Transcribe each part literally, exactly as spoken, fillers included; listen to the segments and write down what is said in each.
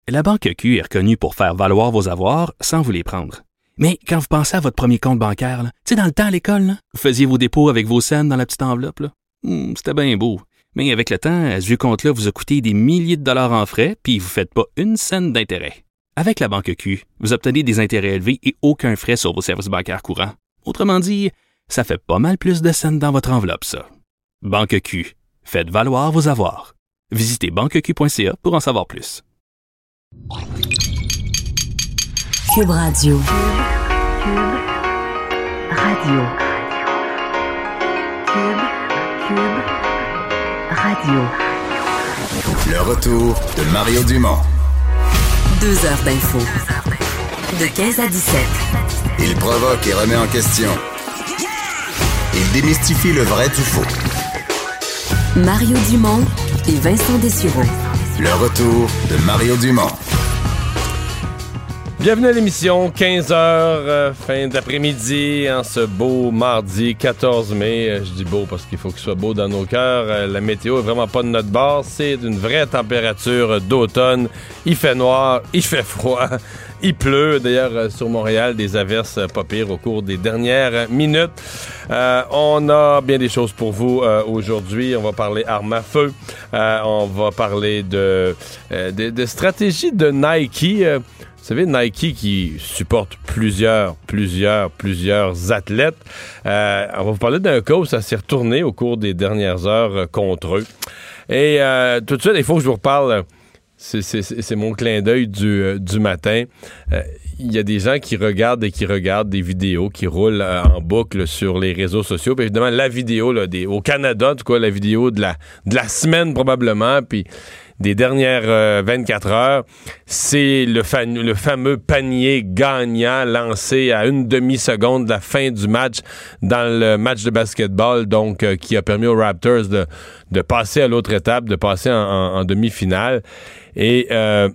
La Banque Q est reconnue pour faire valoir vos avoirs sans vous les prendre. Mais quand vous pensez à votre premier compte bancaire, tu sais, dans le temps à l'école, là, vous faisiez vos dépôts avec vos scènes dans la petite enveloppe. Là. Hum, c'était bien beau. Mais avec le temps, ce vieux compte-là vous a coûté des milliers de dollars en frais, puis vous ne faites pas une scène d'intérêt. Avec la Banque Q, vous obtenez des intérêts élevés et aucun frais sur vos services bancaires courants. Autrement dit, ça fait pas mal plus de scènes dans votre enveloppe, ça. Banque Q. Faites valoir vos avoirs. Visitez banque q point c a pour en savoir plus. Cube Radio. Cube Radio. Cube, Cube Radio. Le retour de Mario Dumont. Deux heures d'info. De quinze à dix-sept. Il provoque et remet en question. Il démystifie le vrai du faux. Mario Dumont et Vincent Dessureau. Le retour de Mario Dumont. Bienvenue à l'émission, quinze heures, euh, fin d'après-midi, en ce beau mardi quatorze mai. Euh, je dis beau parce qu'il faut qu'il soit beau dans nos cœurs. Euh, la météo est vraiment pas de notre bord. C'est d'une vraie température d'automne. Il fait noir, il fait froid, il pleut. D'ailleurs, euh, sur Montréal, des averses euh, pas pires au cours des dernières minutes. Euh, on a bien des choses pour vous euh, aujourd'hui. On va parler armes à feu. Euh, on va parler de, euh, de, de stratégie de Nike. Euh, Vous savez, Nike qui supporte plusieurs, plusieurs, plusieurs athlètes. Euh, on va vous parler d'un cas où ça s'est retourné au cours des dernières heures euh, contre eux. Et euh, tout de suite, il faut que je vous reparle. C'est, c'est, c'est mon clin d'œil du, euh, du matin. Euh, il y a des gens qui regardent et qui regardent des vidéos qui roulent euh, en boucle sur les réseaux sociaux. Puis évidemment, la vidéo là, des, au Canada, en tout cas, la vidéo de la, de la semaine probablement, puis des dernières euh, vingt-quatre heures, c'est le, fa- le fameux panier gagnant lancé à une demi-seconde de la fin du match dans le match de basketball, donc euh, qui a permis aux Raptors de, de passer à l'autre étape, de passer en, en, en demi-finale. Et euh,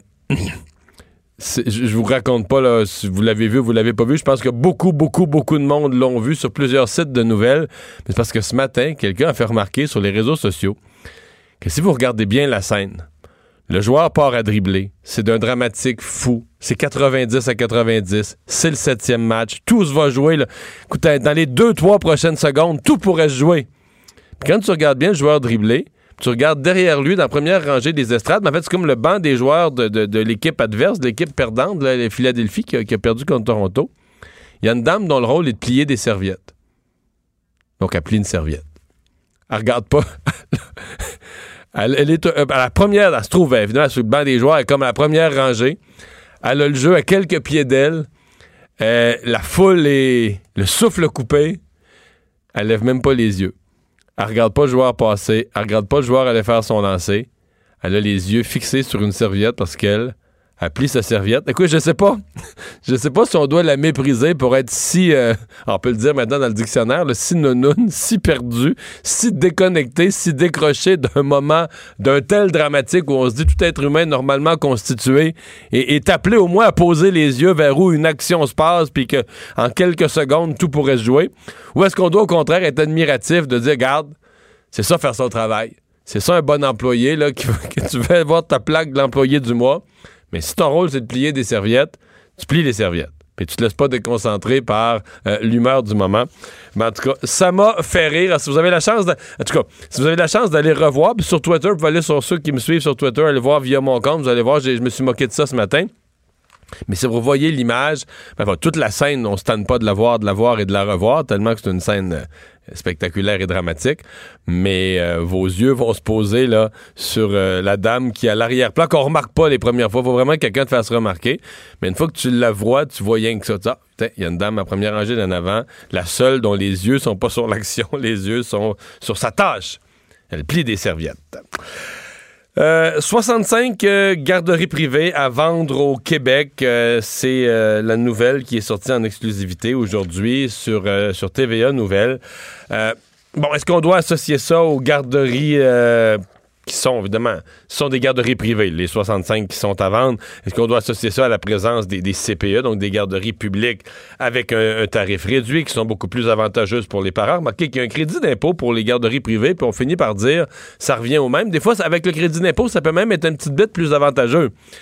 je, je vous raconte pas là, si vous l'avez vu ou vous l'avez pas vu. Je pense que beaucoup, beaucoup, beaucoup de monde l'ont vu sur plusieurs sites de nouvelles. Mais c'est parce que ce matin, quelqu'un a fait remarquer sur les réseaux sociaux que si vous regardez bien la scène, le joueur part à dribbler. C'est d'un dramatique fou. C'est quatre-vingt-dix à quatre-vingt-dix. C'est le septième match. Tout se va jouer. Là. Écoute, dans les deux, trois prochaines secondes, tout pourrait se jouer. Puis quand tu regardes bien le joueur dribbler, tu regardes derrière lui, dans la première rangée des estrades, mais en fait, c'est comme le banc des joueurs de, de, de l'équipe adverse, de l'équipe perdante, là, la Philadelphie, qui a, qui a perdu contre Toronto. Il y a une dame dont le rôle est de plier des serviettes. Donc, elle plie une serviette. Elle regarde pas... Elle, elle est euh, à la première, elle se trouve évidemment sur le banc des joueurs, elle est comme à la première rangée. Elle a le jeu à quelques pieds d'elle. Euh, la foule est le souffle coupé. Elle lève même pas les yeux. Elle regarde pas le joueur passer. Elle regarde pas le joueur aller faire son lancer. Elle a les yeux fixés sur une serviette parce qu'elle a plié sa serviette. Écoute, je sais pas. Je sais pas si on doit la mépriser pour être si, euh, on peut le dire maintenant dans le dictionnaire, là, si nounoune, si perdu, si déconnecté, si décroché d'un moment, d'un tel dramatique où on se dit tout être humain normalement constitué est, est appelé au moins à poser les yeux vers où une action se passe puis que en quelques secondes tout pourrait se jouer. Ou est-ce qu'on doit au contraire être admiratif de dire, regarde, c'est ça faire son travail. C'est ça un bon employé là, qui, que tu veux avoir ta plaque de l'employé du mois. Mais si ton rôle, c'est de plier des serviettes, tu plies les serviettes. Puis tu te laisses pas déconcentrer par euh, l'humeur du moment. Mais en tout cas, ça m'a fait rire. Si vous avez la chance de... En tout cas, si vous avez la chance d'aller revoir, puis sur Twitter, vous pouvez aller sur ceux qui me suivent sur Twitter, aller voir via mon compte, vous allez voir, je me suis moqué de ça ce matin. Mais si vous voyez l'image, ben, enfin, toute la scène, on ne se tente pas de la voir, de la voir et de la revoir, tellement que c'est une scène euh, spectaculaire et dramatique. Mais euh, vos yeux vont se poser là sur euh, la dame qui est à l'arrière-plan, qu'on remarque pas les premières fois. Il faut vraiment que quelqu'un te fasse remarquer. Mais une fois que tu la vois, tu vois rien que ça. Ah, il y a une dame à première rangée d'en avant, la seule dont les yeux sont pas sur l'action, les yeux sont sur sa tâche. Elle plie des serviettes. Euh, soixante-cinq euh, garderies privées à vendre au Québec. Euh, c'est euh, la nouvelle qui est sortie en exclusivité aujourd'hui sur, euh, sur T V A Nouvelles. Euh, bon, est-ce qu'on doit associer ça aux garderies euh, qui sont, évidemment, ce sont des garderies privées, les soixante-cinq qui sont à vendre? Est-ce qu'on doit associer ça à la présence des, des C P E, donc des garderies publiques avec un, un tarif réduit, qui sont beaucoup plus avantageuses pour les parents? Remarquez qu'il y a un crédit d'impôt pour les garderies privées, puis on finit par dire ça revient au même. Des fois, avec le crédit d'impôt, ça peut même être une petite bête plus avantageux.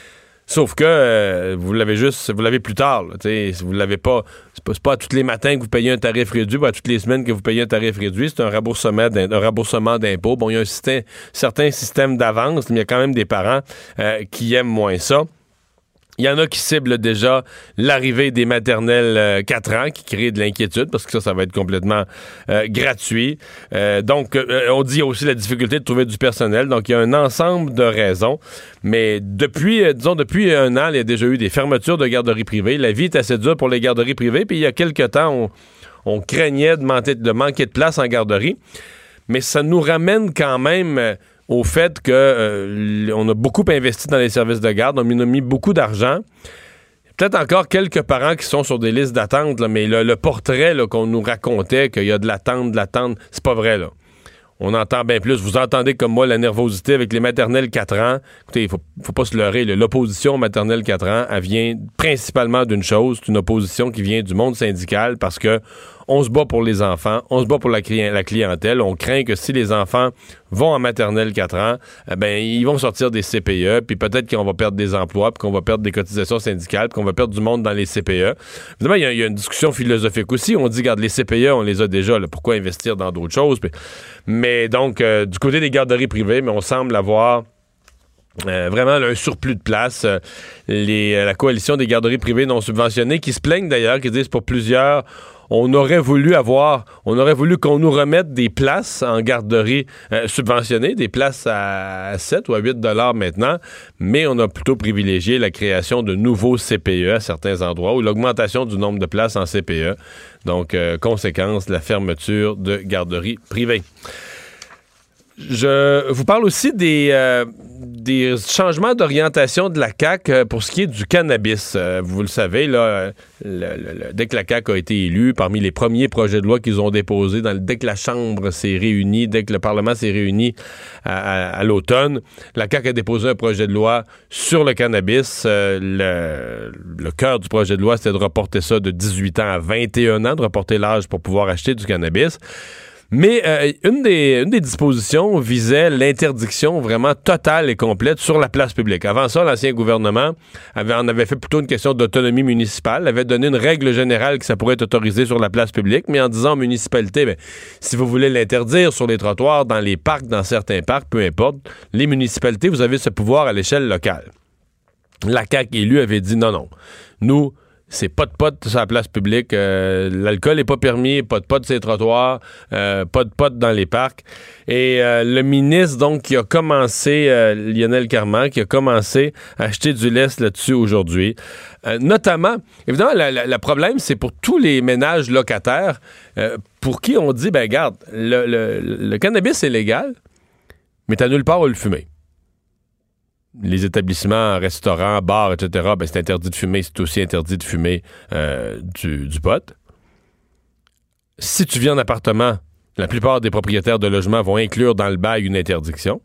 Sauf que euh, vous l'avez juste, vous l'avez plus tard. Là, vous l'avez pas. C'est pas, c'est pas à tous les matins que vous payez un tarif réduit, pas à toutes les semaines que vous payez un tarif réduit. C'est un remboursement, d'un, un remboursement d'impôt. Bon, il y a un système, certain système d'avance, mais il y a quand même des parents euh, qui aiment moins ça. Il y en a qui ciblent déjà l'arrivée des maternelles euh, quatre ans, qui crée de l'inquiétude, parce que ça, ça va être complètement euh, gratuit. Euh, donc, euh, on dit aussi la difficulté de trouver du personnel. Donc, il y a un ensemble de raisons. Mais depuis, euh, disons, depuis un an, il y a déjà eu des fermetures de garderies privées. La vie est assez dure pour les garderies privées. Puis, il y a quelque temps, on, on craignait de manquer, de manquer de place en garderie. Mais ça nous ramène quand même... Euh, au fait qu'on euh, a beaucoup investi dans les services de garde, on a mis beaucoup d'argent. Peut-être encore quelques parents qui sont sur des listes d'attente, là, mais le, le portrait là, qu'on nous racontait, qu'il y a de l'attente, de l'attente, c'est pas vrai, là. On entend bien plus. Vous entendez comme moi la nervosité avec les maternelles quatre ans. Écoutez, il faut, faut pas se leurrer. Là. L'opposition maternelle quatre ans, elle vient principalement d'une chose. C'est une opposition qui vient du monde syndical parce que on se bat pour les enfants, on se bat pour la, cli- la clientèle. On craint que si les enfants vont en maternelle quatre ans, eh ben ils vont sortir des C P E, puis peut-être qu'on va perdre des emplois, puis qu'on va perdre des cotisations syndicales, puis qu'on va perdre du monde dans les C P E. Évidemment, il y, y a une discussion philosophique aussi. On dit, regarde, les C P E, on les a déjà. Là, pourquoi investir dans d'autres choses? Puis, mais donc, euh, du côté des garderies privées, mais on semble avoir... Euh, vraiment là, un surplus de place. Euh, les, euh, la coalition des garderies privées non subventionnées qui se plaignent d'ailleurs, qui disent pour plusieurs, on aurait voulu avoir, on aurait voulu qu'on nous remette des places en garderie euh, subventionnées, des places à sept ou à huit dollars maintenant, mais on a plutôt privilégié la création de nouveaux C P E à certains endroits ou l'augmentation du nombre de places en C P E. Donc, euh, conséquence, la fermeture de garderies privées. Je vous parle aussi des, euh, des changements d'orientation de la C A Q euh, pour ce qui est du cannabis. Euh, vous le savez, là, le, le, le, dès que la C A Q a été élue, parmi les premiers projets de loi qu'ils ont déposés, dans le, dès que la Chambre s'est réunie, dès que le Parlement s'est réuni à, à, à l'automne, la C A Q a déposé un projet de loi sur le cannabis. Euh, le, le cœur du projet de loi, c'était de reporter ça de dix-huit ans à vingt et un ans, de reporter l'âge pour pouvoir acheter du cannabis. Mais euh, une, des, une des dispositions visait l'interdiction vraiment totale et complète sur la place publique. Avant ça, l'ancien gouvernement avait, en avait fait plutôt une question d'autonomie municipale, avait donné une règle générale que ça pourrait être autorisé sur la place publique, mais en disant aux municipalités, ben, si vous voulez l'interdire sur les trottoirs, dans les parcs, dans certains parcs, peu importe, les municipalités, vous avez ce pouvoir à l'échelle locale. La C A Q élue avait dit non, non. Nous, c'est pas de pot sur la place publique. Euh, l'alcool n'est pas permis, pas de pot sur les trottoirs, euh, pas de pot dans les parcs. Et euh, le ministre, donc, qui a commencé, euh, Lionel Carman, qui a commencé à acheter du lest là-dessus aujourd'hui. Euh, notamment, évidemment, le problème, c'est pour tous les ménages locataires euh, pour qui on dit, ben regarde, le, le, le cannabis est légal, mais t'as nulle part où le fumer. Les établissements, restaurants, bars, et cetera, ben c'est interdit de fumer. C'est aussi interdit de fumer euh, du, du pot. Si tu vis en appartement, la plupart des propriétaires de logements vont inclure dans le bail une interdiction.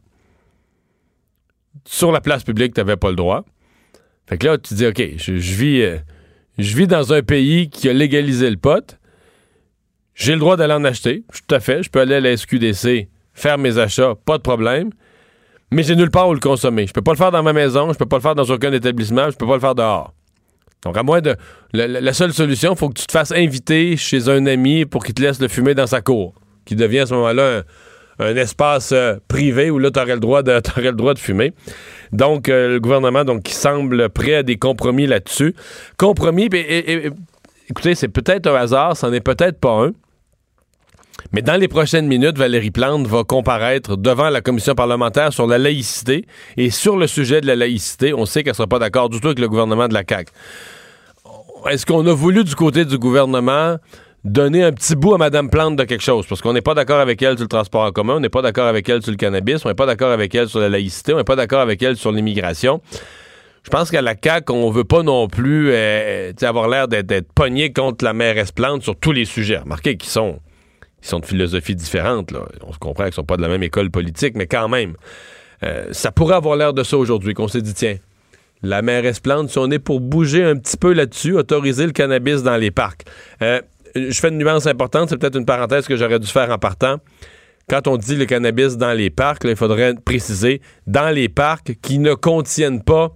Sur la place publique, tu n'avais pas le droit. Fait que là, tu dis, OK, je, je vis, euh, je vis dans un pays qui a légalisé le pot. J'ai le droit d'aller en acheter. Tout à fait. Je peux aller à la S Q D C, faire mes achats, pas de problème. Mais j'ai nulle part où le consommer. Je peux pas le faire dans ma maison, je peux pas le faire dans aucun établissement, je peux pas le faire dehors. Donc, à moins de... La, la seule solution, il faut que tu te fasses inviter chez un ami pour qu'il te laisse le fumer dans sa cour, qui devient à ce moment-là un, un espace euh, privé où là, tu aurais le droit de, t'aurais le droit de fumer. Donc, euh, le gouvernement, donc, qui semble prêt à des compromis là-dessus. Compromis, et, et, et, écoutez, c'est peut-être un hasard, c'en est peut-être pas un. Mais dans les prochaines minutes, Valérie Plante va comparaître devant la commission parlementaire sur la laïcité. Et sur le sujet de la laïcité, on sait qu'elle ne sera pas d'accord du tout avec le gouvernement de la C A Q. Est-ce qu'on a voulu, du côté du gouvernement, donner un petit bout à Mme Plante de quelque chose? Parce qu'on n'est pas d'accord avec elle sur le transport en commun, on n'est pas d'accord avec elle sur le cannabis, on n'est pas d'accord avec elle sur la laïcité, on n'est pas d'accord avec elle sur l'immigration. Je pense qu'à la C A Q, on veut pas non plus euh, avoir l'air d'être, d'être pogné contre la mairesse Plante sur tous les sujets. Remarquez qu'ils sont... Ils sont de philosophies différentes, là. On se comprend qu'ils sont pas de la même école politique, mais quand même, euh, ça pourrait avoir l'air de ça aujourd'hui, qu'on s'est dit, tiens, la mairesse Plante, si on est pour bouger un petit peu là-dessus, autoriser le cannabis dans les parcs. Euh, je fais une nuance importante, c'est peut-être une parenthèse que j'aurais dû faire en partant. Quand on dit le cannabis dans les parcs, là, il faudrait préciser, dans les parcs qui ne contiennent pas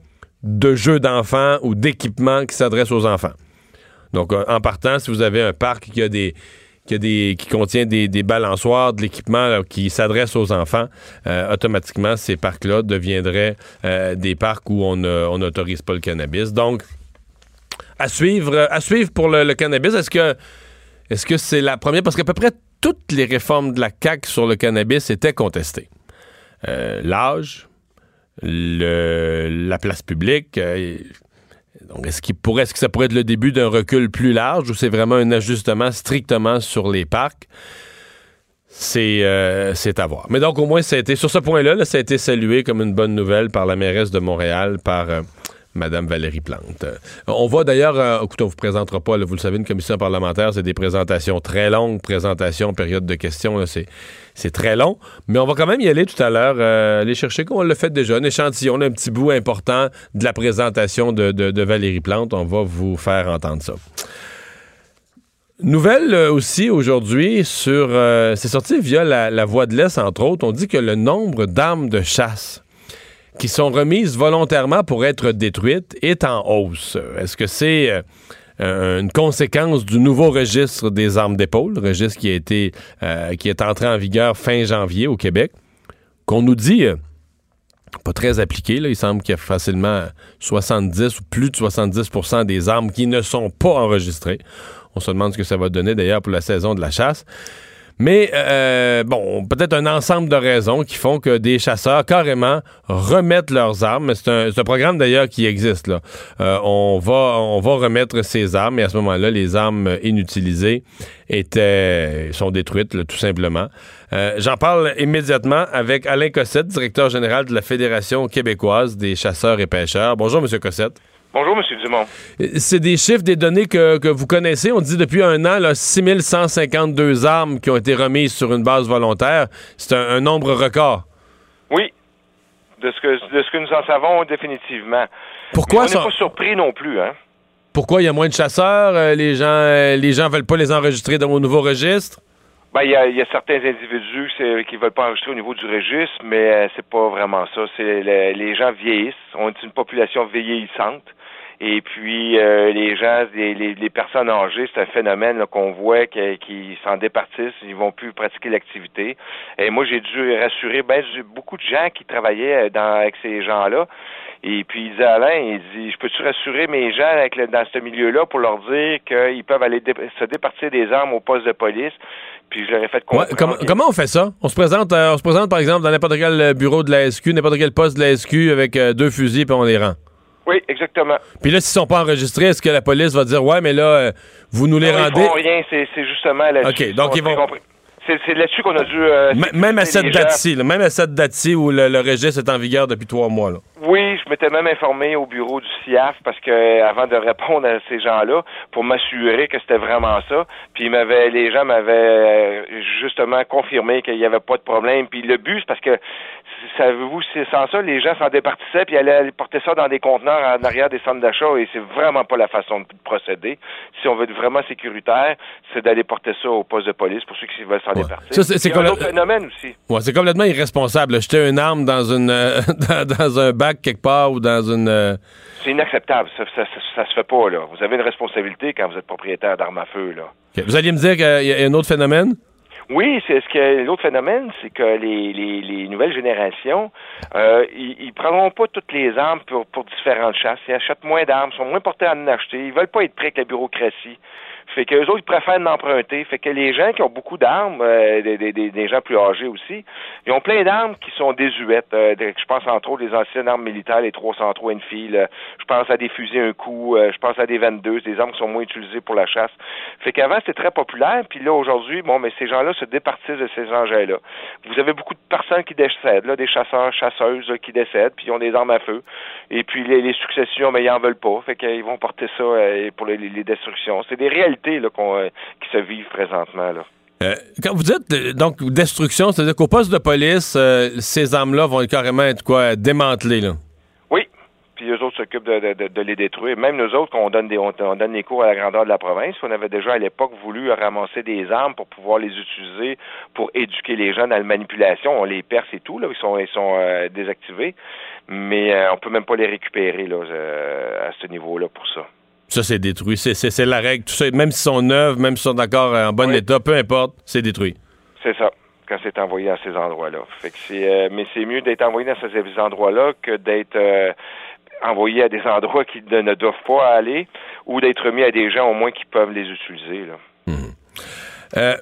de jeux d'enfants ou d'équipements qui s'adressent aux enfants. Donc, euh, en partant, si vous avez un parc qui a des qui, a des, qui contient des, des balançoires, de l'équipement là, qui s'adresse aux enfants, euh, automatiquement, ces parcs-là deviendraient euh, des parcs où on n'autorise pas le cannabis. Donc, à suivre, à suivre pour le, le cannabis. Est-ce que est-ce que c'est la première? Parce qu'à peu près toutes les réformes de la C A Q sur le cannabis étaient contestées. Euh, l'âge, le, la place publique... Euh, Donc, est-ce qu'il pourrait, est-ce que ça pourrait être le début d'un recul plus large ou c'est vraiment un ajustement strictement sur les parcs? C'est, euh, c'est à voir. Mais donc, au moins, ça a été, sur ce point-là, là, ça a été salué comme une bonne nouvelle par la mairesse de Montréal, par euh, Mme Valérie Plante. Euh, on voit d'ailleurs, euh, écoutez, on ne vous présentera pas, là, vous le savez, une commission parlementaire, c'est des présentations très longues, présentations, période de questions, là, c'est, c'est très long. Mais on va quand même y aller tout à l'heure, euh, aller chercher, comme on l'a fait déjà, un échantillon, un petit bout important de la présentation de, de, de Valérie Plante. On va vous faire entendre ça. Nouvelle euh, aussi aujourd'hui sur... Euh, c'est sorti via la, la Voix de l'Est, entre autres. On dit que le nombre d'armes de chasse qui sont remises volontairement pour être détruites est en hausse. Est-ce que c'est euh, une conséquence du nouveau registre des armes d'épaule, registre qui a été euh, qui est entré en vigueur fin janvier au Québec, qu'on nous dit euh, pas très appliqué, là. Il semble qu'il y a facilement soixante-dix ou plus de soixante-dix pour cent des armes qui ne sont pas enregistrées. On se demande ce que ça va donner d'ailleurs pour la saison de la chasse. Mais, euh, bon, peut-être un ensemble de raisons qui font que des chasseurs, carrément, remettent leurs armes. C'est un, c'est un programme, d'ailleurs, qui existe, là. Euh, on va, on va remettre ces armes, et à ce moment-là, les armes inutilisées étaient, sont détruites, là, tout simplement. Euh, j'en parle immédiatement avec Alain Cossette, directeur général de la Fédération québécoise des chasseurs et pêcheurs. Bonjour, M. Cossette. Bonjour, M. Dumont. C'est des chiffres, des données que, que vous connaissez. On dit depuis un an, là, six mille cent cinquante-deux armes qui ont été remises sur une base volontaire. C'est un, un nombre record. Oui, de ce que de ce que nous en savons définitivement. Pourquoi on ça... n'est pas surpris non plus, hein? Pourquoi il y a moins de chasseurs? Euh, les gens euh, les gens veulent pas les enregistrer dans vos nouveaux registres? Ben, il y a, y a certains individus qui veulent pas enregistrer au niveau du registre, mais euh, c'est pas vraiment ça. C'est le, les gens vieillissent. On est une population vieillissante. Et puis, euh, les gens, les, les, les personnes âgées, c'est un phénomène là, qu'on voit qui, qui s'en départissent, ils vont plus pratiquer l'activité. Et moi, j'ai dû rassurer ben, j'ai beaucoup de gens qui travaillaient dans, avec ces gens-là. Et puis, il disait, Alain, il dit, je peux-tu rassurer mes gens avec le, dans ce milieu-là pour leur dire qu'ils peuvent aller dé- se départir des armes au poste de police? Puis je leur ai fait comprendre. Ouais, comment, que... comment on fait ça? On se présente, euh, on se présente par exemple dans n'importe quel bureau de la S Q, n'importe quel poste de la S Q avec euh, deux fusils, puis on les rend. Oui, exactement. Puis là, s'ils sont pas enregistrés, est-ce que la police va dire, ouais, mais là, euh, vous nous les non, rendez? Ils font rien, c'est, c'est justement là-dessus. OK, donc ils vont... C'est, c'est là-dessus qu'on a dû... Euh, M- même à cette date-ci, là, même à cette date-ci où le, le registre est en vigueur depuis trois mois, là. Oui, je m'étais même informé au bureau du C I A F parce que avant de répondre à ces gens-là, pour m'assurer que c'était vraiment ça. Puis ils m'avaient, les gens m'avaient euh, justement confirmé qu'il n'y avait pas de problème. Puis le but, c'est parce que savez-vous, c'est sans ça, les gens s'en départissaient puis allaient porter ça dans des conteneurs en arrière des centres d'achat et c'est vraiment pas la façon de procéder. Si on veut être vraiment sécuritaire, c'est d'aller porter ça au poste de police pour ceux qui veulent s'en ouais. départir. Ça, c'est, c'est Il y a un le... autre phénomène aussi. Ouais, c'est complètement irresponsable. Là. Jeter une arme dans une euh, dans, dans un bac quelque part ou dans une... Euh... C'est inacceptable. Ça, ça, ça, ça se fait pas, là. Vous avez une responsabilité quand vous êtes propriétaire d'armes à feu, là. Okay. Vous alliez me dire qu'il y a un autre phénomène? Oui, c'est ce que l'autre phénomène, c'est que les, les, les nouvelles générations, euh, ils, ils prendront pas toutes les armes pour, pour différentes chasses. Ils achètent moins d'armes, sont moins portés à en acheter. Ils veulent pas être prêts avec la bureaucratie. Fait qu'eux autres, ils préfèrent l'emprunter. Fait que les gens qui ont beaucoup d'armes, euh, des, des, des gens plus âgés aussi, ils ont plein d'armes qui sont désuètes. Euh, je pense entre autres les anciennes armes militaires, les trois cent trois Enfield. Je pense à des fusils un coup. Euh, je pense à des vingt-deux, des armes qui sont moins utilisées pour la chasse. Fait qu'avant, c'était très populaire. Puis là, aujourd'hui, bon, mais ces gens-là se départissent de ces engins-là. Vous avez beaucoup de personnes qui décèdent, là, des chasseurs, chasseuses là, qui décèdent, puis ils ont des armes à feu. Et puis les, les successions, mais ils en veulent pas. Fait qu'ils vont porter ça euh, pour les, les destructions. C'est des réalités là, qu'on, euh, qui se vivent présentement, là. Euh, quand vous dites, euh, donc, destruction, c'est-à-dire qu'au poste de police, euh, ces armes-là vont carrément être, quoi, démantelées, là? Oui. Puis eux autres s'occupe de, de, de, de les détruire. Même nous autres, on donne des, on, on donne les cours à la grandeur de la province, on avait déjà à l'époque voulu ramasser des armes pour pouvoir les utiliser pour éduquer les gens dans la manipulation. On les perce et tout, là, ils sont, ils sont euh, désactivés, mais euh, on peut même pas les récupérer là, euh, à ce niveau-là pour ça. Ça, c'est détruit. C'est, c'est, c'est la règle. Tout ça, même s'ils sont neufs, même s'ils sont encore en bon oui. état, peu importe, c'est détruit. C'est ça. Quand c'est envoyé à ces endroits-là. Fait que c'est, euh, mais c'est mieux d'être envoyé dans ces endroits-là que d'être euh, envoyé à des endroits qui ne, ne doivent pas aller ou d'être mis à des gens au moins qui peuvent les utiliser. Là. Mmh. Euh,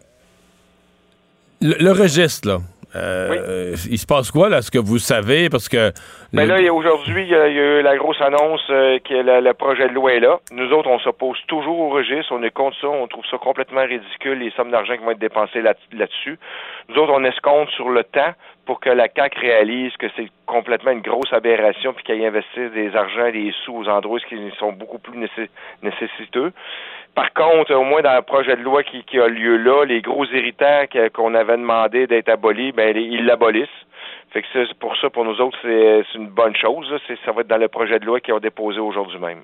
le, le registre, là, euh, oui. il se passe quoi, là, ce que vous savez? Parce que... Ben là, aujourd'hui, il y, a, il y a eu la grosse annonce euh, que le, le projet de loi est là. Nous autres, on s'oppose toujours au registre. On est contre ça. On trouve ça complètement ridicule, les sommes d'argent qui vont être dépensées là, là-dessus. Nous autres, on escompte sur le temps pour que la C A Q réalise que c'est complètement une grosse aberration puis qu'elle investisse des argents et des sous aux endroits qui sont beaucoup plus nécess- nécessiteux. Par contre, au moins dans le projet de loi qui, qui a lieu là, les gros irritants qu'on avait demandé d'être abolis, ben ils l'abolissent. Fait que c'est pour ça, pour nous autres, c'est, c'est une bonne chose. C'est, ça va être dans le projet de loi qu'ils ont déposé aujourd'hui même.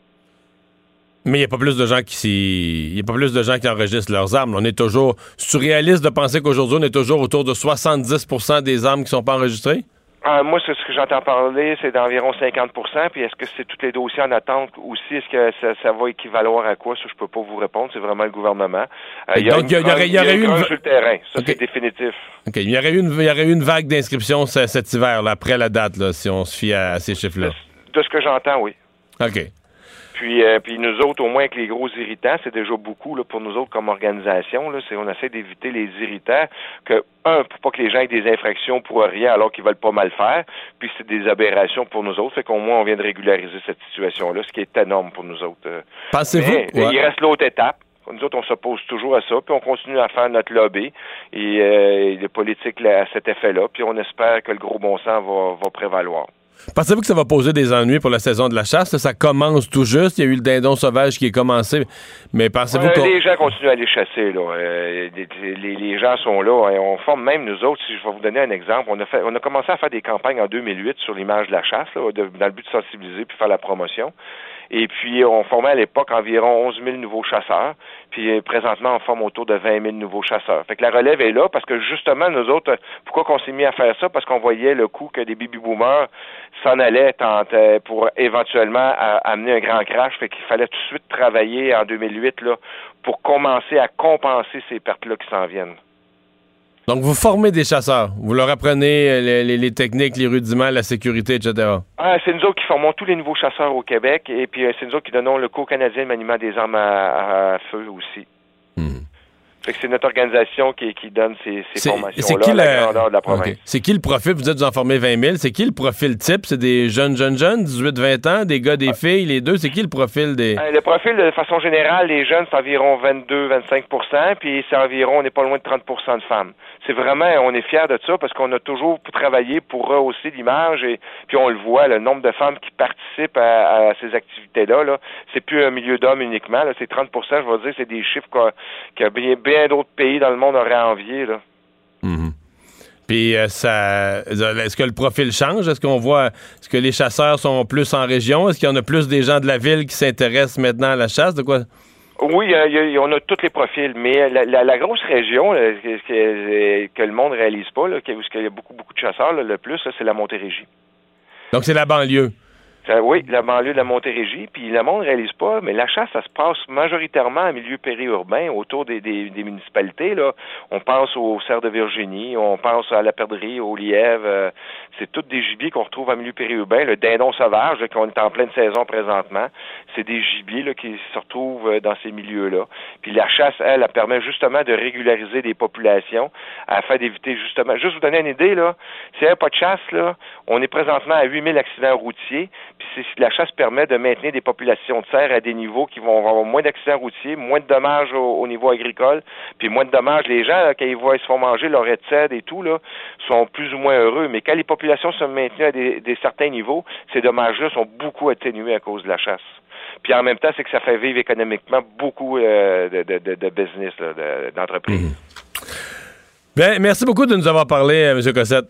Mais il n'y a pas plus de gens qui s'y... il y a pas plus de gens qui enregistrent leurs armes. On est toujours surréaliste de penser qu'aujourd'hui, on est toujours autour de soixante-dix pour cent des armes qui ne sont pas enregistrées? Ah, moi, c'est ce que j'entends parler, c'est d'environ cinquante pour cent. Puis est-ce que c'est tous les dossiers en attente aussi? Est-ce que ça, ça va équivaloir à quoi? Ça, je peux pas vous répondre. C'est vraiment le gouvernement. Euh, il y a donc, il y, y aurait, y aurait eu une... sur le terrain. Ça, okay. c'est définitif. OK. Il y aurait eu une, il y aurait eu une vague d'inscriptions cet hiver, là, après la date, là, si on se fie à, à ces chiffres-là. De, de ce que j'entends, oui. OK. Puis, euh, puis nous autres, au moins avec les gros irritants, c'est déjà beaucoup là, pour nous autres comme organisation. Là, c'est, on essaie d'éviter les irritants, que un, pour pas que les gens aient des infractions pour rien alors qu'ils veulent pas mal faire, puis c'est des aberrations pour nous autres, fait qu'au moins on vient de régulariser cette situation-là, ce qui est énorme pour nous autres. Pensez-vous? Mais, ouais. Il reste l'autre étape. Nous autres, on s'oppose toujours à ça, puis on continue à faire notre lobby et euh, les politiques là, à cet effet-là, puis on espère que le gros bon sens va, va prévaloir. Pensez-vous que ça va poser des ennuis pour la saison de la chasse? Ça commence tout juste. Il y a eu le dindon sauvage qui est commencé. Mais pensez-vous euh, qu'on... Les gens continuent à aller chasser. Là. Euh, les, les, les gens sont là. On forme même, nous autres, si je vais vous donner un exemple, on a, fait, on a commencé à faire des campagnes en deux mille huit sur l'image de la chasse, là, de, dans le but de sensibiliser puis faire la promotion. Et puis, on formait à l'époque environ onze mille nouveaux chasseurs. Puis, présentement, on forme autour de vingt mille nouveaux chasseurs. Fait que la relève est là parce que, justement, nous autres, pourquoi qu'on s'est mis à faire ça? Parce qu'on voyait le coup que des baby-boomers s'en allaient tenter pour éventuellement à, amener un grand crash. Fait qu'il fallait tout de suite travailler en deux mille huit là, pour commencer à compenser ces pertes-là qui s'en viennent. Donc, vous formez des chasseurs. Vous leur apprenez les, les, les techniques, les rudiments, la sécurité, et cetera. Ah, c'est nous autres qui formons tous les nouveaux chasseurs au Québec. Et puis, c'est nous autres qui donnons le cours canadien de maniement des armes à, à feu aussi. Hmm. Fait que c'est notre organisation qui, qui donne ces, ces formations-là à la, la grandeur de la province. Okay. C'est qui le profil? Vous êtes vous en formez vingt mille. C'est qui le profil type? C'est des jeunes, jeunes, jeunes, dix-huit vingt ans, des gars, des ah. filles, les deux? C'est qui le profil des... Le profil, de façon générale, les jeunes, c'est environ vingt-deux à vingt-cinq pour cent, puis c'est environ, on n'est pas loin de trente pour cent de femmes. C'est vraiment, on est fiers de ça parce qu'on a toujours travaillé pour rehausser l'image et puis on le voit, le nombre de femmes qui participent à, à ces activités-là, là, c'est plus un milieu d'hommes uniquement, là, c'est trente pour cent, je vais dire, c'est des chiffres que, que bien, bien d'autres pays dans le monde auraient envié, là. Mm-hmm. Puis euh, ça, est-ce que le profil change? Est-ce qu'on voit, est-ce que les chasseurs sont plus en région? Est-ce qu'il y en a plus des gens de la ville qui s'intéressent maintenant à la chasse? De quoi? Oui, il y a, il y a, on a tous les profils, mais la, la, la grosse région là, que, que, que le monde réalise pas, là, où il y a beaucoup, beaucoup de chasseurs, là, le plus, là, c'est la Montérégie. Donc c'est la banlieue. Ça, oui, la banlieue de la Montérégie, puis le monde ne réalise pas, mais la chasse, ça se passe majoritairement en milieu périurbain, autour des, des, des municipalités, là. On pense au cerf de Virginie, on pense à la perdrix, au lièvre, euh, c'est tous des gibiers qu'on retrouve en milieu périurbain. Le dindon sauvage, là, qu'on est en pleine saison présentement, c'est des gibiers là, qui se retrouvent dans ces milieux-là. Puis la chasse, elle, elle permet justement de régulariser des populations afin d'éviter justement... Juste vous donner une idée, là, s'il n'y avait pas de chasse, là, on est présentement à huit mille accidents routiers. Puis la chasse permet de maintenir des populations de cerfs à des niveaux qui vont avoir moins d'accidents routiers, moins de dommages au, au niveau agricole, puis moins de dommages. Les gens, là, quand ils voient ils se font manger leur raie de cèdre et tout, là, sont plus ou moins heureux. Mais quand les populations sont maintenues à des, des certains niveaux, ces dommages-là sont beaucoup atténués à cause de la chasse. Puis en même temps, c'est que ça fait vivre économiquement beaucoup euh, de, de, de, de business, là, de, d'entreprises. Mmh. Bien, merci beaucoup de nous avoir parlé, M. Cossette.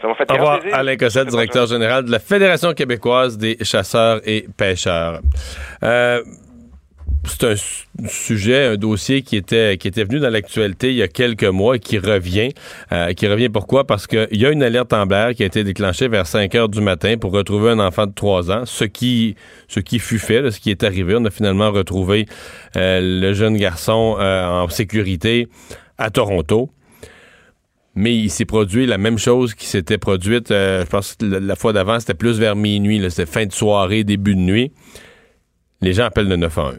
Ça m'a fait Au grand revoir, plaisir. Alain Cossette, directeur général de la Fédération québécoise des chasseurs et pêcheurs. Euh, c'est un su- sujet, un dossier qui était, qui était venu dans l'actualité il y a quelques mois et qui revient. Euh, qui revient pourquoi? Parce qu'il y a une alerte Amber qui a été déclenchée vers cinq heures du matin pour retrouver un enfant de trois ans. Ce qui, ce qui fut fait, là, ce qui est arrivé. On a finalement retrouvé euh, le jeune garçon euh, en sécurité à Toronto. Mais il s'est produit la même chose qui s'était produite, euh, je pense que la, la fois d'avant, c'était plus vers minuit, là, c'était fin de soirée, début de nuit. Les gens appellent le neuf un un.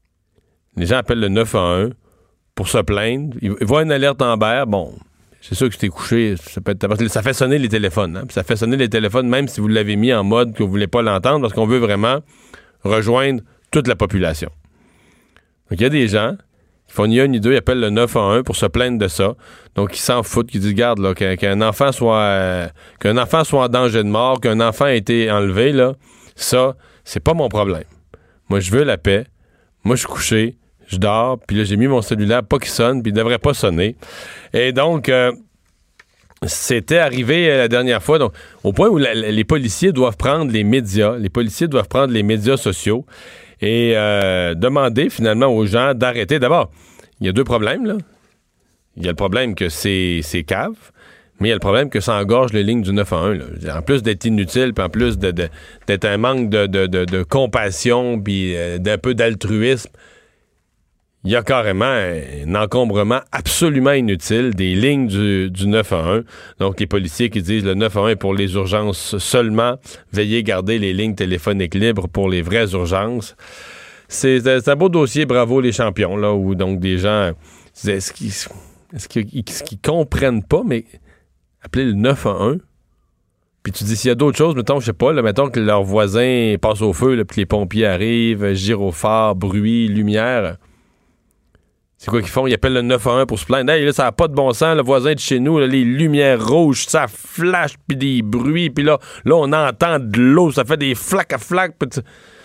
Les gens appellent le neuf un un pour se plaindre. Ils, ils voient une alerte Amber, bon, c'est sûr que c'était couché, ça, peut être, ça fait sonner les téléphones. Hein, ça fait sonner les téléphones même si vous l'avez mis en mode que vous ne voulez pas l'entendre parce qu'on veut vraiment rejoindre toute la population. Donc il y a des gens qui font ni un ni deux, ils appellent le neuf un un pour se plaindre de ça. Donc, ils s'en foutent, qu'ils disent, garde, là, qu'un, qu'un enfant soit euh, qu'un enfant soit en danger de mort, qu'un enfant ait été enlevé, là, ça, c'est pas mon problème. Moi, je veux la paix. Moi, je suis couché, je dors, puis là, j'ai mis mon cellulaire, pas qu'il sonne, puis il devrait pas sonner. Et donc, euh, c'était arrivé la dernière fois, donc, au point où la, les policiers doivent prendre les médias, les policiers doivent prendre les médias sociaux et euh, demander finalement aux gens d'arrêter. D'abord, il y a deux problèmes, là. Il y a le problème que c'est, c'est cave, mais il y a le problème que ça engorge les lignes du neuf un un. Là. En plus d'être inutile, puis en plus de, de, d'être un manque de, de, de, de compassion, puis euh, d'un peu d'altruisme, il y a carrément un encombrement absolument inutile des lignes du, du neuf un un. Donc, les policiers qui disent le neuf un un est pour les urgences seulement, veuillez garder les lignes téléphoniques libres pour les vraies urgences. C'est, c'est un beau dossier, bravo les champions, là, où donc des gens... Est-ce qu'ils, est-ce qu'ils, est-ce qu'ils comprennent pas, mais appeler le neuf un un, puis tu dis s'il y a d'autres choses, mettons, je sais pas, là, mettons que leur voisin passe au feu, là, puis les pompiers arrivent, gyrophare, bruit, lumière... C'est quoi qu'ils font? Ils appellent le neuf un un pour se plaindre. Hey, là, ça n'a pas de bon sens. Le voisin de chez nous, là, les lumières rouges, ça flash, puis des bruits, puis là, là, on entend de l'eau, ça fait des flaques à flaques. Pis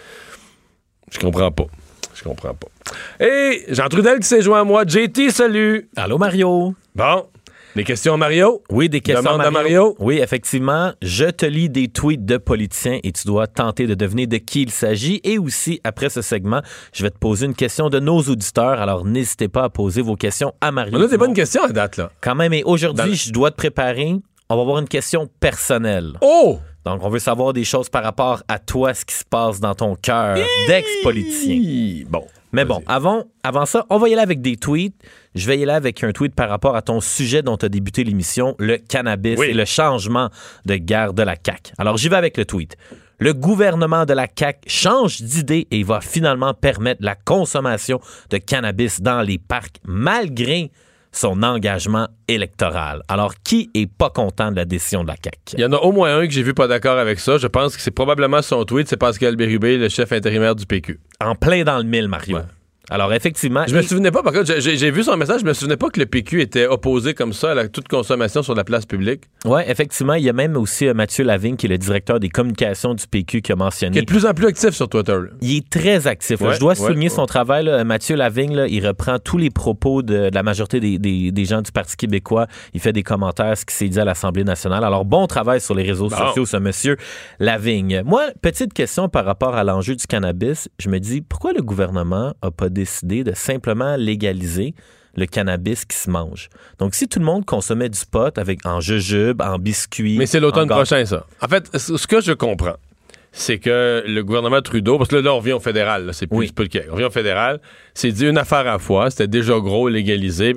je comprends pas. Je comprends pas. Et Jean Trudel qui s'est joint à moi. J T, salut! Allô, Mario? Bon. Des questions à Mario? Oui, des questions Demande à Mario. à Mario. Oui, effectivement. Je te lis des tweets de politiciens et tu dois tenter de deviner de qui il s'agit. Et aussi, après ce segment, je vais te poser une question de nos auditeurs. Alors, n'hésitez pas à poser vos questions à Mario. On a des bonnes questions à date, là. Quand même, et aujourd'hui, Dans... je dois te préparer. On va avoir une question personnelle. Oh! Donc, on veut savoir des choses par rapport à toi, ce qui se passe dans ton cœur d'ex-politicien. Bon. Mais Vas-y. bon, avant, avant ça, on va y aller avec des tweets. Je vais y aller avec un tweet par rapport à ton sujet dont tu as débuté l'émission, le cannabis Oui. et le changement de guerre de la C A Q. Alors, j'y vais avec le tweet. Le gouvernement de la C A Q change d'idée et va finalement permettre la consommation de cannabis dans les parcs malgré son engagement électoral. Alors, qui est pas content de la décision de la C A Q? Il y en a au moins un que j'ai vu pas d'accord avec ça. Je pense que c'est probablement son tweet. C'est Pascal Bérubé, le chef intérimaire du P Q. En plein dans le mille, Mario. Ouais. Alors, effectivement... Je me et- souvenais pas, par contre, j'ai, j'ai vu son message, je me souvenais pas que le P Q était opposé comme ça à la, toute consommation sur la place publique. Oui, effectivement. Il y a même aussi euh, Mathieu Lavigne, qui est le directeur des communications du P Q, qui a mentionné... Qui est de plus en plus actif sur Twitter. Là. Il est très actif. là. Ouais, Je dois ouais, souligner ouais. son travail. là. Mathieu Lavigne, là, il reprend tous les propos de, de la majorité des, des, des gens du Parti québécois. Il fait des commentaires, ce qui s'est dit à l'Assemblée nationale. Alors, bon travail sur les réseaux Bon. sociaux, ce monsieur Lavigne. Moi, petite question par rapport à l'enjeu du cannabis. Je me dis, pourquoi le gouvernement n'a pas décidé de simplement légaliser le cannabis qui se mange? Donc, si tout le monde consommait du pot avec, en jujube, en biscuits... Mais c'est l'automne en gâteau- prochain, ça. En fait, c- ce que je comprends, c'est que le gouvernement Trudeau, parce que là, là on revient au fédéral, là, c'est plus, Oui. c'est plus le Québec, on revient au fédéral, c'est dit une affaire à la fois, c'était déjà gros, légalisé.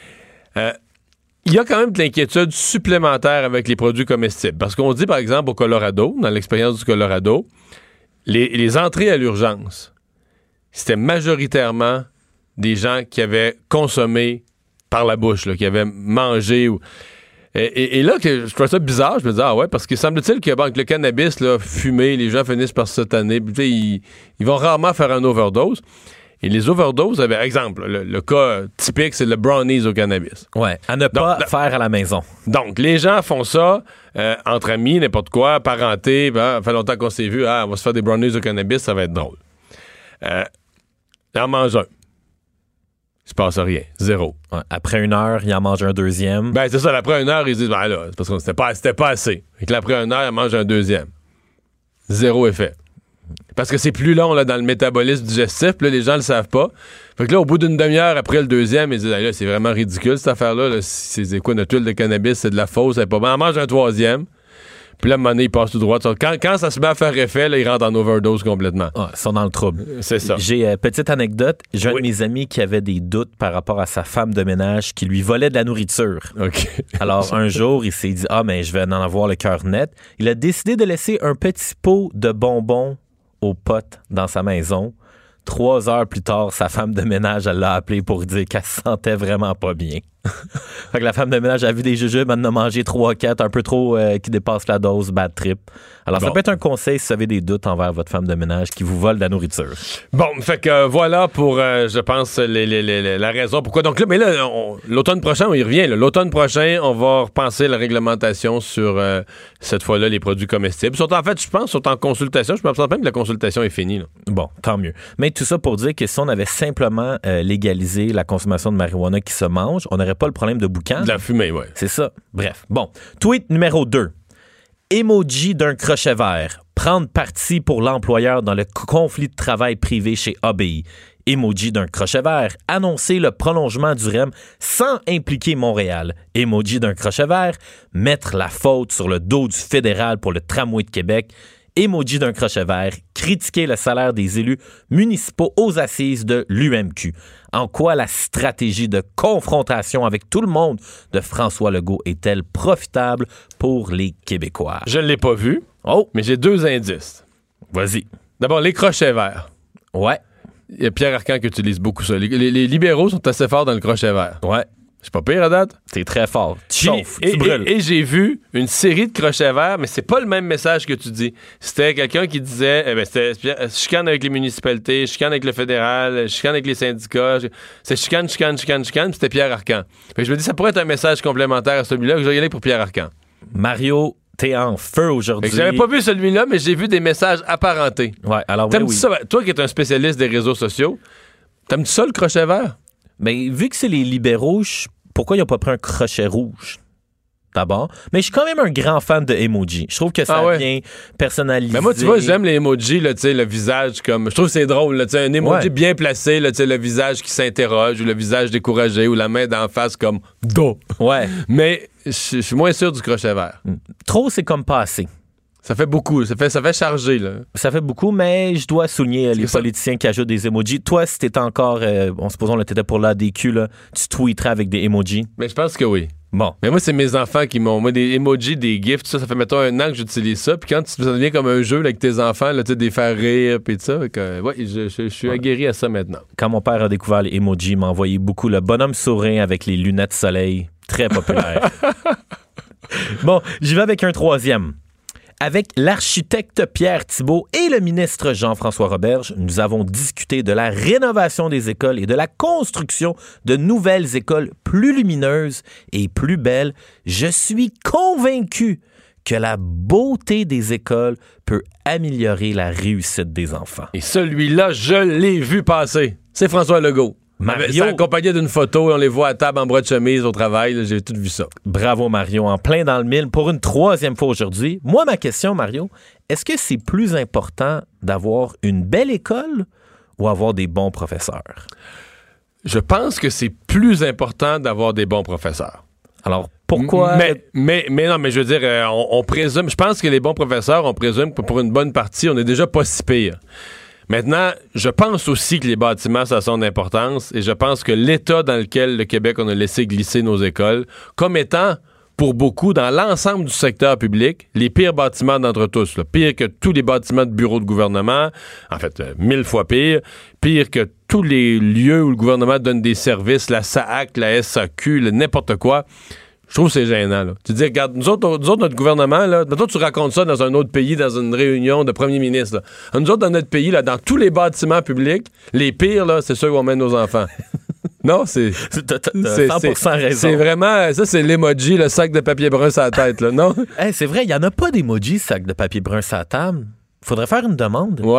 Euh, Il y a quand même de l'inquiétude supplémentaire avec les produits comestibles. Parce qu'on dit, par exemple, au Colorado, dans l'expérience du Colorado, les, les entrées à l'urgence, c'était majoritairement des gens qui avaient consommé par la bouche, là, qui avaient mangé. Ou... Et, et, et là, que je trouvais ça bizarre. Je me disais, ah ouais, parce qu'il semble-t-il que bon, avec le cannabis, là, fumé, les gens finissent par se tanner. Puis, tu sais, ils, ils vont rarement faire un overdose. Et les overdoses, par exemple, le, le cas typique, c'est le brownies au cannabis. Ouais, à ne pas Donc, faire à la maison. Donc, les gens font ça euh, entre amis, n'importe quoi, parenté. Ben, ça fait longtemps qu'on s'est vu. Ah, on va se faire des brownies au cannabis, ça va être drôle. Euh, en mange un. il se passe rien. Zéro. Ouais, après une heure, il en mange un deuxième. Ben, c'est ça. Après une heure, ils disent, ben là, c'est parce que c'était pas, c'était pas assez. Et que après une heure, il mange un deuxième. Zéro effet. Parce que c'est plus long là, dans le métabolisme digestif, puis là, les gens le savent pas. Fait que là, au bout d'une demi-heure après le deuxième, ils disent, ah, là, c'est vraiment ridicule cette affaire-là. Là. C'est quoi, notre huile de cannabis, c'est de la fausse, c'est pas bon. On mange un troisième. Puis là, à un moment donné, il passe tout droit. Quand, quand ça se met à faire effet, là, il rentre en overdose complètement. Ah, ils sont dans le trouble. C'est ça. J'ai euh, petite anecdote. J'ai oui. un de mes amis qui avait des doutes par rapport à sa femme de ménage qui lui volait de la nourriture. OK. Alors, un jour, il s'est dit, ah, mais je vais en avoir le cœur net. Il a décidé de laisser un petit pot de bonbons aux potes dans sa maison. Trois heures plus tard, sa femme de ménage, elle l'a appelé pour dire qu'elle se sentait vraiment pas bien. Fait que la femme de ménage a vu des jujubes, elle en a mangé trois, quatre, un peu trop euh, qui dépasse la dose, bad trip. Alors, bon. Ça peut être un conseil si vous avez des doutes envers votre femme de ménage qui vous vole de la nourriture. Bon, fait que euh, voilà pour, euh, je pense, les, les, les, la raison pourquoi. Donc là, mais là, on, l'automne prochain, on y revient. Là. L'automne prochain, on va repenser la réglementation sur, euh, cette fois-là, les produits comestibles. Sont en fait, je pense, sont en consultation. Je pense même que la consultation est finie. Là. Bon, tant mieux. Mais tout ça pour dire que si on avait simplement euh, légalisé la consommation de marijuana qui se mange, on n'aurait pas le problème de boucan. De la fumée, oui. C'est ça. Bref. Bon. Tweet numéro deux. Emoji d'un crochet vert. Prendre parti pour l'employeur dans le conflit de travail privé chez A B I. Emoji d'un crochet vert. Annoncer le prolongement du R E M sans impliquer Montréal. Emoji d'un crochet vert. Mettre la faute sur le dos du fédéral pour le tramway de Québec. Emoji d'un crochet vert, critiquer le salaire des élus municipaux aux assises de l'U M Q. En quoi la stratégie de confrontation avec tout le monde de François Legault est-elle profitable pour les Québécois? Je ne l'ai pas vu, oh, mais j'ai deux indices. Vas-y. D'abord, les crochets verts. Ouais. Il y a Pierre Arcan qui utilise beaucoup ça. Les, les, les libéraux sont assez forts dans le crochet vert. Ouais. C'est pas pire à date? T'es très fort. Tu chauffes, et, tu brûles. Et, et j'ai vu une série de crochets verts, mais c'est pas le même message que tu dis. C'était quelqu'un qui disait, eh ben, c'était chicane avec les municipalités, chicane avec le fédéral, chicane avec les syndicats. C'est chicane, chicane, chicane, chicane, puis c'était Pierre Arcan. Fait que je me dis, ça pourrait être un message complémentaire à celui-là, que je vais y aller pour Pierre Arcan. Mario, t'es en feu aujourd'hui. J'avais pas vu celui-là, mais j'ai vu des messages apparentés. Ouais, alors T'aimes-tu oui. ça? Toi qui es un spécialiste des réseaux sociaux, t'aimes-tu ça le crochet vert? Mais vu que c'est les libéraux, je pourquoi ils n'ont pas pris un crochet rouge, d'abord? Mais je suis quand même un grand fan de emoji. Je trouve que ça ah ouais. vient personnaliser. Mais moi, tu vois, j'aime les emojis, là, le visage comme... Je trouve que c'est drôle, là, un emoji ouais. bien placé, là, le visage qui s'interroge, ou le visage découragé, ou la main d'en face comme « do ». Ouais. Mais je suis moins sûr du crochet vert. Trop, c'est comme pas assez. Ça fait beaucoup, ça fait, ça fait charger, là. Ça fait beaucoup, mais je dois souligner euh, les ça? politiciens qui ajoutent des emojis. Toi, si t'étais encore, euh, bon, supposons que t'étais pour l'A D Q, là, tu tweeterais avec des emojis? Mais je pense que oui. Bon. Mais moi, c'est mes enfants qui m'ont... Moi, des emojis, des gifs, tout ça, ça fait, mettons, un an que j'utilise ça. Puis quand tu ça devient comme un jeu là, avec tes enfants, là, tu sais, des faire rire, puis tout ça. Que, ouais, je, je, je suis ouais. aguerri à ça maintenant. Quand mon père a découvert les emojis, il m'a envoyé beaucoup le bonhomme sourire avec les lunettes soleil. Très populaire. Bon, j'y vais avec un troisième. Avec l'architecte Pierre Thibault et le ministre Jean-François Roberge, nous avons discuté de la rénovation des écoles et de la construction de nouvelles écoles plus lumineuses et plus belles. Je suis convaincu que la beauté des écoles peut améliorer la réussite des enfants. Et celui-là, je l'ai vu passer. C'est François Legault. Mario, c'est accompagné d'une photo, on les voit à table en bras de chemise au travail, là, j'ai tout vu ça. Bravo Mario, en plein dans le mille pour une troisième fois aujourd'hui. Moi, ma question, Mario, est-ce que c'est plus important d'avoir une belle école ou avoir des bons professeurs? Je pense que c'est plus important d'avoir des bons professeurs. Alors, pourquoi? Mais, mais, mais non, mais je veux dire, euh, on, on présume, je pense que les bons professeurs, on présume que pour une bonne partie, on est déjà pas si pire. Maintenant, je pense aussi que les bâtiments, ça a son importance et je pense que l'état dans lequel le Québec, on a laissé glisser nos écoles, comme étant, pour beaucoup, dans l'ensemble du secteur public, les pires bâtiments d'entre tous. Là. Pire que tous les bâtiments de bureaux de gouvernement, en fait, euh, mille fois pire. Pire que tous les lieux où le gouvernement donne des services, la S A A C, la S A Q, le n'importe quoi. Je trouve que c'est gênant, là. Tu dis, regarde, nous autres, nous autres, notre gouvernement, là, toi, tu racontes ça dans un autre pays, dans une réunion de premier ministre, là. Nous autres, dans notre pays, là, dans tous les bâtiments publics, les pires, là, c'est ceux où on mène nos enfants. Non, c'est... T'as cent pour cent raison. C'est vraiment... Ça, c'est l'emoji, le sac de papier brun sur la tête, là, non? Hey, c'est vrai, il n'y en a pas d'emoji, sac de papier brun sur la table. Faudrait faire une demande. Ouais.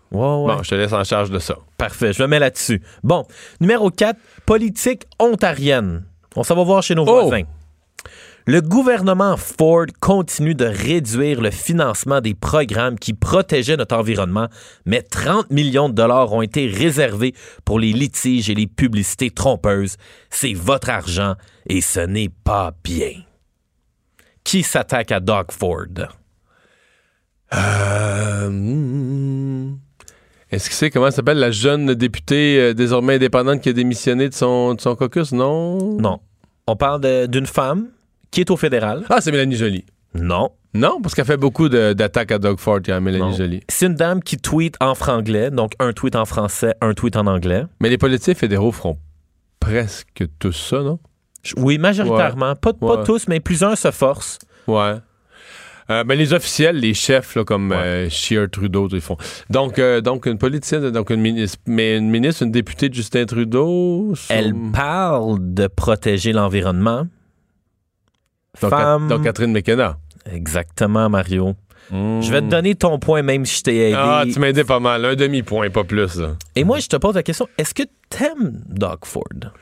Ouais, ouais. Bon, je te laisse en charge de ça. Parfait, je me mets là-dessus. Bon, numéro quatre, politique ontarienne. On s'en va voir chez nos Oh! voisins. Le gouvernement Ford continue de réduire le financement des programmes qui protégeaient notre environnement, mais trente millions de dollars ont été réservés pour les litiges et les publicités trompeuses. C'est votre argent et ce n'est pas bien. Qui s'attaque à Doug Ford? Euh... hmm. Est-ce que c'est comment s'appelle la jeune députée euh, désormais indépendante qui a démissionné de son, de son caucus? Non? Non. On parle de- d'une femme qui est au fédéral. Ah, c'est Mélanie Joly. Non. Non, parce qu'elle fait beaucoup de- d'attaques à Doug Ford, quand Mélanie Non. Joly. C'est une dame qui tweet en franglais, donc un tweet en français, un tweet en anglais. Mais les politiciens fédéraux feront presque tous ça, non? Oui, majoritairement. Pas, pas Ouais. tous, mais plusieurs se forcent. Ouais. Euh, ben, les officiels, les chefs, là, comme Ouais. euh, Scheer, Trudeau, ils font. Donc, euh, donc une politicienne, donc une ministre, mais une ministre, une députée de Justin Trudeau. son- Elle parle de protéger l'environnement. donc, Femme. donc Catherine McKenna. Exactement, Mario. Je vais te donner ton point, même si je t'ai aidé. Ah, tu m'as aidé pas mal. Un demi-point, pas plus. Là. Et moi, je te pose la question, est-ce que t'aimes Doug Ford?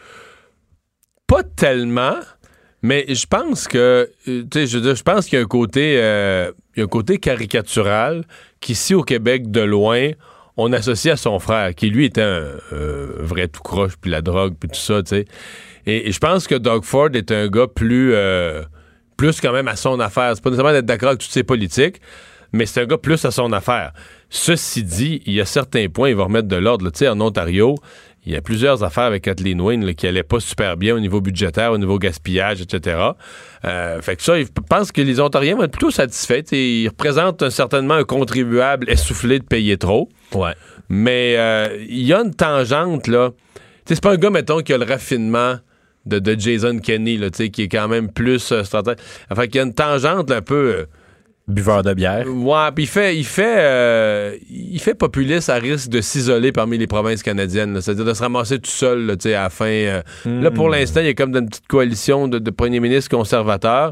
Pas tellement, mais je pense que, euh, tu sais, je veux dire, je pense qu'il y a un côté, euh, il y a un côté caricatural qu'ici au Québec, de loin, on associe à son frère, qui lui était un euh, vrai tout croche, puis la drogue, puis tout ça, tu sais. Et, et je pense que Doug Ford est un gars plus, euh, plus quand même à son affaire. C'est pas nécessairement d'être d'accord avec toutes ses politiques, mais c'est un gars plus à son affaire. Ceci dit, il y a certains points, il va remettre de l'ordre. Tu sais, en Ontario, il y a plusieurs affaires avec Kathleen Wynne là, qui allaient pas super bien au niveau budgétaire, au niveau gaspillage, et cetera. Euh, fait que ça, je pense que les Ontariens vont être plutôt satisfaits. T'sais, ils représentent un, certainement un contribuable essoufflé de payer trop. Ouais. Mais euh, il y a une tangente, là. T'sais, c'est pas un gars, mettons, qui a le raffinement de, de Jason Kenney, là, t'sais, qui est quand même plus euh, stratège. Enfin, qu'il y a une tangente là, un peu... Euh, Buveur de bière. Ouais, puis il fait, il fait, euh, il fait populiste à risque de s'isoler parmi les provinces canadiennes. là. C'est-à-dire de se ramasser tout seul, là, tu sais, à la fin. euh. Mm. Là, pour l'instant, il y a comme une petite coalition de, de premiers ministres conservateurs.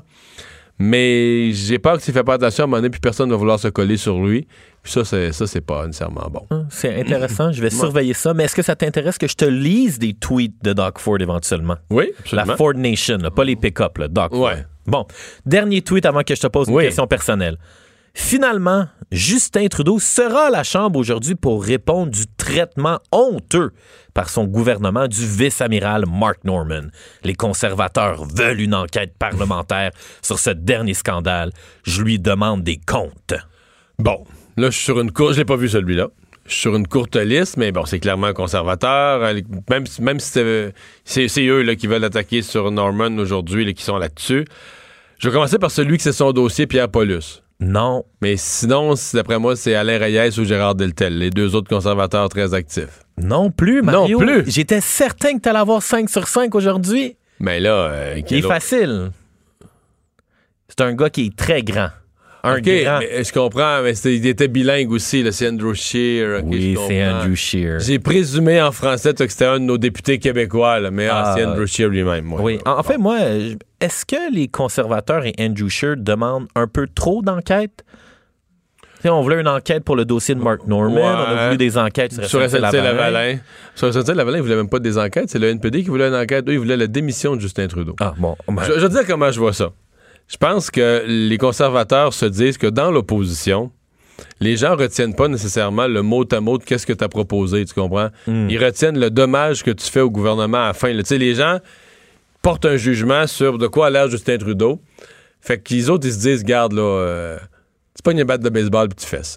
Mais j'ai peur que s'il fait pas attention à un moment donné, puis personne ne va vouloir se coller sur lui. Puis ça, c'est, ça, c'est pas nécessairement bon. Hum, C'est intéressant, je vais surveiller ça. Mais est-ce que ça t'intéresse que je te lise des tweets de Doug Ford éventuellement? Oui, La absolument. Ford Nation, là, pas les pick-up, là, Doug Ford. Ouais. Bon, dernier tweet avant que je te pose une Oui. question personnelle. Finalement, Justin Trudeau sera à la Chambre aujourd'hui pour répondre du traitement honteux par son gouvernement du vice-amiral Mark Norman. Les conservateurs veulent une enquête parlementaire sur ce dernier scandale. Je lui demande des comptes. Bon, là, je suis sur une courte... Je l'ai pas vu, celui-là. Je suis sur une courte liste, mais bon, c'est clairement un conservateur. Euh, Même, si- même si c'est, c'est, c'est eux là, qui veulent attaquer sur Norman aujourd'hui, là, qui sont là-dessus. Je vais commencer par celui qui c'est son dossier, Pierre Paulus. Non. Mais sinon, si, d'après moi, c'est Alain Reyes ou Gérard Deltel, les deux autres conservateurs très actifs. Non plus, Mario. Non plus. J'étais certain que tu allais avoir cinq sur cinq aujourd'hui. Mais là, euh, Il quel est autre? facile. C'est un gars qui est très grand. Un OK, grand. mais je comprends, mais c'était- il était bilingue aussi, là, c'est Andrew Scheer. OK, oui, je c'est comprends. Andrew Scheer. J'ai présumé en français toi, que c'était un de nos députés québécois, là, mais ah, Ah, c'est Andrew Scheer lui-même. moi. Oui. En, en fait, moi, je- est-ce que les conservateurs et Andrew Scheer demandent un peu trop d'enquêtes? Tu sais, on voulait une enquête pour le dossier de Mark Norman. Ouais. On a voulu des enquêtes sur, Sur S N C Lavalin. Lavalin. Sur S N C Lavalin, ils voulaient même pas des enquêtes. C'est le N P D qui voulait une enquête. Eux, ils voulaient la démission de Justin Trudeau. Ah, bon. ben, Je, je vais te dire comment je vois ça. Je pense que les conservateurs se disent que dans l'opposition, les gens retiennent pas nécessairement le mot à mot de qu'est-ce que tu as proposé, tu comprends? Mm. Ils retiennent le dommage que tu fais au gouvernement à la fin. Tu sais, les gens portent un jugement sur de quoi a l'air Justin Trudeau. Fait que les autres, ils se disent, garde, là, euh, tu pognes une batte de baseball puis tu fesses.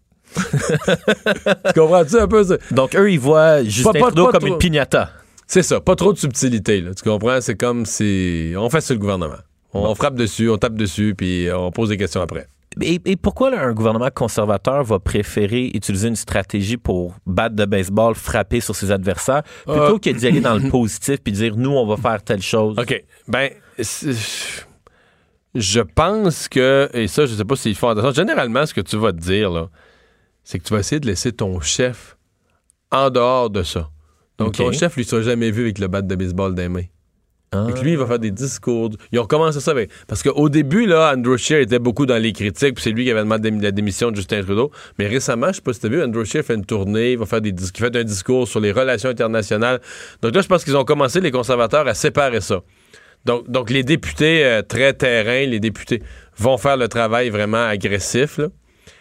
Tu comprends-tu un peu ça? Donc, eux, ils voient Justin Pas- pas- Trudeau pas comme trop. une piñata. C'est ça, pas trop de subtilité, là. Tu comprends? C'est comme si on fait sur le gouvernement. On frappe dessus, on tape dessus, puis on pose des questions après. Et, et pourquoi là, un gouvernement conservateur va préférer utiliser une stratégie pour battre de baseball, frapper sur ses adversaires, plutôt Euh. que d'y aller dans le positif puis dire, nous, on va faire telle chose? OK. Ben, c'est- je pense que, et ça, je sais pas s'ils font attention, généralement, ce que tu vas te dire, là, c'est que tu vas essayer de laisser ton chef en dehors de ça. Donc, OK. ton chef, lui, sera jamais vu avec le bat de baseball dans les mains. Ah. Et lui, il va faire des discours. Ils ont commencé ça avec... Parce qu'au début, là, Andrew Scheer était beaucoup dans les critiques, puis c'est lui qui avait demandé la démission de Justin Trudeau. Mais récemment, je sais pas si tu as vu, Andrew Scheer fait une tournée, il va faire des dis- il fait un discours sur les relations internationales. Donc là, je pense qu'ils ont commencé, les conservateurs, à séparer ça. Donc, donc les députés euh, très terrain, les députés vont faire le travail vraiment agressif, là.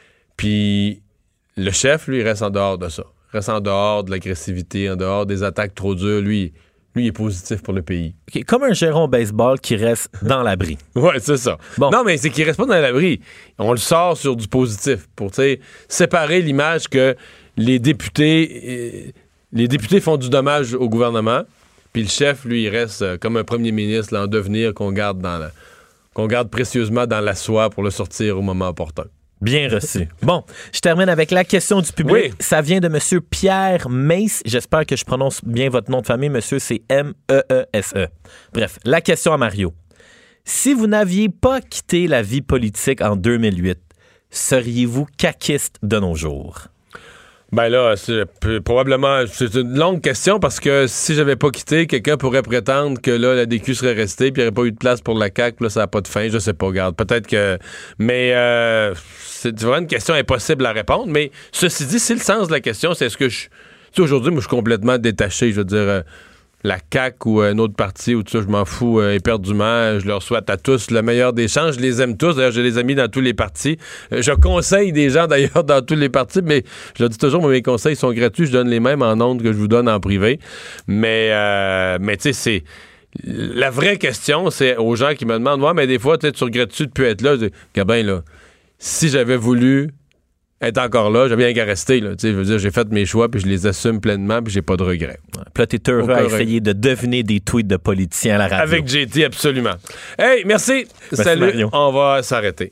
Puis le chef, lui, il reste en dehors de ça. Il reste en dehors de l'agressivité, en dehors des attaques trop dures. Lui, Lui, il est positif pour le pays. Okay, comme un gérant au baseball qui reste dans l'abri. Ouais, c'est ça. Bon. Non, mais c'est qu'il reste pas dans l'abri. On le sort sur du positif pour, tu sais, séparer l'image que les députés, euh, les députés font du dommage au gouvernement, puis le chef, lui, il reste euh, comme un premier ministre là, en devenir qu'on garde dans la, qu'on garde précieusement dans la soie pour le sortir au moment opportun. Bien reçu. Bon, je termine avec la question du public. Oui. Ça vient de M. Pierre Mace. J'espère que je prononce bien votre nom de famille. Monsieur, c'est M E E S E. Bref, la question à Mario. Si vous n'aviez pas quitté la vie politique en deux mille huit, seriez-vous caquiste de nos jours? Ben là, c'est probablement, c'est une longue question parce que si j'avais pas quitté, quelqu'un pourrait prétendre que là, la D Q serait restée puis il n'y aurait pas eu de place pour la C A Q, puis là, ça n'a pas de fin, je sais pas, regarde, peut-être que... Mais euh, c'est vraiment une question impossible à répondre, mais ceci dit, si le sens de la question, c'est est-ce que je... Tu sais, aujourd'hui, moi, je suis complètement détaché, je veux dire... Euh, la C A Q ou un autre parti ou tout ça, je m'en fous euh, éperdument. Je leur souhaite à tous le meilleur des chances. Je les aime tous. D'ailleurs, j'ai des amis dans tous les partis. Euh, je conseille des gens, d'ailleurs, dans tous les partis, mais je le dis toujours, moi, mes conseils sont gratuits. Je donne les mêmes en ondes que je vous donne en privé. Mais, euh, mais tu sais, c'est... La vraie question, c'est aux gens qui me demandent, ouais, mais des fois, tu regrettes-tu de plus être là? Je dis, Gabin, là, si j'avais voulu être encore là, j'ai bien qu'à rester. Là. Je veux dire, j'ai fait mes choix, puis je les assume pleinement, puis j'ai pas de regrets. Puis là, t'es heureux à essayer de deviner des tweets de politiciens à la radio. Avec J T, absolument. Hey, merci. merci Salut. Mario. On va s'arrêter.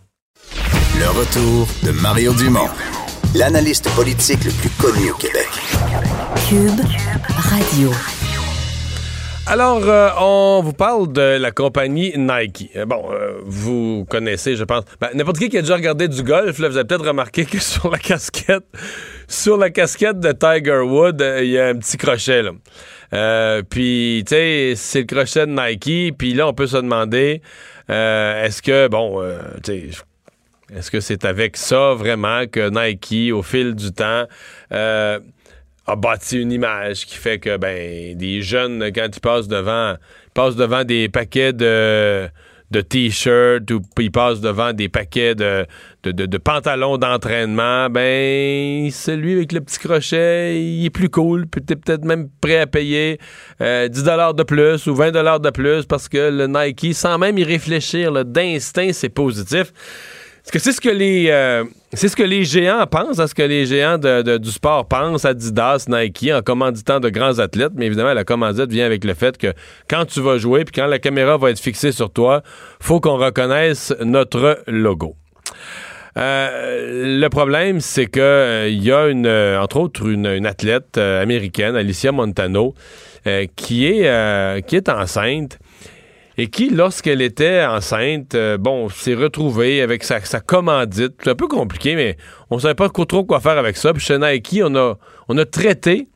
Le retour de Mario Dumont, l'analyste politique le plus connu au Québec. Cube Radio. Alors, euh, on vous parle de la compagnie Nike. Euh, bon, euh, vous connaissez, je pense. Ben, n'importe qui qui a déjà regardé du golf, là, vous avez peut-être remarqué que sur la casquette, sur la casquette de Tiger Woods, il euh, y a un petit crochet, là. Euh, puis, tu sais, c'est le crochet de Nike. Puis là, on peut se demander, euh, est-ce que, bon, euh, tu sais, est-ce que c'est avec ça vraiment que Nike, au fil du temps, euh, a bâti une image qui fait que ben des jeunes, quand ils passent devant ils passent devant des paquets de, de t-shirts ou ils passent devant des paquets de, de, de, de pantalons d'entraînement, ben celui avec le petit crochet, il est plus cool, puis t'es peut-être même prêt à payer euh, dix dollars de plus ou vingt dollars de plus parce que le Nike, sans même y réfléchir, là, d'instinct, c'est positif. Est-ce que c'est ce que les euh, c'est ce que les géants pensent, est-ce que les géants de, de, du sport pensent, Adidas, Nike, en commanditant de grands athlètes, mais évidemment la commandite vient avec le fait que quand tu vas jouer puis quand la caméra va être fixée sur toi, faut qu'on reconnaisse notre logo. Euh, le problème, c'est que euh, il y a une, euh, entre autres une, une athlète euh, américaine, Alicia Montano, euh, qui est euh, qui est enceinte. Et qui, lorsqu'elle était enceinte, euh, bon, s'est retrouvée avec sa, sa commandite. C'est un peu compliqué, mais on savait pas trop quoi faire avec ça. Puis chez Nike, on a, on a traité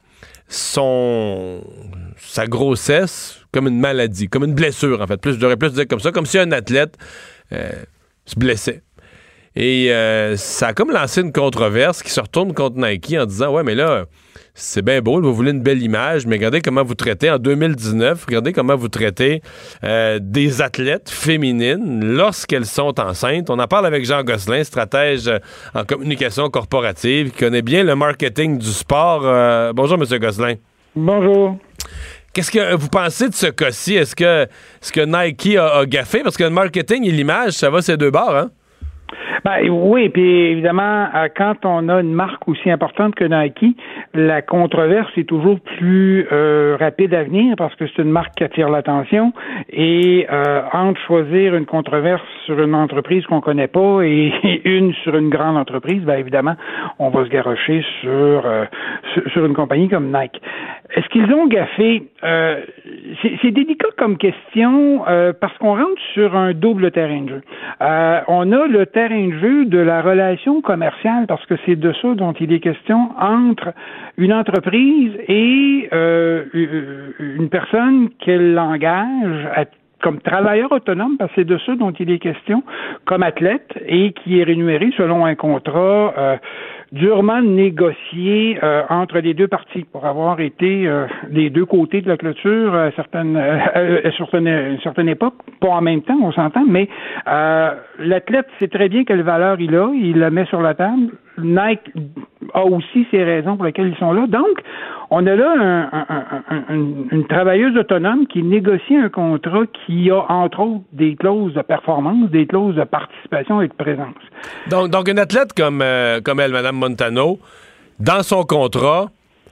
son, sa grossesse comme une maladie, comme une blessure, en fait. Plus, je devrais plus dire comme ça, comme si un athlète euh, se blessait. Et euh, ça a comme lancé une controverse qui se retourne contre Nike en disant « Ouais, mais là, c'est bien beau, vous voulez une belle image, mais regardez comment vous traitez en deux mille dix-neuf, regardez comment vous traitez euh, des athlètes féminines lorsqu'elles sont enceintes. » On en parle avec Jean Gosselin, stratège en communication corporative, qui connaît bien le marketing du sport. Euh, bonjour, M. Gosselin. Bonjour. Qu'est-ce que vous pensez de ce cas-ci? Est-ce que, est-ce que Nike a, a gaffé? Parce que le marketing et l'image, ça va ces deux bords, hein? Ben oui, puis évidemment, quand on a une marque aussi importante que Nike, la controverse est toujours plus euh, rapide à venir parce que c'est une marque qui attire l'attention et euh, entre choisir une controverse sur une entreprise qu'on connaît pas et, et une sur une grande entreprise, ben évidemment, on va se garrocher sur, euh, sur, sur une compagnie comme Nike. Est-ce qu'ils ont gaffé? Euh, c'est, c'est délicat comme question euh, parce qu'on rentre sur un double terrain de jeu. Euh, on a le terrain de jeu de la relation commerciale parce que c'est de ça dont il est question entre une entreprise et euh, une personne qu'elle engage à comme travailleur autonome, parce que c'est de ça dont il est question, comme athlète, et qui est rémunéré selon un contrat euh, durement négocié euh, entre les deux parties pour avoir été euh, des deux côtés de la clôture à certaines, euh, à certaines, une certaine époque, pas en même temps, on s'entend, mais euh, l'athlète sait très bien quelle valeur il a, il la met sur la table. Nike a aussi ses raisons pour lesquelles ils sont là. Donc, on a là un, un, un, un, une travailleuse autonome qui négocie un contrat qui a, entre autres, des clauses de performance, des clauses de participation et de présence. Donc, donc une athlète comme, euh, comme elle, Mme Montano, dans son contrat,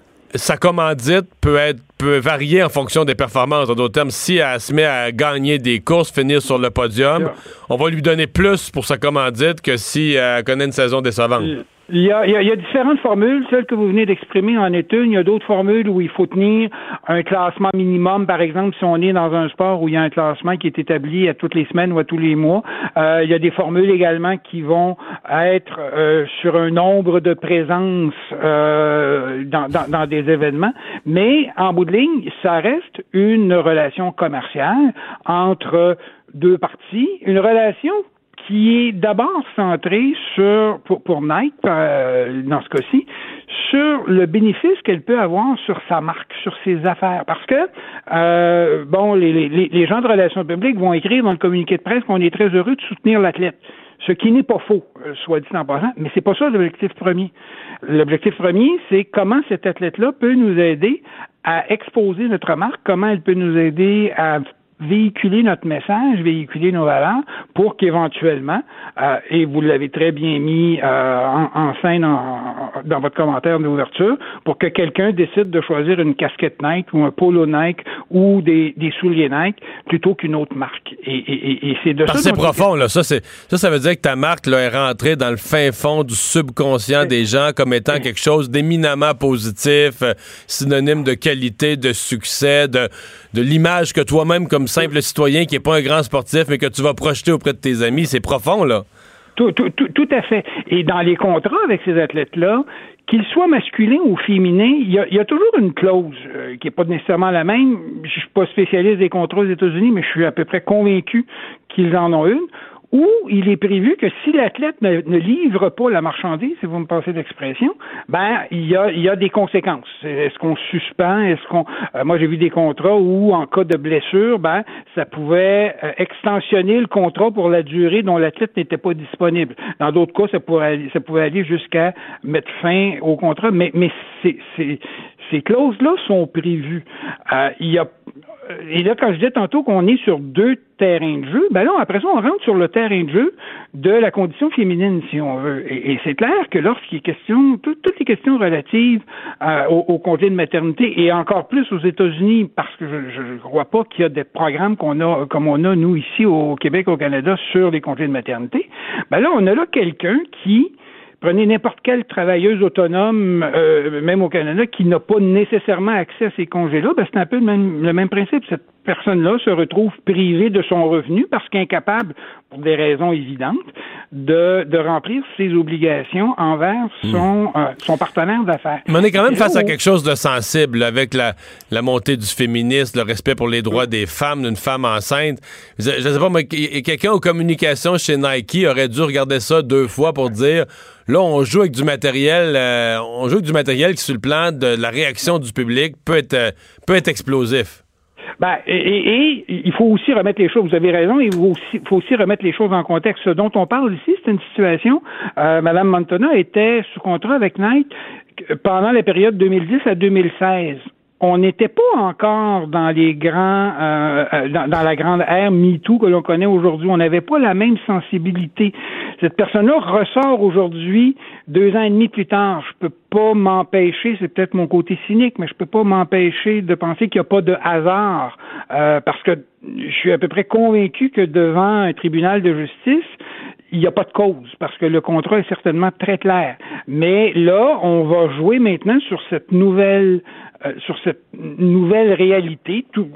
sa commandite peut être peut varier en fonction des performances. En d'autres termes, si elle se met à gagner des courses, finir sur le podium, yeah. on va lui donner plus pour sa commandite que si elle connaît une saison décevante. Yeah. Il y, a, il, y a, il y a différentes formules. Celle que vous venez d'exprimer en est une. Il y a d'autres formules où il faut tenir un classement minimum. Par exemple, si on est dans un sport où il y a un classement qui est établi à toutes les semaines ou à tous les mois, euh, il y a des formules également qui vont être euh, sur un nombre de présences euh, dans, dans, dans des événements. Mais en bout de ligne, ça reste une relation commerciale entre deux parties. Une relation qui est d'abord centrée sur, pour, pour Nike, euh, dans ce cas-ci, sur le bénéfice qu'elle peut avoir sur sa marque, sur ses affaires. Parce que, euh, bon, les, les, les gens de relations publiques vont écrire dans le communiqué de presse qu'on est très heureux de soutenir l'athlète. Ce qui n'est pas faux, soit dit en passant, mais c'est pas ça l'objectif premier. L'objectif premier, c'est comment cet athlète-là peut nous aider à exposer notre marque, comment elle peut nous aider à véhiculer notre message, véhiculer nos valeurs pour qu'éventuellement, euh, et vous l'avez très bien mis euh, en, en scène en, dans votre commentaire d'ouverture, pour que quelqu'un décide de choisir une casquette Nike ou un polo Nike ou des, des souliers Nike plutôt qu'une autre marque. Et, et, et c'est de Parce ça... c'est profond, là. Ça, c'est, ça, ça veut dire que ta marque là, est rentrée dans le fin fond du subconscient des gens comme étant quelque chose d'éminemment positif, euh, synonyme de qualité, de succès, de, de l'image que toi-même, comme simple citoyen qui n'est pas un grand sportif, mais que tu vas projeter auprès de tes amis. C'est profond, là. Tout, tout, tout, tout à fait. Et dans les contrats avec ces athlètes-là, qu'ils soient masculins ou féminins, il y a, il y a toujours une clause euh, qui n'est pas nécessairement la même. Je suis pas spécialiste des contrats aux États-Unis, mais je suis à peu près convaincu qu'ils en ont une, où il est prévu que si l'athlète ne, ne livre pas la marchandise, si vous me passez l'expression, ben il y a il y a des conséquences. Est-ce qu'on suspend, est-ce qu'on euh, moi j'ai vu des contrats où en cas de blessure, ben ça pouvait euh, extensionner le contrat pour la durée dont l'athlète n'était pas disponible. Dans d'autres cas, ça pourrait ça pouvait aller jusqu'à mettre fin au contrat, mais mais c'est c'est ces clauses-là sont prévues. Euh, il y a Et là, quand je disais tantôt qu'on est sur deux terrains de jeu, ben là, après ça, on rentre sur le terrain de jeu de la condition féminine, si on veut. Et, et c'est clair que lorsqu'il est question, tout, toutes les questions relatives euh, au, au congé de maternité, et encore plus aux États-Unis, parce que je ne crois pas qu'il y a des programmes qu'on a, comme on a, nous, ici, au Québec, au Canada, sur les congés de maternité, ben là, on a là quelqu'un qui... Prenez n'importe quelle travailleuse autonome, euh, même au Canada, qui n'a pas nécessairement accès à ces congés-là, ben c'est un peu le même, le même principe. Cette personne-là se retrouve privée de son revenu parce qu'incapable, pour des raisons évidentes, de, de remplir ses obligations envers son, mmh. euh, son partenaire d'affaires. Mais on est quand même face à quelque chose de sensible avec la, la montée du féminisme, le respect pour les droits des femmes, d'une femme enceinte. Je ne sais pas, mais quelqu'un aux communications chez Nike aurait dû regarder ça deux fois pour dire... Là, on joue avec du matériel, euh, on joue avec du matériel qui, sur le plan de la réaction du public, peut être, euh, peut être explosif. Ben, et, et, et il faut aussi remettre les choses, vous avez raison, il faut aussi, faut aussi remettre les choses en contexte. Ce dont on parle ici, c'est une situation, euh, Mme Montano était sous contrat avec Nike pendant la période deux mille dix à deux mille seize. On n'était pas encore dans les grands, euh, dans, dans la grande ère MeToo que l'on connaît aujourd'hui. On n'avait pas la même sensibilité. Cette personne-là ressort aujourd'hui, deux ans et demi plus tard. Je peux pas m'empêcher, c'est peut-être mon côté cynique, mais je peux pas m'empêcher de penser qu'il n'y a pas de hasard, euh, parce que je suis à peu près convaincu que devant un tribunal de justice, il n'y a pas de cause, parce que le contrat est certainement très clair. Mais là, on va jouer maintenant sur cette nouvelle, euh, sur cette nouvelle réalité, tout, et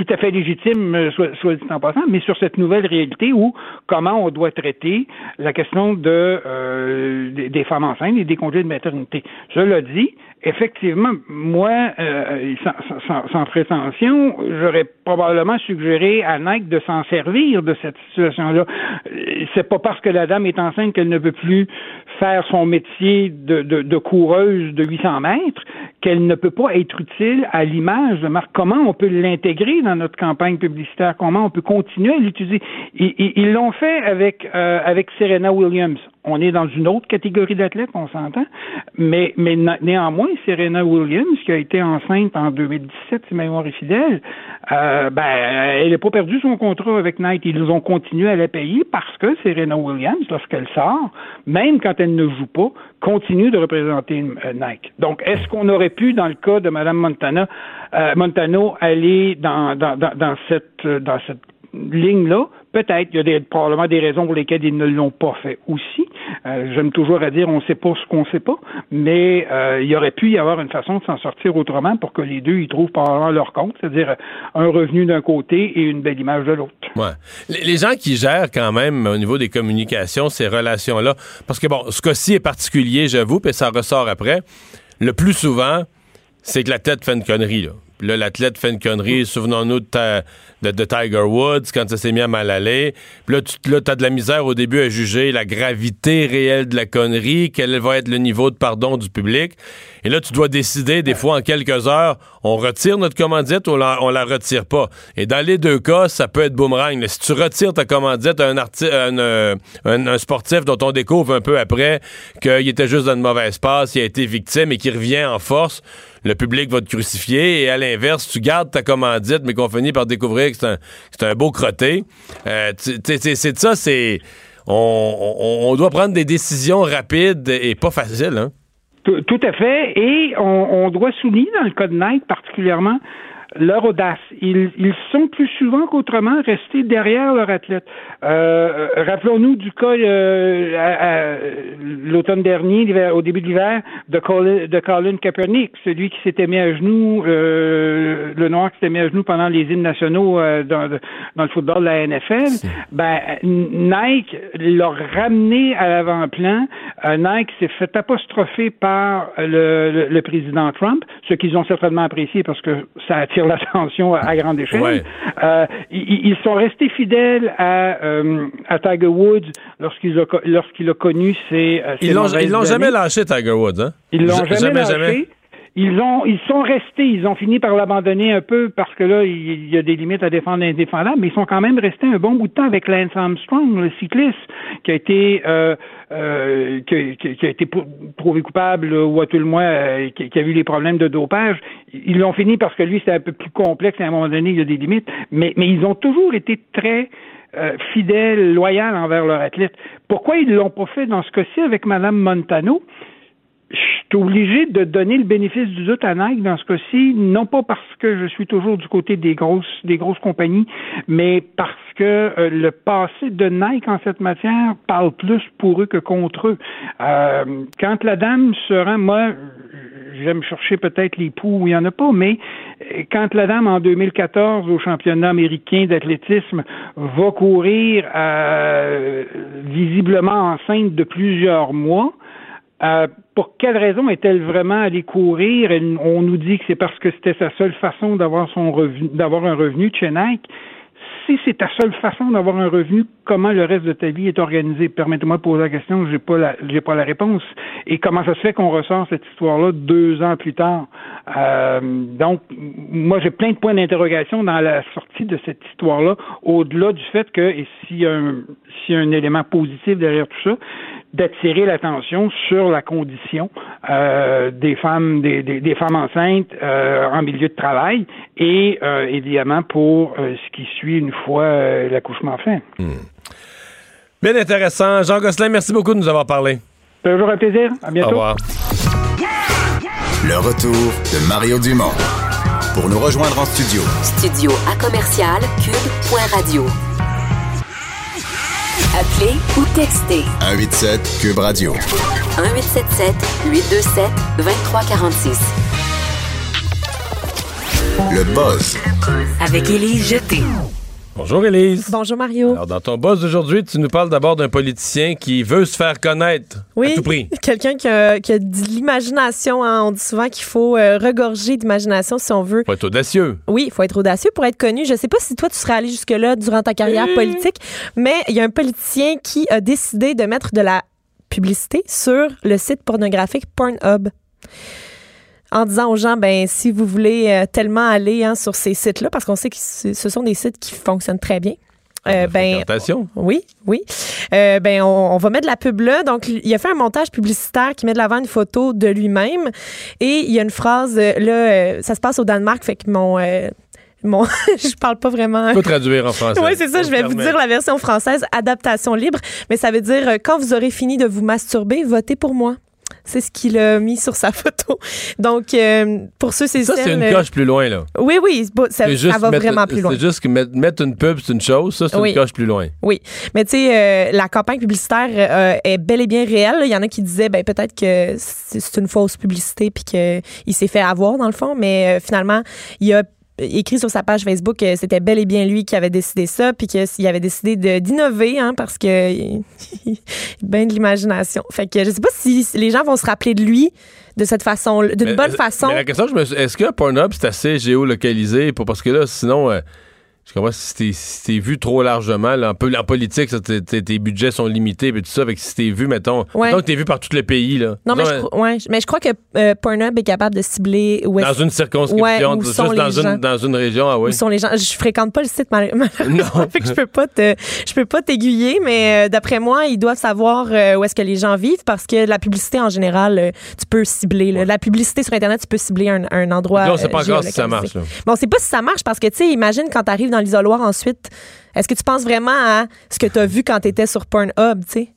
tout à fait légitime, soit, soit dit en passant, mais sur cette nouvelle réalité où comment on doit traiter la question de euh, des, des femmes enceintes et des congés de maternité. Cela dit, effectivement, moi, euh, sans, sans, sans prétention, j'aurais probablement suggéré à Nike de s'en servir de cette situation-là. C'est pas parce que la dame est enceinte qu'elle ne peut plus faire son métier de, de, de coureuse de huit cents mètres, qu'elle ne peut pas être utile à l'image de marque. Comment on peut l'intégrer dans notre campagne publicitaire? Comment on peut continuer à l'utiliser? Ils, ils, ils l'ont fait avec euh, avec Serena Williams. On est dans une autre catégorie d'athlètes, on s'entend, mais, mais néanmoins, Serena Williams, qui a été enceinte en deux mille dix-sept, si ma mémoire est fidèle, euh, ben, elle n'a pas perdu son contrat avec Nike. Ils ont continué à la payer parce que Serena Williams, lorsqu'elle sort, même quand elle ne joue pas, continue de représenter euh, Nike. Donc, est-ce qu'on aurait pu, dans le cas de Mme Montana, euh, Montano, aller dans, dans, dans, dans cette, dans cette ligne-là? Peut-être. Il y a des, probablement des raisons pour lesquelles ils ne l'ont pas fait aussi. Euh, j'aime toujours à dire on ne sait pas ce qu'on ne sait pas, mais euh, il y aurait pu y avoir une façon de s'en sortir autrement pour que les deux y trouvent probablement leur compte, c'est-à-dire un revenu d'un côté et une belle image de l'autre. Ouais. Les, les gens qui gèrent quand même au niveau des communications ces relations-là, parce que bon, ce cas-ci est particulier, j'avoue, puis ça ressort après. Le plus souvent, c'est que la tête fait une connerie, là. Puis là, l'athlète fait une connerie. Souvenons-nous de, ta, de, de Tiger Woods, quand ça s'est mis à mal aller. Puis là, tu là, t'as de la misère au début à juger la gravité réelle de la connerie, quel va être le niveau de pardon du public. Et là, tu dois décider, des fois, en quelques heures, on retire notre commandite ou on la, on la retire pas. Et dans les deux cas, ça peut être boomerang. Là, si tu retires ta commandite à un, arti- un, un, un sportif dont on découvre un peu après qu'il était juste dans une mauvaise passe, il a été victime et qu'il revient en force, le public va te crucifier. Et à l'inverse, tu gardes ta commandite, mais qu'on finit par découvrir que c'est un, c'est un beau crotté. Euh, c'est ça, c'est... On, on, on doit prendre des décisions rapides et pas faciles, hein? Tout, tout à fait. Et on, on doit souligner, dans le cas de Nike particulièrement, leur audace. Ils, ils sont plus souvent qu'autrement restés derrière leur athlète. Euh, rappelons-nous du cas euh, à, à, l'automne dernier, au début de l'hiver, de Colin, de Colin Kaepernick, celui qui s'était mis à genoux, euh, le Noir qui s'était mis à genoux pendant les hymnes nationaux euh, dans, dans le football de la N F L. Ben, Nike l'a ramené à l'avant-plan. Euh, Nike s'est fait apostropher par le, le, le président Trump, ce qu'ils ont certainement apprécié parce que ça attire l'attention à grande échelle. Ouais. Euh, ils, ils sont restés fidèles à, euh, à Tiger Woods lorsqu'il a, lorsqu'il a connu ses, ses Ils l'ont, ils l'ont jamais lâché, Tiger Woods, hein? Ils l'ont J- jamais, jamais lâché. Jamais. Ils ont, ils sont restés, ils ont fini par l'abandonner un peu parce que là, il y a des limites à défendre l'indéfendable, mais ils sont quand même restés un bon bout de temps avec Lance Armstrong, le cycliste, qui a été, euh, euh, qui, qui, qui a été prouvé coupable, ou à tout le moins, euh, qui, qui a eu les problèmes de dopage. Ils l'ont fini parce que lui, c'était un peu plus complexe et à un moment donné, il y a des limites, mais, mais ils ont toujours été très euh, fidèles, loyaux envers leur athlète. Pourquoi ils l'ont pas fait dans ce cas-ci avec Mme Montano? Je suis obligé de donner le bénéfice du doute à Nike dans ce cas-ci, non pas parce que je suis toujours du côté des grosses des grosses compagnies, mais parce que euh, le passé de Nike en cette matière parle plus pour eux que contre eux. Euh, quand la dame se rend, moi, j'aime chercher peut-être les poux où il n'y en a pas, mais quand la dame en deux mille quatorze au championnat américain d'athlétisme va courir euh, visiblement enceinte de plusieurs mois, Euh, pour quelle raison est-elle vraiment allée courir? Elle, on nous dit que c'est parce que c'était sa seule façon d'avoir son revenu, d'avoir un revenu de chez Nike. Si c'est ta seule façon d'avoir un revenu, comment le reste de ta vie est organisé? Permettez-moi de poser la question, j'ai pas la, j'ai pas la réponse. Et comment ça se fait qu'on ressort cette histoire-là deux ans plus tard? Euh, donc, moi, j'ai plein de points d'interrogation dans la sortie de cette histoire-là, au-delà du fait que, et s'il y a un, s'il y a un élément positif derrière tout ça, d'attirer l'attention sur la condition euh, des femmes des, des, des femmes enceintes euh, en milieu de travail et euh, évidemment pour euh, ce qui suit une fois euh, l'accouchement fait. Hmm. Bien intéressant. Jean Gosselin, merci beaucoup de nous avoir parlé. Toujours un plaisir. À bientôt. Au revoir. Le retour de Mario Dumont. Pour nous rejoindre en studio. Studio à commercial cube point radio. Appelez ou textez. un huit sept Cube Radio. un huit sept sept huit deux sept deux trois quatre six. Le buzz Avec Élise Jeté. Bonjour Élise. Bonjour Mario. Alors dans ton buzz d'aujourd'hui, tu nous parles d'abord d'un politicien qui veut se faire connaître oui, à tout prix. Quelqu'un qui a, qui a de l'imagination. Hein. On dit souvent qu'il faut euh, regorger d'imagination si on veut. Faut être audacieux. Oui, il faut être audacieux pour être connu. Je sais pas si toi, tu serais allé jusque-là durant ta carrière oui. politique, mais il y a un politicien qui a décidé de mettre de la publicité sur le site pornographique Pornhub. En disant aux gens, ben si vous voulez euh, tellement aller hein, sur ces sites-là, parce qu'on sait que ce sont des sites qui fonctionnent très bien. Euh, ben, oui, oui. Euh, ben, on, on va mettre de la pub là. Donc, il a fait un montage publicitaire qui met de l'avant une photo de lui-même. Et il y a une phrase, là, euh, ça se passe au Danemark, fait que mon... Euh, Mon, je parle pas vraiment. Tu peux traduire en français. Oui, c'est ça. Je vais vous dire la version française, adaptation libre. Mais ça veut dire, quand vous aurez fini de vous masturber, votez pour moi. C'est ce qu'il a mis sur sa photo. Donc, euh, pour ceux, c'est ça, c'est une coche plus loin, là. Oui, oui, ça, ça va mettre, vraiment plus loin. C'est juste que mettre, mettre une pub, c'est une chose. Ça, c'est oui. une coche plus loin. Oui. Mais tu sais, euh, la campagne publicitaire euh, est bel et bien réelle. Il y en a qui disaient, ben peut-être que c'est une fausse publicité puis qu'il s'est fait avoir, dans le fond. Mais euh, finalement, il a écrit sur sa page Facebook que c'était bel et bien lui qui avait décidé ça, puis qu'il avait décidé de, d'innover, hein, parce que il, il, ben de l'imagination. Fait que je sais pas si les gens vont se rappeler de lui de cette façon, d'une mais, bonne façon. Mais la question, je me suis, est-ce que Pornhub c'est assez géolocalisé pour parce que là, sinon. Euh, Je comprends si t'es, si t'es vu trop largement, là, un peu en politique, ça, t'es, t'es, tes budgets sont limités et tout ça, avec si t'es vu, mettons, ouais. mettons que t'es vu par tout le pays, là. Non, mais, je, ouais, mais je crois que euh, Pornhub est capable de cibler où est dans une circonscription, ouais, où juste sont dans, les une, gens. dans une région, ah oui. Où sont les gens. Je fréquente pas le site, malheureusement. Non. Fait que je peux pas te, je peux pas t'aiguiller, mais euh, d'après moi, ils doivent savoir euh, où est-ce que les gens vivent parce que la publicité, en général, euh, tu peux cibler. Là. La publicité sur Internet, tu peux cibler un, un endroit. Là, on sait pas euh, encore si ça marche. Là. Bon, on sait pas si ça marche parce que, tu sais, imagine quand t'arrives dans l'isoloir ensuite. Est-ce que tu penses vraiment à ce que tu as vu quand tu étais sur Pornhub, tu sais?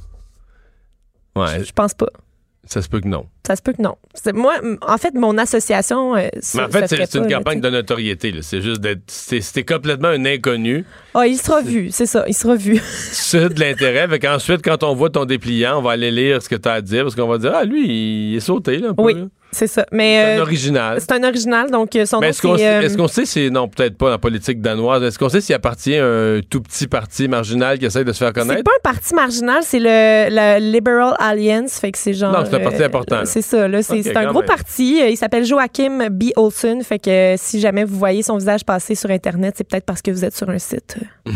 Ouais. Je pense pas. Ça se peut que non. Ça se peut que non. C'est, moi, en fait, mon association... Euh, Mais en fait, c'est, c'est une pas, campagne là, de notoriété. Là. C'est juste d'être... C'est, c'était complètement un inconnu. Ah, il sera vu, c'est ça, il sera vu. C'est de l'intérêt. Fait qu'ensuite, quand on voit ton dépliant, on va aller lire ce que tu as à dire parce qu'on va dire, ah, lui, il est sauté, là, un peu. Oui. Là. C'est ça. Mais, c'est un euh, original. C'est un original, donc son Mais nom, est-ce qu'on, c'est... Euh... Est-ce qu'on sait, c'est... Non, peut-être pas dans la politique danoise. Est-ce qu'on sait s'il appartient à un tout petit parti marginal qui essaie de se faire connaître? C'est pas un parti marginal, c'est le, le Liberal Alliance, fait que c'est genre... Non, c'est un parti important. Euh, c'est ça, là. C'est, okay, c'est un gros même. parti. Il s'appelle Joachim B. Olsen, fait que si jamais vous voyez son visage passer sur Internet, c'est peut-être parce que vous êtes sur un site.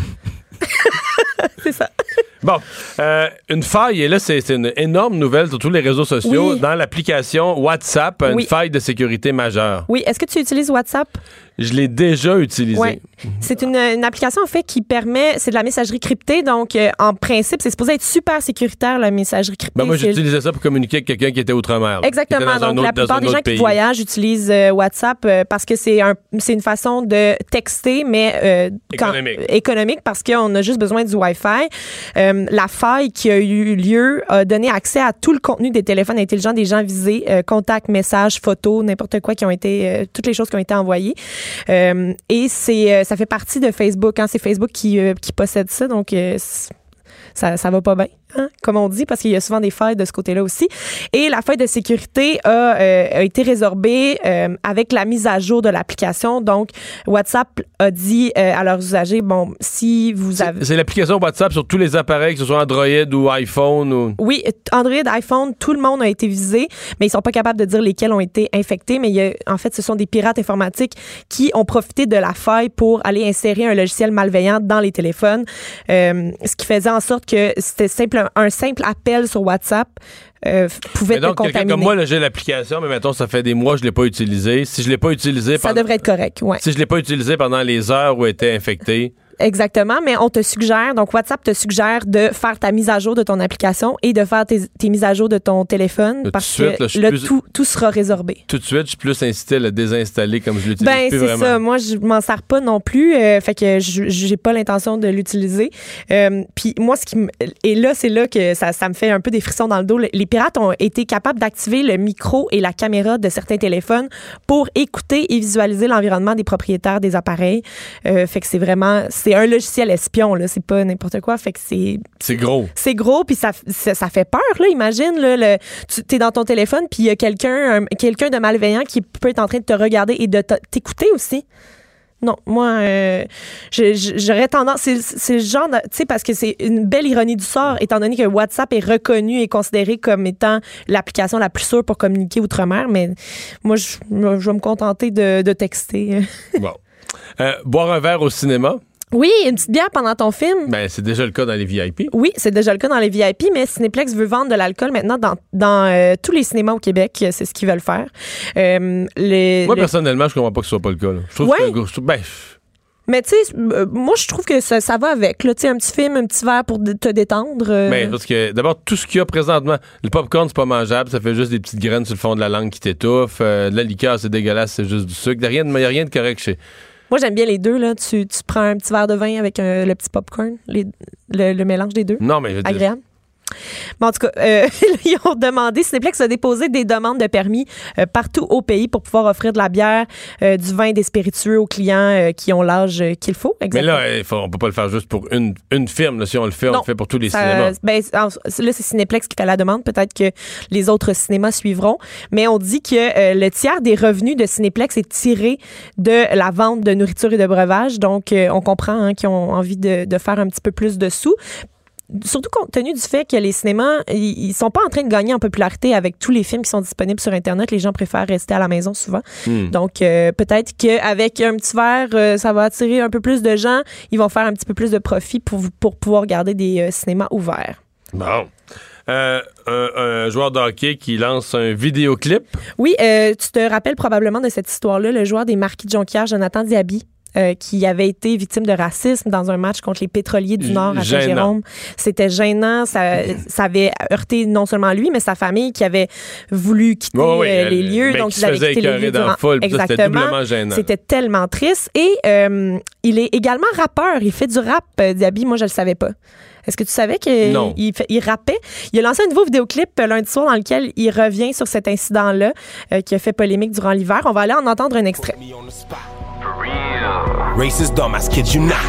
C'est ça. Bon, euh, une faille, et là, c'est, c'est une énorme nouvelle sur tous les réseaux sociaux. Oui. Dans l'application WhatsApp, une oui. faille de sécurité majeure. Oui. Est-ce que tu utilises WhatsApp? Je l'ai déjà utilisé. Ouais. C'est une, une application, en fait, qui permet... C'est de la messagerie cryptée, donc, euh, en principe, c'est supposé être super sécuritaire, la messagerie cryptée. Ben moi, j'utilisais ça pour communiquer avec quelqu'un qui était outre-mer. Là, exactement. Donc, autre, la plupart des gens pays. qui voyagent utilisent euh, WhatsApp euh, parce que c'est, un, c'est une façon de texter, mais... Euh, économique. Quand, économique, parce qu'on a juste besoin du Wi-Fi. Euh, la faille qui a eu lieu a donné accès à tout le contenu des téléphones intelligents des gens visés, euh, contacts, messages, photos, n'importe quoi qui ont été... Euh, toutes les choses qui ont été envoyées. Euh, et c'est, euh, ça fait partie de Facebook. Hein, c'est Facebook qui, euh, qui possède ça, donc euh, ça, ça va pas bien, hein, comme on dit, parce qu'il y a souvent des failles de ce côté-là aussi. Et la faille de sécurité a, euh, a été résorbée euh, avec la mise à jour de l'application. Donc, WhatsApp a dit euh, à leurs usagers, bon, si vous avez... C'est, c'est l'application WhatsApp sur tous les appareils, que ce soit Android ou iPhone ou... Oui, Android, iPhone, tout le monde a été visé, mais ils sont pas capables de dire lesquels ont été infectés. Mais il y a, en fait, ce sont des pirates informatiques qui ont profité de la faille pour aller insérer un logiciel malveillant dans les téléphones, euh, ce qui faisait en sorte que c'était simple, un simple appel sur WhatsApp euh, pouvait mais donc, te contaminer. Quelqu'un comme moi, là, j'ai l'application, mais mettons, ça fait des mois que je ne l'ai pas utilisée. Si je ne l'ai pas utilisée... Ça pendant... devrait être correct, oui. Si je ne l'ai pas utilisée pendant les heures où elle était infectée... Exactement, mais on te suggère, donc WhatsApp te suggère de faire ta mise à jour de ton application et de faire tes, tes mises à jour de ton téléphone là, parce suite, que là, là, plus... tout, tout sera résorbé. Tout de suite, je suis plus incité à le désinstaller comme je l'utilise ben, plus c'est vraiment. ça. Moi, je m'en sers pas non plus, euh, fait que je, j'ai pas l'intention de l'utiliser. Euh, Puis moi, ce qui m... et là, c'est là que ça, ça me fait un peu des frissons dans le dos. Les pirates ont été capables d'activer le micro et la caméra de certains téléphones pour écouter et visualiser l'environnement des propriétaires des appareils. Euh, fait que c'est vraiment c'est un logiciel espion, là. C'est pas n'importe quoi. Fait que c'est. C'est gros. C'est gros, puis ça, ça, ça fait peur, là. Imagine, là, le, tu es dans ton téléphone, puis il y a quelqu'un, un, quelqu'un de malveillant qui peut être en train de te regarder et de t'écouter aussi. Non, moi, euh, je, je, j'aurais tendance. C'est, c'est le genre. Tu sais, parce que c'est une belle ironie du sort, étant donné que WhatsApp est reconnu et considéré comme étant l'application la plus sûre pour communiquer outre-mer. Mais moi, je, je vais me contenter de, de texter. Bon. Euh, boire un verre au cinéma. Oui, une petite bière pendant ton film. Ben, c'est déjà le cas dans les V I P. Oui, c'est déjà le cas dans les V I P, mais Cinéplex veut vendre de l'alcool maintenant dans, dans euh, tous les cinémas au Québec. C'est ce qu'ils veulent faire. Euh, les, moi, le... personnellement, je comprends pas que ce soit pas le cas. Là. Je trouve ouais. que... Je, ben, mais tu sais, euh, moi, je trouve que ça, ça va avec. Là, un petit film, un petit verre pour te détendre. Euh... Ben, parce que d'abord, tout ce qu'il y a présentement, le popcorn, c'est pas mangeable. Ça fait juste des petites graines sur le fond de la langue qui t'étouffent. Euh, de la liqueur, c'est dégueulasse, c'est juste du sucre. Il n'y a rien de correct chez... Moi, j'aime bien les deux. Là. Tu, tu prends un petit verre de vin avec un, le petit popcorn, les, le, le mélange des deux. Non, mais je veux dire... Agréable. Bon, en tout cas, euh, ils ont demandé, Cinéplex a déposé des demandes de permis euh, partout au pays pour pouvoir offrir de la bière, euh, du vin et des spiritueux aux clients euh, qui ont l'âge euh, qu'il faut. Exactement. Mais là, il faut, on peut pas le faire juste pour une, une firme. Là. Si on le fait, non, on le fait pour tous les ça, cinémas. Ben, là, c'est Cinéplex qui fait la demande. Peut-être que les autres cinémas suivront. Mais on dit que euh, le tiers des revenus de Cinéplex est tiré de la vente de nourriture et de breuvages. Donc, euh, on comprend hein, qu'ils ont envie de, de faire un petit peu plus de sous. Surtout compte tenu du fait que les cinémas, ils sont pas en train de gagner en popularité avec tous les films qui sont disponibles sur Internet. Les gens préfèrent rester à la maison souvent. Mm. Donc, euh, peut-être qu'avec un petit verre, euh, ça va attirer un peu plus de gens. Ils vont faire un petit peu plus de profit pour, pour pouvoir garder des euh, cinémas ouverts. Bon. Euh, un, un joueur de hockey qui lance un vidéoclip. Oui, euh, tu te rappelles probablement de cette histoire-là, le joueur des Marquis de Jonquière, Jonathan Diaby. Euh, qui avait été victime de racisme dans un match contre les Pétroliers du Nord à Saint-Jérôme. C'était gênant. Ça, ça avait heurté non seulement lui, mais sa famille qui avait voulu quitter oh oui, euh, les lieux. Ben, donc, ils avaient quitté les lieux durant... dans foule, exactement. Ça, c'était doublement gênant. C'était tellement triste. Et euh, il est également rappeur. Il fait du rap, euh, Diaby. Moi, je le savais pas. Est-ce que tu savais qu'il il, il rappait? Il a lancé un nouveau vidéoclip euh, lundi soir dans lequel il revient sur cet incident-là euh, qui a fait polémique durant l'hiver. On va aller en entendre un extrait. Racist dumbass, kid you not.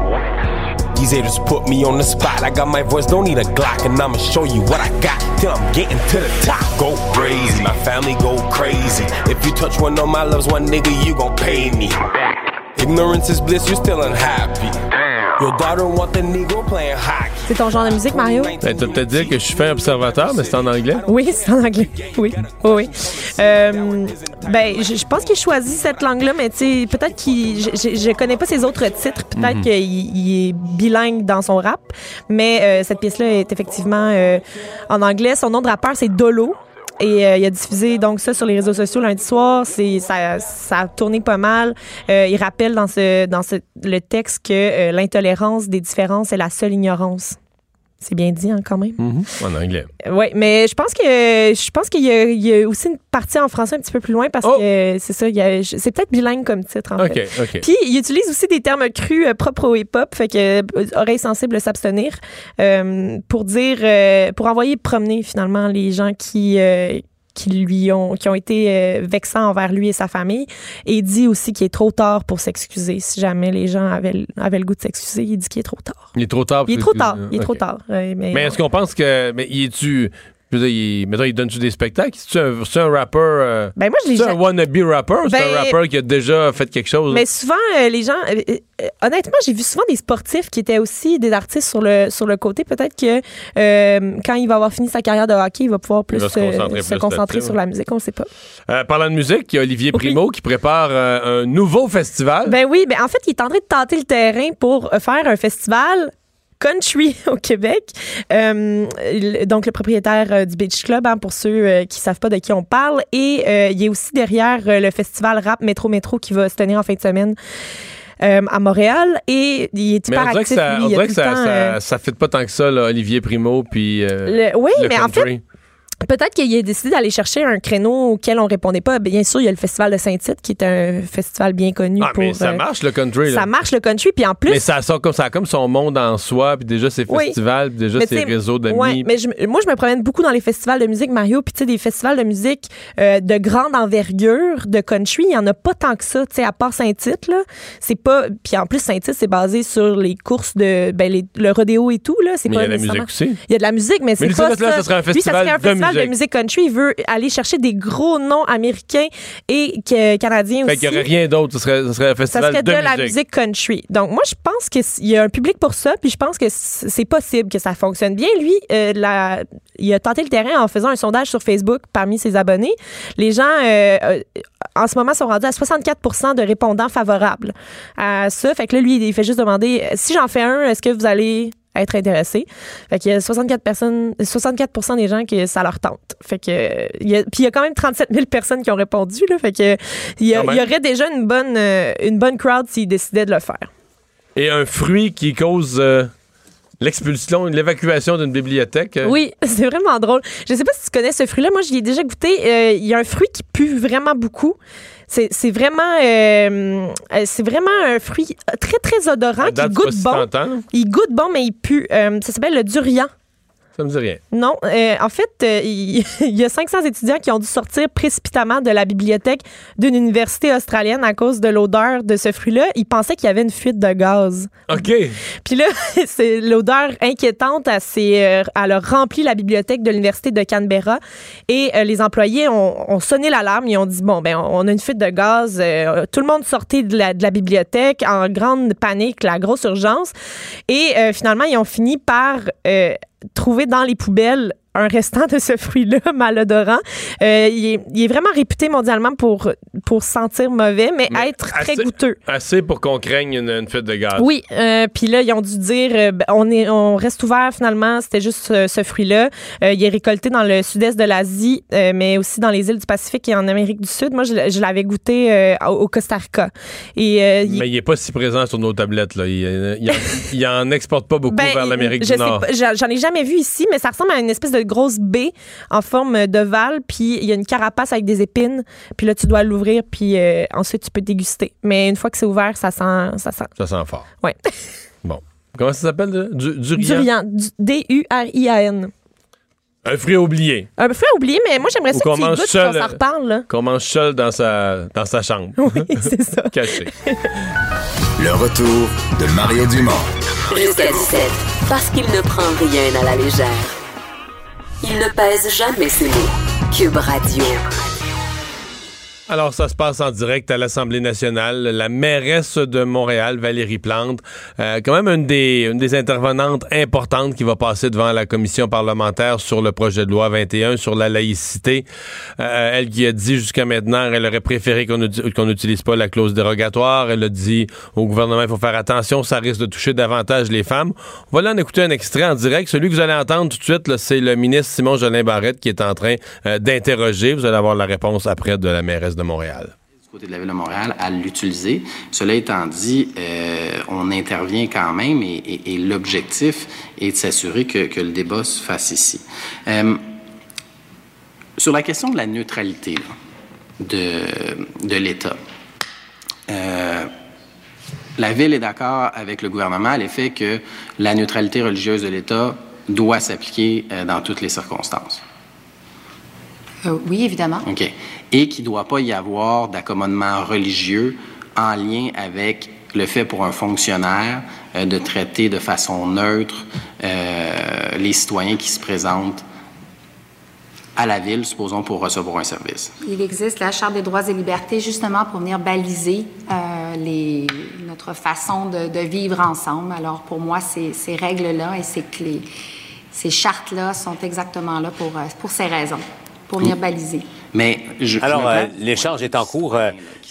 These haters put me on the spot. I got my voice, don't need a Glock, and I'ma show you what I got till I'm getting to the top. Go crazy, my family go crazy. If you touch one of my loves, one nigga, you gon' pay me. Ignorance is bliss, you're still unhappy. Your daughter want the Negro playing hockey. C'est ton genre de musique, Mario? Ben, tu vas peut-être dire que je suis fin observateur, mais c'est en anglais? Oui, c'est en anglais. Oui, oui, oui. Euh, ben, je, je pense qu'il choisit cette langue-là, mais tu sais, peut-être qu'il... Je, je, je connais pas ses autres titres. Peut-être mm-hmm. qu'il il est bilingue dans son rap, mais euh, cette pièce-là est effectivement euh, en anglais. Son nom de rappeur, c'est Dolo. Et euh, il a diffusé donc ça sur les réseaux sociaux lundi soir. C'est ça, ça a tourné pas mal. Euh, il rappelle dans ce dans ce le texte que euh, l'intolérance des différences est la seule ignorance. C'est bien dit, hein, quand même. Mm-hmm. En anglais. Oui, mais je pense que je pense qu'il y a, il y a aussi une partie en français un petit peu plus loin parce oh! que c'est ça, il y a, c'est peut-être bilingue comme titre, en okay, fait. Okay. Puis, il utilise aussi des termes crus euh, propres au hip-hop, fait que euh, oreilles sensibles s'abstenir, euh, pour dire, euh, pour envoyer promener, finalement, les gens qui... Euh, qui lui ont qui ont été euh, vexants envers lui et sa famille, et il dit aussi qu'il est trop tard pour s'excuser. Si jamais les gens avaient, avaient le goût de s'excuser, il dit qu'il est trop tard. Il est trop tard. Il est trop tard. Il est okay. trop tard. Euh, mais mais est-ce qu'on pense que mais il est-tu Je veux dire, il, mettons, il donne-tu des spectacles? C'est un, c'est un rappeur... Euh, ben moi, je l'ai c'est un wannabe rapper? Ben, c'est un rappeur qui a déjà fait quelque chose? Mais souvent, euh, les gens... Euh, euh, honnêtement, j'ai vu souvent des sportifs qui étaient aussi des artistes sur le, sur le côté. Peut-être que euh, quand il va avoir fini sa carrière de hockey, il va pouvoir plus, il va se concentrer, euh, plus se concentrer sur la musique. On ne sait pas. Euh, parlant de musique, il y a Olivier Primo oui. qui prépare euh, un nouveau festival. Ben oui, ben en fait, il est en train de tâter le terrain pour faire un festival country au Québec. Euh, donc, le propriétaire euh, du Beach Club, hein, pour ceux euh, qui ne savent pas de qui on parle. Et euh, il est aussi derrière euh, le festival Rap Métro Métro qui va se tenir en fin de semaine euh, à Montréal. Et il est hyper actif. Ça, lui, on dirait que ça, temps, ça, euh, ça fit pas tant que ça, là, Olivier Primo, puis euh, le, oui, le mais country. En fait, peut-être qu'il a décidé d'aller chercher un créneau auquel on répondait pas. Bien sûr, il y a le Festival de Saint-Tite, qui est un festival bien connu ah, pour... mais ça euh, marche, le country. Là. Ça marche, le country, puis en plus... Mais ça, ça, comme, ça a comme son monde en soi, puis déjà ses oui. festivals, puis déjà mais ses réseaux d'amis. Ouais, mais je, moi, je me promène beaucoup dans les festivals de musique, Mario, puis tu sais, des festivals de musique euh, de grande envergure, de country, il y en a pas tant que ça, tu sais, à part Saint-Tite, là. C'est pas... Puis en plus, Saint-Tite, c'est basé sur les courses de... Ben, les, le rodéo et tout, là. C'est mais pas il y a de la musique aussi. Il y a de la musique, mais, mais c'est pas ça. Là, ça serait un festival, lui, ça serait un festival de, de musique country. Il veut aller chercher des gros noms américains et que, canadiens fait aussi. Fait qu'il n'y aurait rien d'autre. Ce serait, ce serait un festival ça serait de, de, de la musique. musique country. Donc, moi, je pense qu'il y a un public pour ça, puis je pense que c'est possible que ça fonctionne bien. Lui, euh, la, il a tenté le terrain en faisant un sondage sur Facebook parmi ses abonnés. Les gens, euh, euh, en ce moment, sont rendus à soixante-quatre pour cent de répondants favorables à ça. Fait que là, lui, il fait juste demander, si j'en fais un, est-ce que vous allez... être intéressé. Fait qu'il y a soixante-quatre personnes, soixante-quatre pour cent des gens que ça leur tente. Fait que il y a, puis il y a quand même trente-sept mille personnes qui ont répondu là. Fait que il y, a, il y aurait déjà une bonne euh, une bonne crowd s'ils décidaient de le faire. Et un fruit qui cause euh, l'expulsion, l'évacuation d'une bibliothèque. Euh. Oui, c'est vraiment drôle. Je sais pas si tu connais ce fruit-là. Moi, je l'ai déjà goûté. Euh, il y a un fruit qui pue vraiment beaucoup. C'est, c'est vraiment euh, c'est vraiment un fruit très, très odorant qui goûte si bon. Il goûte bon, mais il pue. Euh, ça s'appelle le durian. Ça me dit rien. Non. Euh, en fait, euh, il, il y a cinq cents étudiants qui ont dû sortir précipitamment de la bibliothèque d'une université australienne à cause de l'odeur de ce fruit-là. Ils pensaient qu'il y avait une fuite de gaz. OK. Puis là, c'est l'odeur inquiétante. Elle, euh, elle a rempli la bibliothèque de l'université de Canberra. Et euh, les employés ont, ont sonné l'alarme. Ils ont dit, bon, ben on a une fuite de gaz. Euh, tout le monde sortait de la, de la bibliothèque en grande panique, la grosse urgence. Et euh, finalement, ils ont fini par... Euh, trouver dans les poubelles un restant de ce fruit-là malodorant. Euh, il, est, il est vraiment réputé mondialement pour, pour sentir mauvais, mais, mais être assez, très goûteux. Assez pour qu'on craigne une, une fuite de gaz. Oui, euh, puis là, ils ont dû dire, euh, on, est, on reste ouvert finalement, c'était juste euh, ce fruit-là. Euh, il est récolté dans le sud-est de l'Asie, euh, mais aussi dans les îles du Pacifique et en Amérique du Sud. Moi, je, je l'avais goûté euh, au Costa Rica. Et, euh, mais il n'est pas si présent sur nos tablettes. Là. Il, il, en, il en exporte pas beaucoup ben, vers l'Amérique je du Nord. Pas, j'en ai jamais vu ici, mais ça ressemble à une espèce de grosse baie en forme d'ovale, puis il y a une carapace avec des épines, puis là, tu dois l'ouvrir, puis euh, ensuite, tu peux déguster. Mais une fois que c'est ouvert, ça sent... Ça sent, ça sent fort. Oui. Bon. Comment ça s'appelle? Du, durian? Durian. D U R I A N. Un fruit oublié. Un fruit oublié, mais moi, j'aimerais ça que tu y goûtes, qu'on s'en reparle. Là. Qu'on mange seul dans sa, dans sa chambre. Oui, c'est ça. Caché. Le retour de Mario Dumont. Jusqu'à dix-sept, parce qu'il ne prend rien à la légère. Il ne pèse jamais ses mots. Cube Radio. Alors, ça se passe en direct à l'Assemblée nationale. La mairesse de Montréal, Valérie Plante, euh, quand même une des, une des intervenantes importantes qui va passer devant la commission parlementaire sur le projet de loi vingt et un sur la laïcité. Euh, elle qui a dit jusqu'à maintenant, elle aurait préféré qu'on qu'on n'utilise pas la clause dérogatoire. Elle a dit au gouvernement, il faut faire attention, ça risque de toucher davantage les femmes. On va là en écouter un extrait en direct. Celui que vous allez entendre tout de suite, là, c'est le ministre Simon Jolin Barrette qui est en train euh, d'interroger. Vous allez avoir la réponse après de la mairesse de Montréal. Du côté de la Ville de Montréal, à l'utiliser. Cela étant dit, euh, on intervient quand même et, et, et l'objectif est de s'assurer que, que le débat se fasse ici. Euh, sur la question de la neutralité là, de, de l'État, euh, la Ville est d'accord avec le gouvernement à l'effet que la neutralité religieuse de l'État doit s'appliquer euh, dans toutes les circonstances. Euh, oui, évidemment. OK. Et qu'il ne doit pas y avoir d'accommodement religieux en lien avec le fait pour un fonctionnaire euh, de traiter de façon neutre euh, les citoyens qui se présentent à la Ville, supposons, pour recevoir un service. Il existe la Charte des droits et libertés justement pour venir baliser euh, les, notre façon de, de vivre ensemble. Alors, pour moi, ces, ces règles-là et ces, clés, ces chartes-là sont exactement là pour, pour ces raisons. Pour venir baliser. Mais je, Alors, je euh, l'échange est en cours. Euh,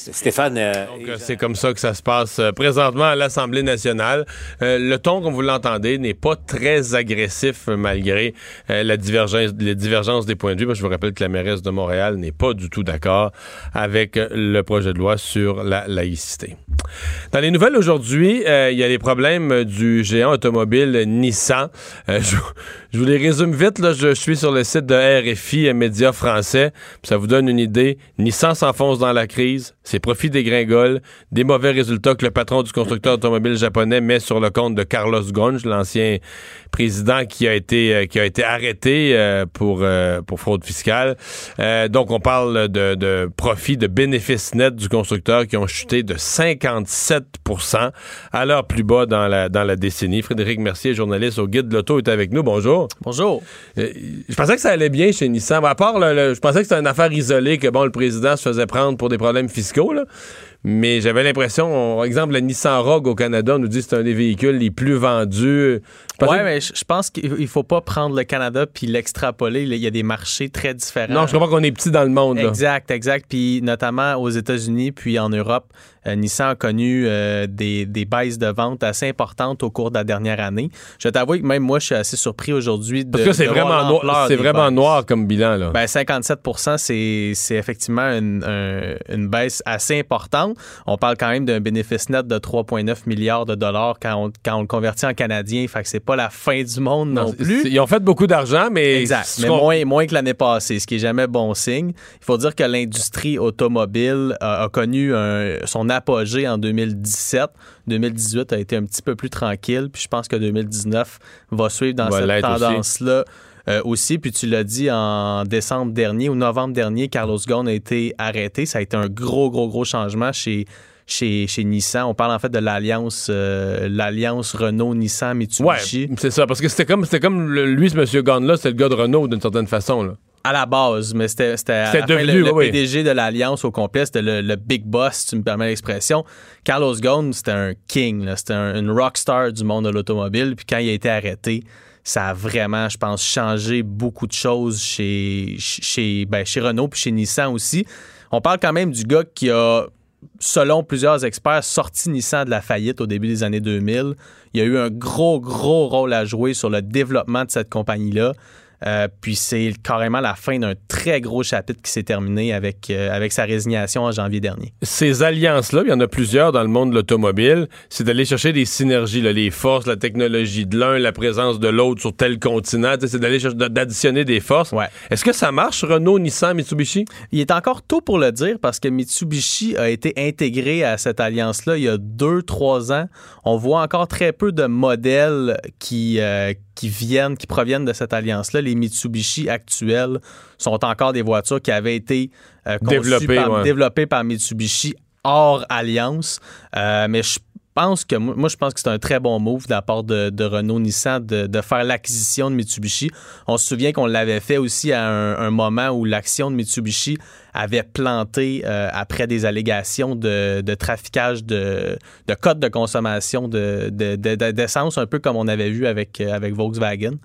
Stéphane... Euh, Donc, euh, c'est comme ça que ça se passe euh, présentement à l'Assemblée nationale. Euh, le ton, comme vous l'entendez, n'est pas très agressif euh, malgré euh, la divergence, les divergences des points de vue. Moi, je vous rappelle que la mairesse de Montréal n'est pas du tout d'accord avec euh, le projet de loi sur la laïcité. Dans les nouvelles aujourd'hui, euh, il y a les problèmes du géant automobile Nissan. Euh, je, je vous les résume vite. Là, je suis sur le site de R F I, média français. Ça vous donne une idée. Nissan s'enfonce dans la crise. Ses profits dégringolent. Des mauvais résultats que le patron du constructeur automobile japonais met sur le compte de Carlos Ghosn, l'ancien président qui a été euh, qui a été arrêté euh, pour euh, pour fraude fiscale. Euh, donc on parle de, de profits, de bénéfices nets du constructeur qui ont chuté de cinquante-sept pour cent à leur plus bas dans la dans la décennie. Frédéric Mercier, journaliste au Guide de l'Auto, est avec nous. Bonjour. Bonjour. Euh, je pensais que ça allait bien chez Nissan. À part le, le, je pensais que c'était une affaire isolée que bon le président se faisait prendre pour des problèmes fiscaux là. Mais j'avais l'impression, par exemple, la Nissan Rogue au Canada, on nous dit que c'est un des véhicules les plus vendus. Oui, mais je pense qu'il faut pas prendre le Canada puis l'extrapoler. Il y a des marchés très différents. Non, je comprends qu'on est petit dans le monde. Là. Exact, exact. Puis notamment aux États-Unis puis en Europe, euh, Nissan a connu euh, des, des baisses de vente assez importantes au cours de la dernière année. Je t'avoue que même moi, je suis assez surpris aujourd'hui de Parce que c'est vraiment, noir, c'est vraiment noir comme bilan. Là. Ben, cinquante-sept pour cent, c'est, c'est effectivement une, un, une baisse assez importante. On parle quand même d'un bénéfice net de trois virgule neuf milliards de dollars quand on, quand on le convertit en canadien. Fait que c'est pas la fin du monde non, non plus. Ils ont fait beaucoup d'argent, mais... Exact, mais moins, moins que l'année passée, ce qui est jamais bon signe. Il faut dire que l'industrie automobile a, a connu un, son apogée en deux mille dix-sept. deux mille dix-huit a été un petit peu plus tranquille, puis je pense que deux mille dix-neuf va suivre dans cette tendance-là. Euh, aussi, puis tu l'as dit en décembre dernier ou novembre dernier, Carlos Ghosn a été arrêté. Ça a été un gros, gros, gros changement chez, chez, chez Nissan. On parle en fait de l'alliance, euh, l'alliance Renault-Nissan-Mitsubishi. Ouais, c'est ça, parce que c'était comme, c'était comme le, lui, ce monsieur Ghosn-là, c'était le gars de Renault d'une certaine façon, là. À la base, mais c'était, c'était, à c'était la devenu, fin, le, le oui. P D G de l'Alliance au complet, c'était le, le big boss, si tu me permets l'expression. Carlos Ghosn, c'était un king, là. C'était un, une rockstar du monde de l'automobile. Puis quand il a été arrêté, ça a vraiment, je pense, changé beaucoup de choses chez, chez, ben, chez Renault puis chez Nissan aussi. On parle quand même du gars qui a, selon plusieurs experts, sorti Nissan de la faillite au début des années deux mille. Il a eu un gros, gros rôle à jouer sur le développement de cette compagnie-là. Euh, puis c'est carrément la fin d'un très gros chapitre qui s'est terminé avec, euh, avec sa résignation en janvier dernier. Ces alliances-là, il y en a plusieurs dans le monde de l'automobile, c'est d'aller chercher des synergies, là, les forces, la technologie de l'un, la présence de l'autre sur tel continent, c'est d'aller chercher, d'additionner des forces. Ouais. Est-ce que ça marche, Renault, Nissan, Mitsubishi? Il est encore tôt pour le dire parce que Mitsubishi a été intégré à cette alliance-là il y a deux, trois ans. On voit encore très peu de modèles qui... Euh, qui viennent, qui proviennent de cette alliance-là. Les Mitsubishi actuels sont encore des voitures qui avaient été euh, développées, par, ouais. développées par Mitsubishi hors alliance. Euh, mais je pense que moi, je pense que c'est un très bon move de la part de, de Renault-Nissan de, de faire l'acquisition de Mitsubishi. On se souvient qu'on l'avait fait aussi à un, un moment où l'action de Mitsubishi avait planté euh, après des allégations de, de traficage de, de codes de consommation de, de, de, de, d'essence, un peu comme on avait vu avec, avec Volkswagen.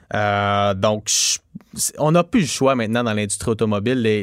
Euh, donc, je, on n'a plus le choix maintenant dans l'industrie automobile. Les,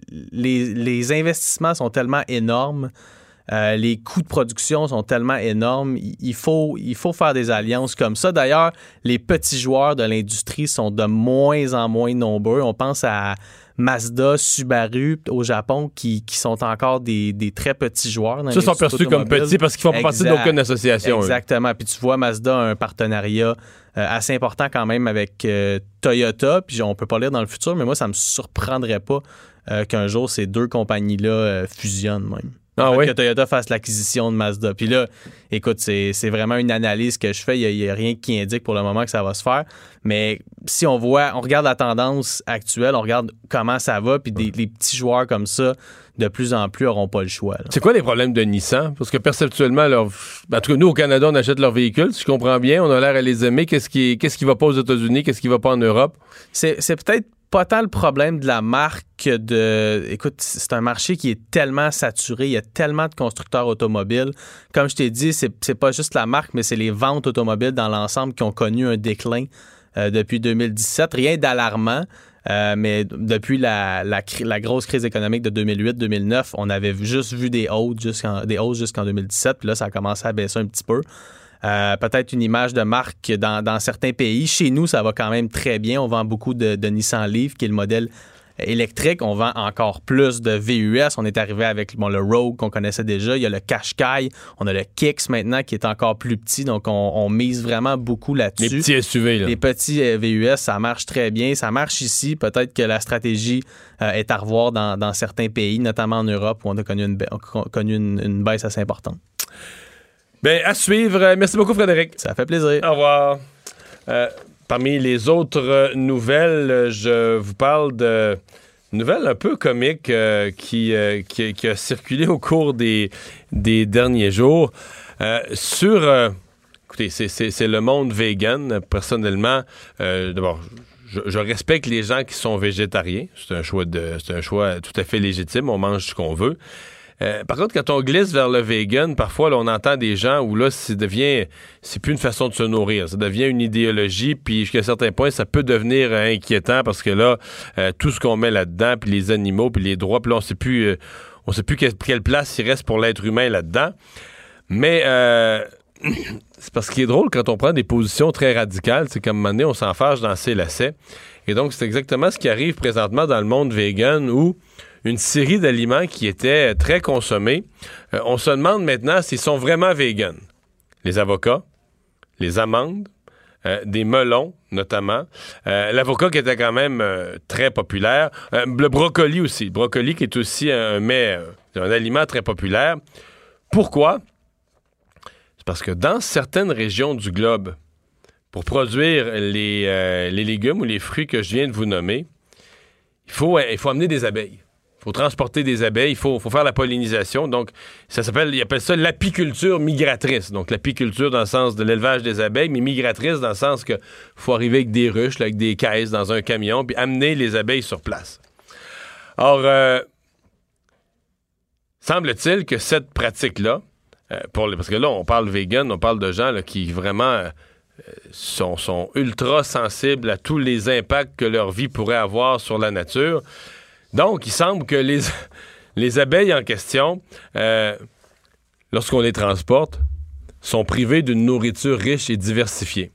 les, les investissements sont tellement énormes. Euh, les coûts de production sont tellement énormes. Il faut, il faut faire des alliances comme ça. D'ailleurs, les petits joueurs de l'industrie sont de moins en moins nombreux. On pense à Mazda, Subaru au Japon qui, qui sont encore des, des très petits joueurs. Dans Ceux sont perçus comme petits parce qu'ils font pas partie d'aucune association. Exactement. Eux. Puis tu vois, Mazda a un partenariat euh, assez important quand même avec euh, Toyota. Puis on peut pas lire dans le futur, mais moi, ça me surprendrait pas euh, qu'un jour ces deux compagnies-là euh, fusionnent même. Ah oui? Que Toyota fasse l'acquisition de Mazda. Puis là, écoute, c'est, c'est vraiment une analyse que je fais. Il n'y a, a rien qui indique pour le moment que ça va se faire. Mais si on voit, on regarde la tendance actuelle, on regarde comment ça va, puis des, les petits joueurs comme ça, de plus en plus, n'auront pas le choix. Là. C'est quoi les problèmes de Nissan? Parce que perceptuellement, leur... en tout cas, nous, au Canada, on achète leurs véhicules, si je comprends bien. On a l'air à les aimer. Qu'est-ce qui, qu'est-ce qui va pas aux États-Unis? Qu'est-ce qui va pas en Europe? C'est, c'est peut-être pas tant le problème de la marque de... Écoute, c'est un marché qui est tellement saturé, il y a tellement de constructeurs automobiles. Comme je t'ai dit, c'est, c'est pas juste la marque, mais c'est les ventes automobiles dans l'ensemble qui ont connu un déclin euh, depuis deux mille dix-sept. Rien d'alarmant, Euh, mais depuis la, la, la grosse crise économique de deux mille huit deux mille neuf, on avait juste vu des hausses jusqu'en, des hausses jusqu'en deux mille dix-sept. Puis là, ça a commencé à baisser un petit peu. Euh, peut-être une image de marque dans, dans certains pays. Chez nous, ça va quand même très bien. On vend beaucoup de, de Nissan Leaf, qui est le modèle électrique. On vend encore plus de V U S. On est arrivé avec bon, le Rogue qu'on connaissait déjà. Il y a le Qashqai. On a le Kicks maintenant qui est encore plus petit. Donc, on, on mise vraiment beaucoup là-dessus. Les petits S U V, là. Les petits V U S, ça marche très bien. Ça marche ici. Peut-être que la stratégie euh, est à revoir dans, dans certains pays, notamment en Europe, où on a connu une, ba- on a connu une, une baisse assez importante. Bien, à suivre. Merci beaucoup, Frédéric. Ça fait plaisir. Au revoir. Euh, Parmi les autres nouvelles, je vous parle de nouvelles un peu comiques euh, qui, euh, qui, qui a circulé au cours des, des derniers jours. Euh, sur, euh, écoutez, c'est, c'est, c'est le monde vegan. Personnellement, euh, d'abord, je, je respecte les gens qui sont végétariens. C'est un choix de, c'est un choix tout à fait légitime. On mange ce qu'on veut. Euh, par contre, quand on glisse vers le vegan, parfois, là, on entend des gens où là, ça devient, c'est plus une façon de se nourrir, ça devient une idéologie, puis jusqu'à un certain point, ça peut devenir euh, inquiétant parce que là, euh, tout ce qu'on met là-dedans, puis les animaux, puis les droits, puis là, on sait plus, euh, on sait plus quelle, quelle place il reste pour l'être humain là-dedans. Mais euh, c'est parce qu'il est drôle quand on prend des positions très radicales, c'est comme à un moment donné, on s'en fâche dans ses lacets. Et donc, c'est exactement ce qui arrive présentement dans le monde vegan où une série d'aliments qui étaient très consommés. Euh, on se demande maintenant s'ils sont vraiment véganes. Les avocats, les amandes, euh, des melons notamment. Euh, l'avocat qui était quand même euh, très populaire. Euh, le brocoli aussi. Le brocoli qui est aussi un mets, un aliment très populaire. Pourquoi? C'est parce que dans certaines régions du globe, pour produire les, euh, les légumes ou les fruits que je viens de vous nommer, il faut, il faut amener des abeilles. Il faut transporter des abeilles, il faut, faut faire la pollinisation. Donc, ça s'appelle, ils appellent ça l'apiculture migratrice. Donc, l'apiculture dans le sens de l'élevage des abeilles, mais migratrice dans le sens qu'il faut arriver avec des ruches, là, avec des caisses dans un camion, puis amener les abeilles sur place. Or, euh, semble-t-il que cette pratique-là, euh, pour les, parce que là, on parle vegan, on parle de gens là, qui vraiment euh, sont, sont ultra sensibles à tous les impacts que leur vie pourrait avoir sur la nature. Donc, il semble que les, les abeilles en question, euh, lorsqu'on les transporte, sont privées d'une nourriture riche et diversifiée.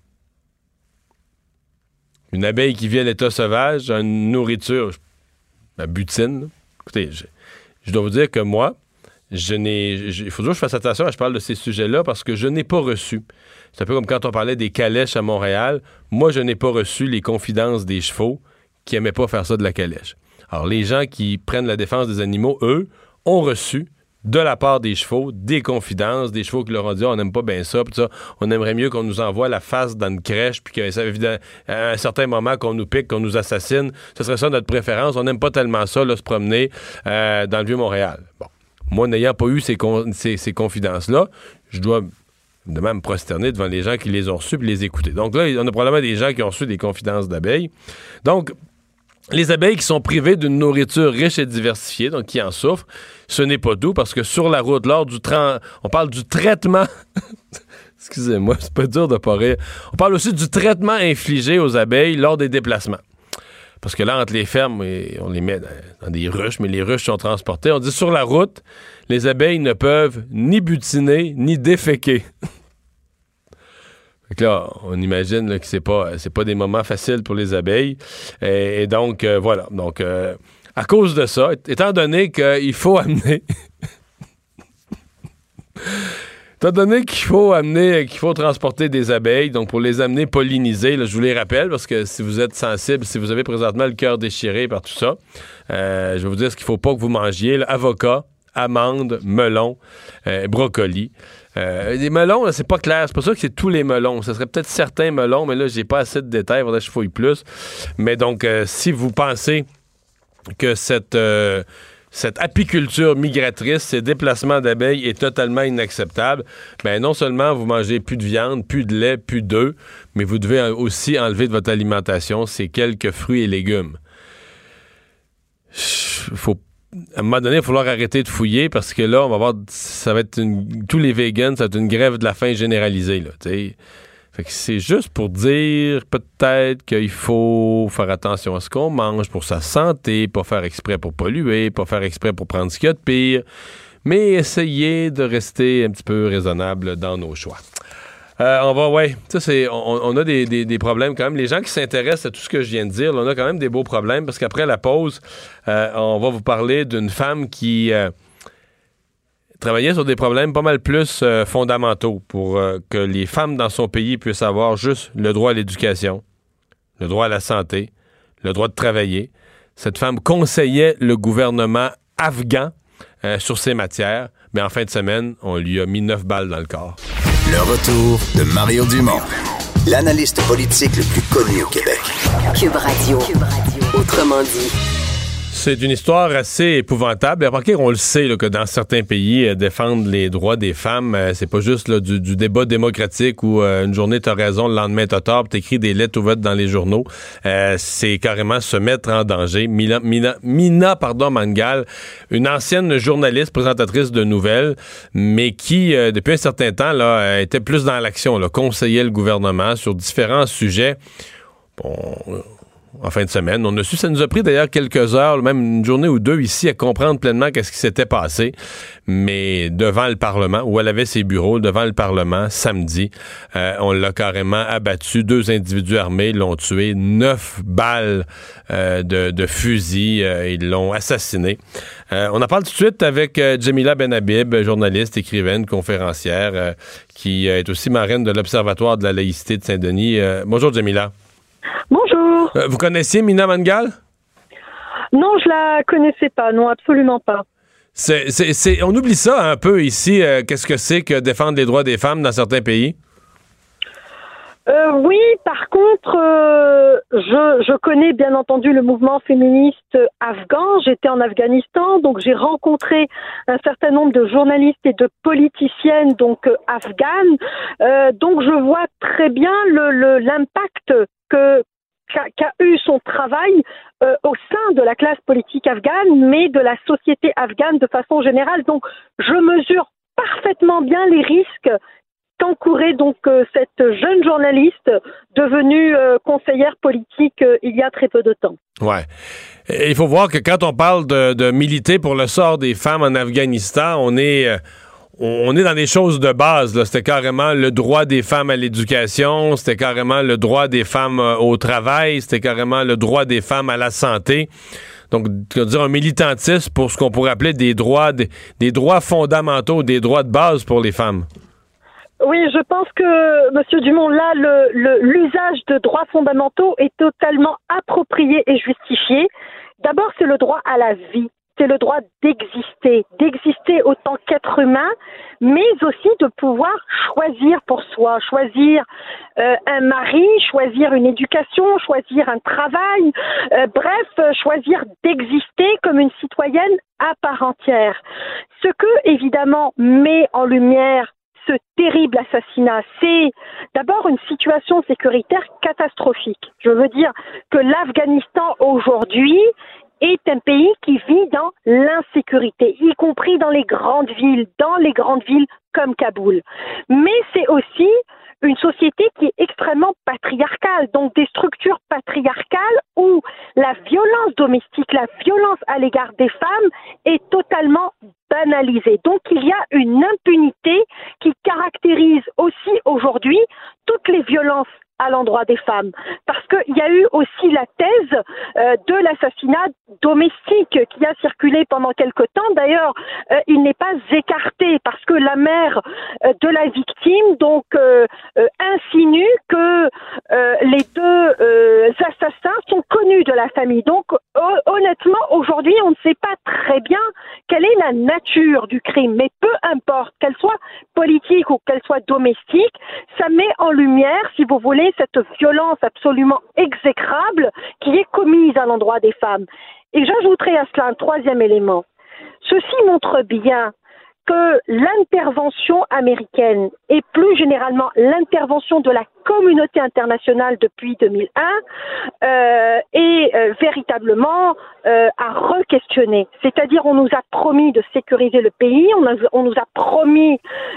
Une abeille qui vit à l'état sauvage a une nourriture, la butine. Là. Écoutez, je, je dois vous dire que moi, je n'ai, il faut toujours que je fasse attention quand je parle de ces sujets-là parce que je n'ai pas reçu. C'est un peu comme quand on parlait des calèches à Montréal. Moi, je n'ai pas reçu les confidences des chevaux qui n'aimaient pas faire ça de la calèche. Alors, les gens qui prennent la défense des animaux, eux, ont reçu de la part des chevaux des confidences, des chevaux qui leur ont dit oh, on n'aime pas bien ça, puis ça, on aimerait mieux qu'on nous envoie la face dans une crèche, puis qu'à un certain moment qu'on nous pique, qu'on nous assassine, ce serait ça notre préférence. On n'aime pas tellement ça, là, se promener euh, dans le Vieux-Montréal. Bon, moi, n'ayant pas eu ces, con- ces, ces confidences-là, je dois évidemment me prosterner devant les gens qui les ont reçues puis les écouter. Donc là, on a probablement des gens qui ont reçu des confidences d'abeilles. Donc, les abeilles qui sont privées d'une nourriture riche et diversifiée, donc qui en souffrent, ce n'est pas tout parce que sur la route, lors du tra- on parle du traitement, excusez-moi, c'est pas dur de pas rire, on parle aussi du traitement infligé aux abeilles lors des déplacements. Parce que là, entre les fermes, on les met dans des ruches, mais les ruches sont transportées. On dit sur la route, les abeilles ne peuvent ni butiner, ni déféquer. Fait que là, on imagine là, que c'est pas, c'est pas des moments faciles pour les abeilles. Et, et donc, euh, voilà. Donc, euh, à cause de ça, étant donné qu'il faut amener... étant donné qu'il faut amener, qu'il faut transporter des abeilles, donc pour les amener polliniser, là, je vous les rappelle, parce que si vous êtes sensible, si vous avez présentement le cœur déchiré par tout ça, euh, je vais vous dire ce qu'il faut pas que vous mangiez. Là, avocat, amandes, melons, euh, brocolis. Euh, les melons, là, c'est pas clair. C'est pas sûr que c'est tous les melons. Ce serait peut-être certains melons, mais là, j'ai pas assez de détails. Il faudrait que je fouille plus. Mais donc, euh, si vous pensez que cette, euh, cette apiculture migratrice, ces déplacements d'abeilles est totalement inacceptable, ben non seulement vous mangez plus de viande, plus de lait, plus d'œufs, mais vous devez aussi enlever de votre alimentation ces quelques fruits et légumes. Faut À un moment donné, il va falloir arrêter de fouiller parce que là, on va voir, ça va être une, tous les vegans, ça va être une grève de la faim généralisée. Là, t'sais. Fait que c'est juste pour dire peut-être qu'il faut faire attention à ce qu'on mange pour sa santé, pas faire exprès pour polluer, pas faire exprès pour prendre ce qu'il y a de pire, mais essayer de rester un petit peu raisonnable dans nos choix. Euh, on va, ouais, ça c'est, on, on a des, des, des problèmes quand même. Les gens qui s'intéressent à tout ce que je viens de dire, là, on a quand même des beaux problèmes parce qu'après la pause, euh, on va vous parler d'une femme qui euh, travaillait sur des problèmes pas mal plus euh, fondamentaux pour euh, que les femmes dans son pays puissent avoir juste le droit à l'éducation, le droit à la santé, le droit de travailler. Cette femme conseillait le gouvernement afghan euh, sur ces matières, mais en fin de semaine, on lui a mis neuf balles dans le corps. Le retour de Mario Dumont, l'analyste politique le plus connu au Québec. Cube Radio. Cube Radio. Autrement dit. C'est une histoire assez épouvantable. À part on le sait là, que dans certains pays, euh, défendre les droits des femmes, euh, c'est pas juste là, du, du débat démocratique où euh, une journée t'as raison, le lendemain t'as tort, t'écris des lettres ouvertes dans les journaux. Euh, c'est carrément se mettre en danger. Mina, Mina, Mina pardon, Mangal, une ancienne journaliste, présentatrice de nouvelles, mais qui, euh, depuis un certain temps, là, était plus dans l'action, là, conseillait le gouvernement sur différents sujets. Bon... en fin de semaine. On a su, ça nous a pris d'ailleurs quelques heures, même une journée ou deux ici, à comprendre pleinement qu'est-ce qui s'était passé. Mais devant le Parlement, où elle avait ses bureaux, devant le Parlement, samedi, euh, on l'a carrément abattu. Deux individus armés l'ont tué. Neuf balles euh, de, de fusil. Euh, ils l'ont assassiné. Euh, on en parle tout de suite avec euh, Jamila Benhabib, journaliste, écrivaine, conférencière, euh, qui est aussi marraine de l'Observatoire de la laïcité de Saint-Denis. Euh, bonjour, Jamila. Bonjour. Euh, vous connaissiez Mina Mangal? Non, je la connaissais pas. Non, absolument pas. C'est, c'est, c'est, on oublie ça un peu ici. Euh, qu'est-ce que c'est que défendre les droits des femmes dans certains pays? Euh, oui, par contre, euh, je, je connais bien entendu le mouvement féministe afghan. J'étais en Afghanistan, donc j'ai rencontré un certain nombre de journalistes et de politiciennes donc euh, afghanes. Euh, donc je vois très bien le, le, l'impact que qu'a, qu'a eu son travail euh, au sein de la classe politique afghane, mais de la société afghane de façon générale. Donc je mesure parfaitement bien les risques qu'encourait donc euh, cette jeune journaliste devenue euh, conseillère politique euh, il y a très peu de temps. Ouais. Et il faut voir que quand on parle de, de militer pour le sort des femmes en Afghanistan, on est euh, on est dans des choses de base, là. C'était carrément le droit des femmes à l'éducation, c'était carrément le droit des femmes euh, au travail, c'était carrément le droit des femmes à la santé. Donc, dire un militantisme pour ce qu'on pourrait appeler des droits, des, des droits fondamentaux, des droits de base pour les femmes. Oui, je pense que, Monsieur Dumont, là, le, le, l'usage de droits fondamentaux est totalement approprié et justifié. D'abord, c'est le droit à la vie. C'est le droit d'exister, d'exister autant qu'être humain, mais aussi de pouvoir choisir pour soi, choisir euh, un mari, choisir une éducation, choisir un travail, euh, bref, choisir d'exister comme une citoyenne à part entière. Ce que, évidemment, met en lumière ce terrible assassinat, c'est d'abord une situation sécuritaire catastrophique. Je veux dire que l'Afghanistan aujourd'hui est un pays qui vit dans l'insécurité, y compris dans les grandes villes, dans les grandes villes comme Kaboul. Mais c'est aussi une société qui est extrêmement patriarcale, donc des structures patriarcales où la violence domestique, la violence à l'égard des femmes est totalement banalisée. Donc il y a une impunité qui caractérise aussi aujourd'hui toutes les violences à l'endroit des femmes, parce qu'il y a eu aussi la thèse euh, de l'assassinat domestique qui a circulé pendant quelque temps. D'ailleurs, euh, il n'est pas écarté parce que la mère euh, de la victime donc euh, euh, insinue que euh, les deux euh, assassins sont connus de la famille. Donc honnêtement, aujourd'hui, on ne sait pas très bien quelle est la nature du crime, mais peu importe, qu'elle soit politique ou qu'elle soit domestique, ça met en lumière, si vous voulez, cette violence absolument exécrable qui est commise à l'endroit des femmes. Et j'ajouterai à cela un troisième élément. Ceci montre bien que l'intervention américaine et plus généralement l'intervention de la communauté internationale depuis deux mille un euh, est euh, véritablement euh, à re-questionner. C'est-à-dire on nous a promis de sécuriser le pays, on, a, on nous a promis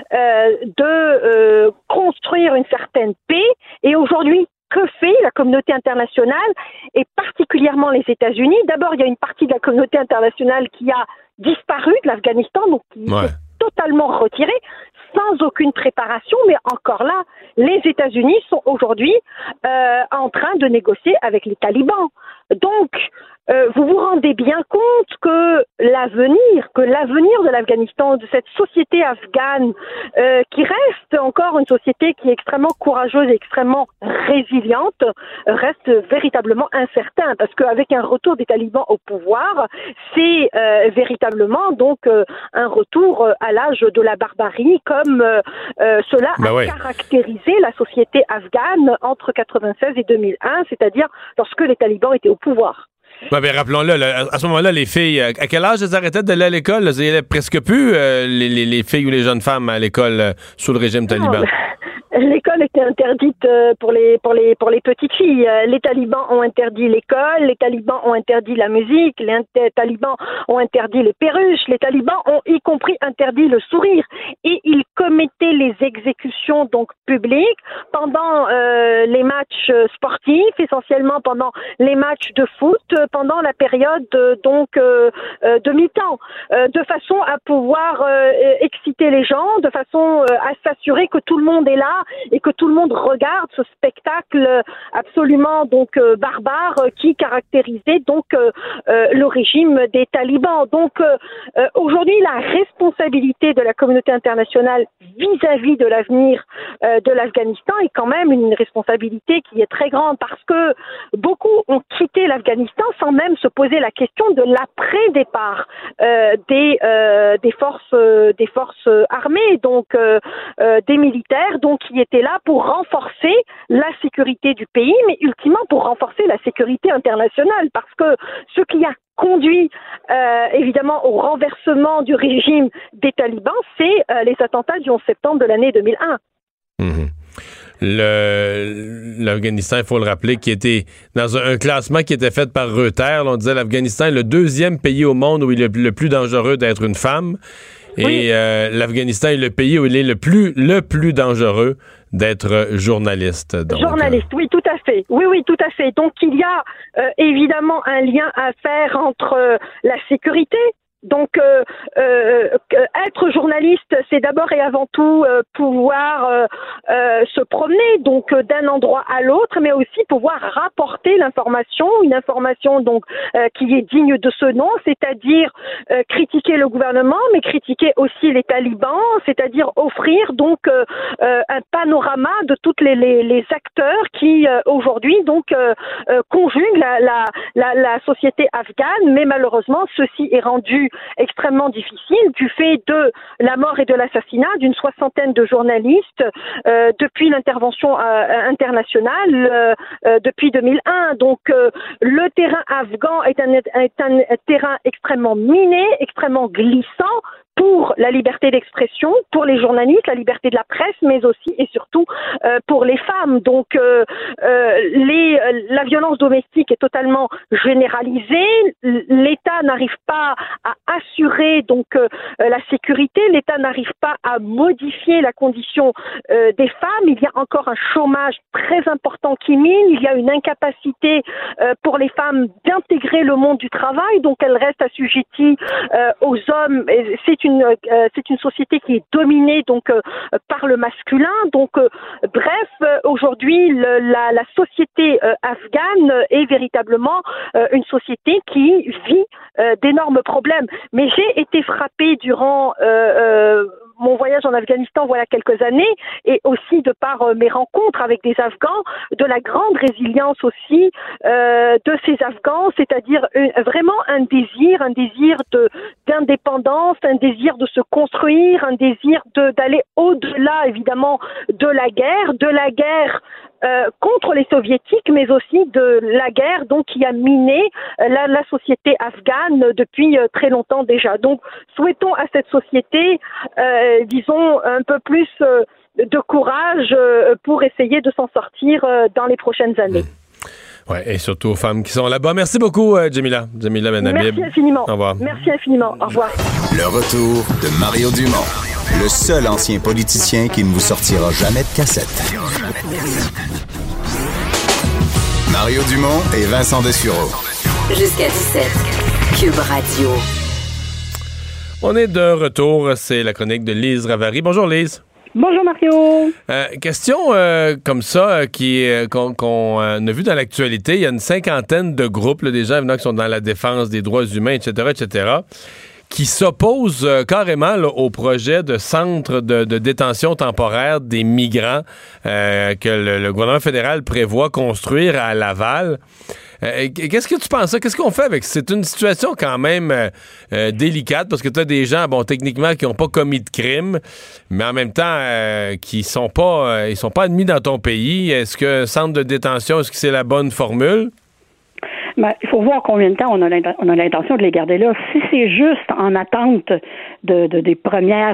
euh, de euh, construire une certaine paix. Et aujourd'hui, que fait la communauté internationale et particulièrement les États-Unis? D'abord, il y a une partie de la communauté internationale qui a disparu de l'Afghanistan, donc qui ouais. est totalement retirée, sans aucune préparation, mais encore là, les États-Unis sont aujourd'hui euh, en train de négocier avec les talibans. Donc, euh, vous vous rendez bien compte que l'avenir, que l'avenir de l'Afghanistan, de cette société afghane, euh, qui reste encore une société qui est extrêmement courageuse et extrêmement résiliente, reste véritablement incertain, parce qu'avec un retour des talibans au pouvoir, c'est euh, véritablement donc euh, un retour euh, à l'âge de la barbarie, comme euh, euh, cela ben a ouais. caractérisé la société afghane entre quatre-vingt-seize et deux mille un, c'est-à-dire lorsque les talibans étaient au pouvoir. Ouais, ben rappelons-le, là, à ce moment-là, les filles, à quel âge elles arrêtaient d'aller à l'école? Elles allaient presque plus, euh, les, les, les filles ou les jeunes femmes à l'école euh, sous le régime taliban. L'école était interdite pour les pour les pour les petites filles. Les talibans ont interdit l'école, les talibans ont interdit la musique, les int- talibans ont interdit les perruches, les talibans ont y compris interdit le sourire, et ils commettaient les exécutions donc publiques pendant euh, les matchs sportifs, essentiellement pendant les matchs de foot, pendant la période euh, donc euh, euh, de mi-temps, euh, de façon à pouvoir euh, exciter les gens, de façon euh, à s'assurer que tout le monde est là et que tout le monde regarde ce spectacle absolument donc euh, barbare euh, qui caractérisait donc euh, euh, le régime des talibans. Donc euh, euh, aujourd'hui, la responsabilité de la communauté internationale vis-à-vis de l'avenir euh, de l'Afghanistan est quand même une responsabilité qui est très grande, parce que beaucoup ont quitté l'Afghanistan sans même se poser la question de l'après-départ euh, des euh, des forces euh, des forces armées, donc euh, euh, des militaires, donc qui étaient là pour renforcer la sécurité du pays, mais ultimement pour renforcer la sécurité internationale, parce que ce qui a conduit euh, évidemment au renversement du régime des talibans, c'est euh, les attentats du onze septembre de l'année deux mille un. Mmh. Le, L'Afghanistan, il faut le rappeler, qui était dans un, un classement qui était fait par Reuters. On disait l'Afghanistan est le deuxième pays au monde où il est le plus dangereux d'être une femme. Et oui. euh, l'Afghanistan est le pays où il est le plus, le plus dangereux d'être journaliste. Donc, journaliste, oui, tout à fait. Oui, oui, tout à fait. Donc, il y a euh, évidemment un lien à faire entre euh, la sécurité. Donc, euh, euh, être journaliste, c'est d'abord et avant tout euh, pouvoir euh, euh, se promener donc euh, d'un endroit à l'autre, mais aussi pouvoir rapporter l'information, une information donc euh, qui est digne de ce nom, c'est-à-dire euh, critiquer le gouvernement, mais critiquer aussi les talibans, c'est-à-dire offrir donc euh, euh, un panorama de toutes les, les, les acteurs qui euh, aujourd'hui donc euh, euh, conjuguent la, la, la, la société afghane, mais malheureusement ceci est rendu extrêmement difficile du fait de la mort et de l'assassinat d'une soixantaine de journalistes euh, depuis l'intervention euh, internationale euh, euh, depuis deux mille un. Donc euh, le terrain afghan est un, est un terrain extrêmement miné, extrêmement glissant pour la liberté d'expression, pour les journalistes, la liberté de la presse, mais aussi et surtout euh, pour les femmes. Donc, euh, euh, les, euh, la violence domestique est totalement généralisée. L'État n'arrive pas à assurer donc euh, la sécurité. L'État n'arrive pas à modifier la condition euh, des femmes. Il y a encore un chômage très important qui mine. Il y a une incapacité euh, pour les femmes d'intégrer le monde du travail. Donc, elles restent assujetties euh, aux hommes. C'est une Une, euh, c'est une société qui est dominée donc euh, par le masculin. Donc, euh, bref, euh, aujourd'hui, le, la, la société euh, afghane est véritablement euh, une société qui vit euh, d'énormes problèmes. Mais j'ai été frappée durant euh, euh, mon voyage en Afghanistan voilà quelques années, et aussi de par euh, mes rencontres avec des Afghans, de la grande résilience aussi euh, de ces Afghans, c'est-à-dire une, vraiment un désir, un désir de, d'indépendance, un désir de se construire, un désir de, d'aller au-delà évidemment de la guerre, de la guerre Euh, contre les soviétiques, mais aussi de la guerre donc qui a miné euh, la, la société afghane depuis euh, très longtemps déjà. Donc, souhaitons à cette société, euh, disons, un peu plus euh, de courage euh, pour essayer de s'en sortir euh, dans les prochaines années. Mmh. Ouais, et surtout aux femmes qui sont là-bas. Merci beaucoup, euh, Jamila. Jamila Ben Habib. Merci infiniment. Au revoir. Merci infiniment. Au revoir. Le retour de Mario Dumont. Le seul ancien politicien qui ne vous sortira jamais de cassette. Mario Dumont et Vincent Dessureau. Jusqu'à dix-sept, Cube Radio. On est de retour, c'est la chronique de Lise Ravary. Bonjour Lise. Bonjour Mario. Euh, question euh, comme ça euh, qui euh, qu'on, qu'on euh, a vu dans l'actualité. Il y a une cinquantaine de groupes, là, des gens évidemment qui sont dans la défense des droits humains, et cetera, et cetera, qui s'opposent euh, carrément là, au projet de centre de, de détention temporaire des migrants euh, que le, le gouvernement fédéral prévoit construire à Laval. Euh, qu'est-ce que tu penses ça? Qu'est-ce qu'on fait avec ça? C'est une situation quand même euh, euh, délicate parce que tu as des gens, bon, techniquement, qui n'ont pas commis de crime, mais en même temps, euh, qui sont pas euh, ils sont pas admis dans ton pays. Est-ce que centre de détention, est-ce que c'est la bonne formule? Ben, il faut voir combien de temps on a, on a l'intention de les garder là. Si c'est juste en attente de, de des premières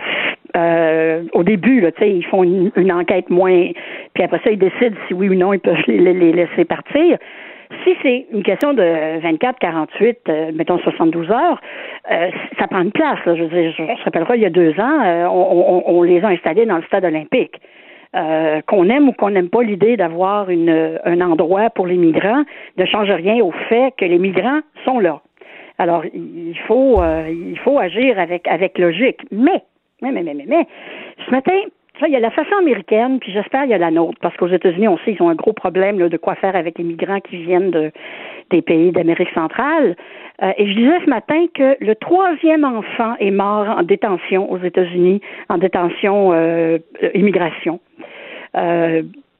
euh, au début, là, ils font une, une enquête moins, puis après ça, ils décident si oui ou non ils peuvent les, les, les laisser partir. Si c'est une question de vingt-quatre, quarante-huit, euh, mettons soixante-douze heures, euh, ça prend une place. Là. Je veux dire, je, je me rappellerai, il y a deux ans, euh, on, on, on les a installés dans le stade olympique. Euh, qu'on aime ou qu'on n'aime pas l'idée d'avoir une, un endroit pour les migrants, ne change rien au fait que les migrants sont là. Alors, il faut, euh, il faut agir avec, avec logique. Mais, mais, mais, mais, mais, mais, ce matin, il y a la façon américaine, puis j'espère qu'il y a la nôtre, parce qu'aux États-Unis, on sait qu'ils ont un gros problème là, de quoi faire avec les migrants qui viennent de, des pays d'Amérique centrale. Euh, et je disais ce matin que le troisième enfant est mort en détention aux États-Unis, en détention euh, immigration. Euh,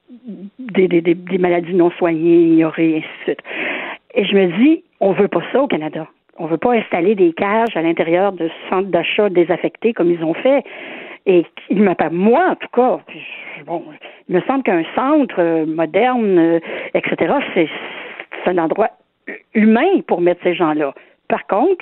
des, des, des, des maladies non soignées, ignorées, et ainsi de suite. Et je me dis, on veut pas ça au Canada. On veut pas installer des cages à l'intérieur de centres d'achat désaffectés comme ils ont fait. Et il m'appelle, moi, en tout cas, puis, bon, il me semble qu'un centre euh, moderne, euh, et cetera, c'est, c'est un endroit humain pour mettre ces gens-là. Par contre,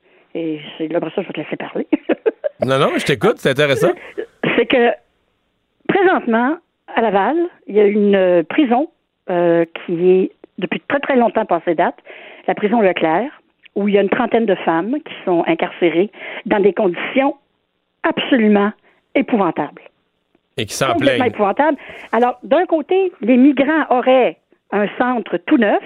et c'est là, pour ça, je vais te laisser parler. non, non, je t'écoute, c'est intéressant. C'est que, présentement, à Laval, il y a une euh, prison euh, qui est, depuis très, très longtemps passée date, la prison Leclerc, où il y a une trentaine de femmes qui sont incarcérées dans des conditions absolument épouvantable. Et qui s'en plaignent. Épouvantable. Alors, d'un côté, les migrants auraient un centre tout neuf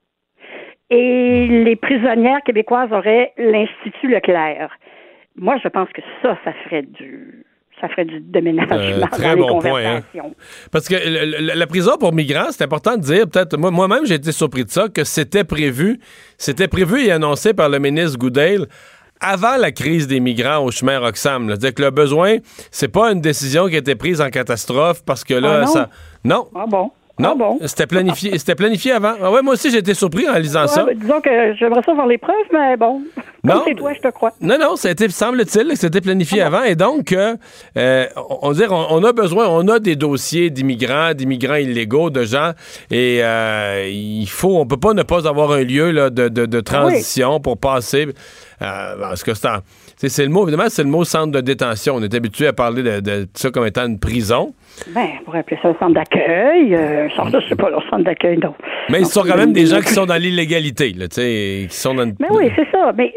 et les prisonnières québécoises auraient l'Institut Leclerc. Moi, je pense que ça, ça ferait du... ça ferait du déménagement euh, très dans bon les point, conversations. Hein? Parce que le, le, la prison pour migrants, c'est important de dire, peut-être, moi, moi-même, j'ai été surpris de ça, que c'était prévu, c'était prévu et annoncé par le ministre Goodale avant la crise des migrants au chemin Roxham. Là. C'est-à-dire que le besoin, c'est pas une décision qui a été prise en catastrophe parce que là, ah non? ça... Non. Ah bon? Non, ah bon? c'était planifié, c'était planifié avant. Ah ouais, moi aussi, j'ai été surpris en lisant ouais, ça. Ben, disons que j'aimerais ça voir les preuves, mais bon, comme non, c'est toi, je te crois. Non, non, ça a été, semble-t-il, que c'était planifié ah bon? avant. Et donc, euh, euh, on, on, dire, on, on a besoin, on a des dossiers d'immigrants, d'immigrants illégaux, de gens, et euh, il faut, on peut pas ne pas avoir un lieu là, de, de, de transition oui. pour passer... Euh, parce que c'est, en, c'est, c'est le mot, évidemment, c'est le mot centre de détention. On est habitué à parler de, de, de ça comme étant une prison. Ben, on pourrait appeler ça un centre d'accueil. Euh, centre, c'est pas leur centre d'accueil, non. Mais ils sont quand même des gens qui sont dans l'illégalité, là, tu sais, qui sont dans une... Mais oui, c'est ça. Mais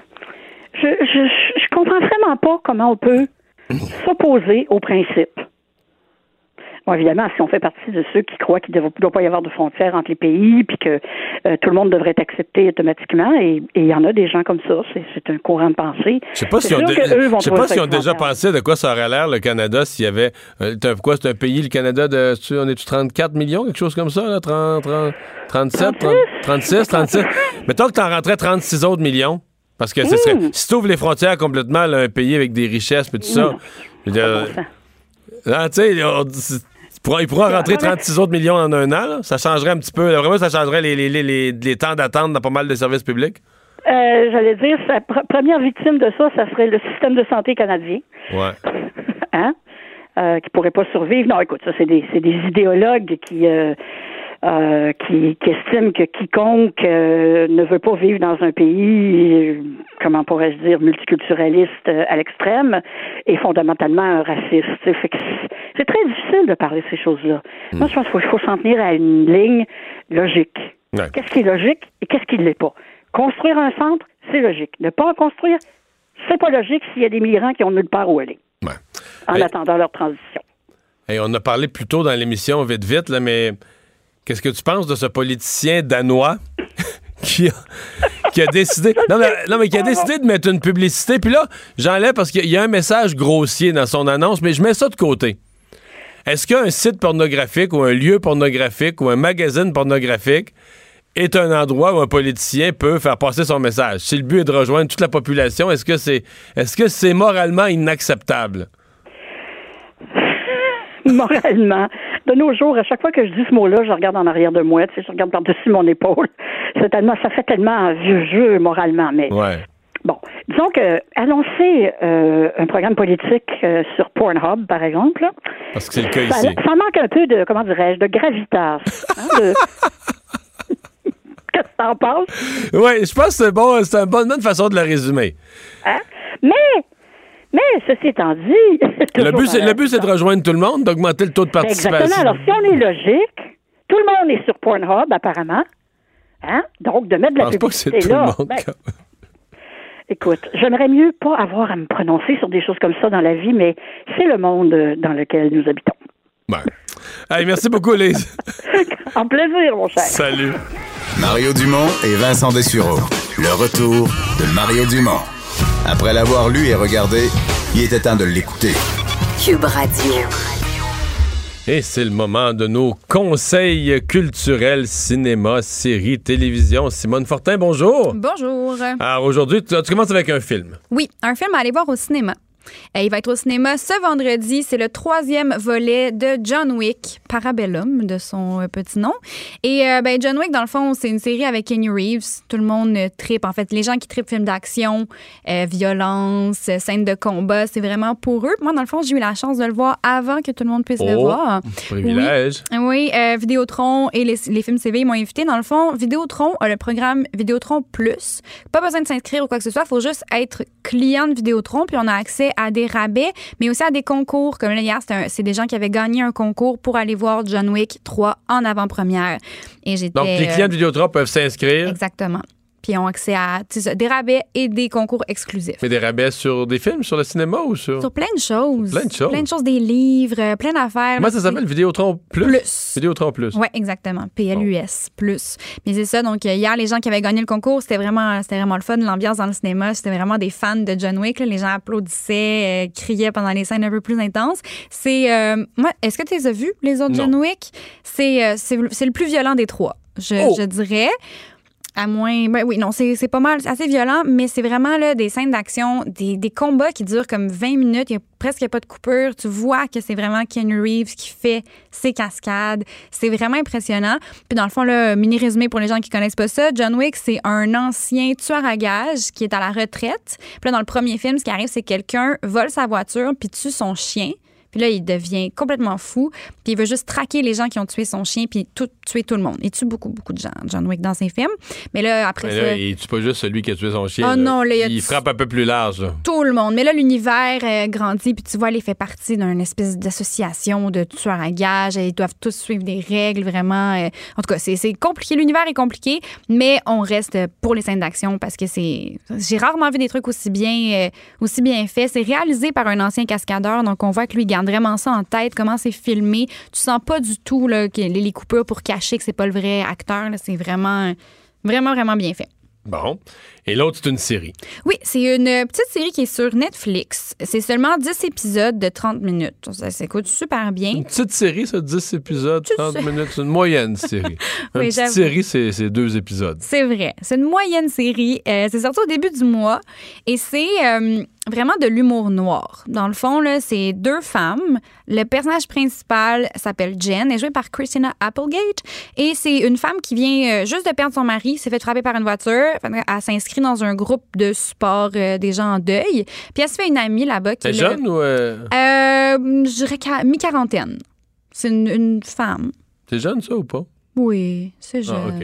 je, je, je comprends vraiment pas comment on peut s'opposer au principe. Bon, évidemment, si on fait partie de ceux qui croient qu'il ne doit pas y avoir de frontières entre les pays, puis que euh, tout le monde devrait être accepté automatiquement, et il y en a des gens comme ça, c'est, c'est un courant de pensée. Je sais pas si on, dé- je sais pas si on déjà pensé de quoi ça aurait l'air le Canada s'il y avait, euh, quoi, c'est un pays, le Canada de, on est-tu trente-quatre millions, quelque chose comme ça, là, trente, trente, trente-sept, trente, trente-six, trente-six. Mettons que t'en rentrais trente-six autres millions. Parce que ce serait, mmh. si tu ouvres les frontières complètement, là, un pays avec des richesses, puis tout ça. Mmh. Euh, là, tu sais, il pourra rentrer trente-six autres millions en un an. Là. Ça changerait un petit peu. Vraiment, ça changerait les, les, les, les, les temps d'attente dans pas mal de services publics. Euh, j'allais dire, la pr- première victime de ça, ça serait le système de santé canadien. Ouais. hein? Euh, qui pourrait pas survivre. Non, écoute, ça, c'est des, c'est des idéologues qui... Euh, Euh, qui, qui estime que quiconque euh, ne veut pas vivre dans un pays, euh, comment pourrais-je dire, multiculturaliste euh, à l'extrême, est fondamentalement un raciste. Fait que c'est, c'est très difficile de parler de ces choses-là. Mmh. Moi, je pense qu'il faut, faut s'en tenir à une ligne logique. Ouais. Qu'est-ce qui est logique et qu'est-ce qui ne l'est pas? Construire un centre, c'est logique. Ne pas en construire, c'est pas logique s'il y a des migrants qui ont nulle part où aller. Ouais. en hey. attendant leur transition. Hey, on a parlé plus tôt dans l'émission, vite, vite, là, mais qu'est-ce que tu penses de ce politicien danois qui, a, qui a décidé... Non mais, non, mais qui a décidé de mettre une publicité, puis là, j'enlève parce qu'il y a un message grossier dans son annonce, mais je mets ça de côté. Est-ce qu'un site pornographique ou un lieu pornographique ou un magazine pornographique est un endroit où un politicien peut faire passer son message? Si le but est de rejoindre toute la population, est-ce que c'est, est-ce que c'est moralement inacceptable? Moralement. De nos jours, à chaque fois que je dis ce mot-là, je regarde en arrière de moi, tu sais, je regarde par-dessus mon épaule. C'est tellement, ça fait tellement un vieux jeu moralement, mais... Ouais. Bon, disons que annoncer euh, un programme politique euh, sur Pornhub, par exemple, là, parce que c'est le cas ça, ici. ça manque un peu de, comment dirais-je, de gravitas. Hein, de... Qu'est-ce que t'en penses? Oui, je pense que c'est bon, c'est une bonne, bonne façon de le résumer. Hein? Mais, mais, ceci étant dit... Le but, c'est, le but, c'est de rejoindre tout le monde, d'augmenter le taux de participation. Exactement. Alors, si on est logique, tout le monde est sur Pornhub, apparemment. Hein? Donc, de mettre de la publicité je pense là... pas que c'est tout le monde. Ben, écoute, j'aimerais mieux pas avoir à me prononcer sur des choses comme ça dans la vie, mais c'est le monde dans lequel nous habitons. Ben. Hey, merci beaucoup, Lise. En plaisir, mon cher. Salut. Mario Dumont et Vincent Dessureau. Le retour de Mario Dumont. Après l'avoir lu et regardé, il était temps de l'écouter. Cube Radio. Et c'est le moment de nos conseils culturels, cinéma, séries, télévision. Simone Fortin, bonjour. Bonjour. Alors aujourd'hui, tu, tu commences avec un film. Oui, un film à aller voir au cinéma. Euh, il va être au cinéma ce vendredi. C'est le troisième volet de John Wick, Parabellum, de son euh, petit nom. Et euh, ben, John Wick, dans le fond, c'est une série avec Keanu Reeves. Tout le monde euh, trippe. En fait, les gens qui trippent films d'action, euh, violence, euh, scènes de combat, c'est vraiment pour eux. Moi, dans le fond, j'ai eu la chance de le voir avant que tout le monde puisse oh, le voir. Privilège. Oui, oui euh, Vidéotron et les, les films C V, ils m'ont invité. Dans le fond, Vidéotron a le programme Vidéotron Plus. Pas besoin de s'inscrire ou quoi que ce soit. Il faut juste être client de Vidéotron, puis on a accès à des rabais, mais aussi à des concours. Comme là, hier, c'est, un, c'est des gens qui avaient gagné un concours pour aller voir John Wick trois en avant-première. Et j'étais, donc, les clients de Vidéotron peuvent s'inscrire. Exactement. Puis ils ont accès à ça, des rabais et des concours exclusifs. Mais des rabais sur des films, sur le cinéma ou sur... Sur plein de choses. Plein de choses. Plein de choses, des livres, plein d'affaires. Comment ça s'appelle? Vidéotron Plus? Plus. Vidéotron Plus. Oui, exactement. P L U S, bon. Plus. Mais c'est ça. Donc, hier, les gens qui avaient gagné le concours, c'était vraiment, c'était vraiment le fun. L'ambiance dans le cinéma, c'était vraiment des fans de John Wick. Là. Les gens applaudissaient, euh, criaient pendant les scènes un peu plus intenses. C'est... Euh, moi, est-ce que tu les as vus, les autres non. John Wick? C'est, euh, c'est, c'est le plus violent des trois, je, oh. je dirais. À moins... Ben oui, non, c'est, c'est pas mal, c'est assez violent, mais c'est vraiment là, des scènes d'action, des, des combats qui durent comme vingt minutes, il y a presque pas de coupure. Tu vois que c'est vraiment Keanu Reeves qui fait ses cascades. C'est vraiment impressionnant. Puis dans le fond, là, mini résumé pour les gens qui connaissent pas ça, John Wick, c'est un ancien tueur à gages qui est à la retraite. Puis là, dans le premier film, ce qui arrive, c'est que quelqu'un vole sa voiture puis tue son chien. Puis là, il devient complètement fou. Puis il veut juste traquer les gens qui ont tué son chien puis tout, tuer tout le monde. Il tue beaucoup, beaucoup de gens, John Wick, dans ses films. Mais là, après Mais ça... là, il tue pas juste celui qui a tué son chien. Oh là. non, là, il, il frappe un peu plus large. Là. Tout le monde. Mais là, l'univers euh, grandit. Puis tu vois, il fait partie d'une espèce d'association de tueurs à gages. Ils doivent tous suivre des règles, vraiment. Euh... En tout cas, c'est, c'est compliqué. L'univers est compliqué. Mais on reste pour les scènes d'action parce que c'est... J'ai rarement vu des trucs aussi bien, euh, aussi bien faits. C'est réalisé par un ancien cascadeur. Donc, on voit que lui, il garde vraiment ça en tête. Comment c'est filmé. Tu sens pas du tout là, que les coupures pour cacher que c'est pas le vrai acteur. Là. C'est vraiment, vraiment, vraiment bien fait. Bon. Et l'autre, c'est une série. Oui, c'est une petite série qui est sur Netflix. C'est seulement dix épisodes de trente minutes. Ça s'écoute super bien. Une petite série, ça, dix épisodes, trente minutes. C'est une moyenne série. Oui, une petite j'avoue. série, c'est, c'est deux épisodes. C'est vrai. C'est une moyenne série. Euh, c'est sorti au début du mois. Et c'est euh, vraiment de l'humour noir. Dans le fond, là, c'est deux femmes. Le personnage principal s'appelle Jen, elle est jouée par Christina Applegate. Et c'est une femme qui vient euh, juste de perdre son mari, s'est fait frapper par une voiture. Elle s'inscrit dans un groupe de support euh, des gens en deuil. Puis elle se fait une amie là-bas. Qui est jeune ou... Euh... Euh, je dirais mi-quarantaine. C'est une, une femme. C'est jeune, ça, ou pas? Oui, c'est jeune. Ah, OK, bon.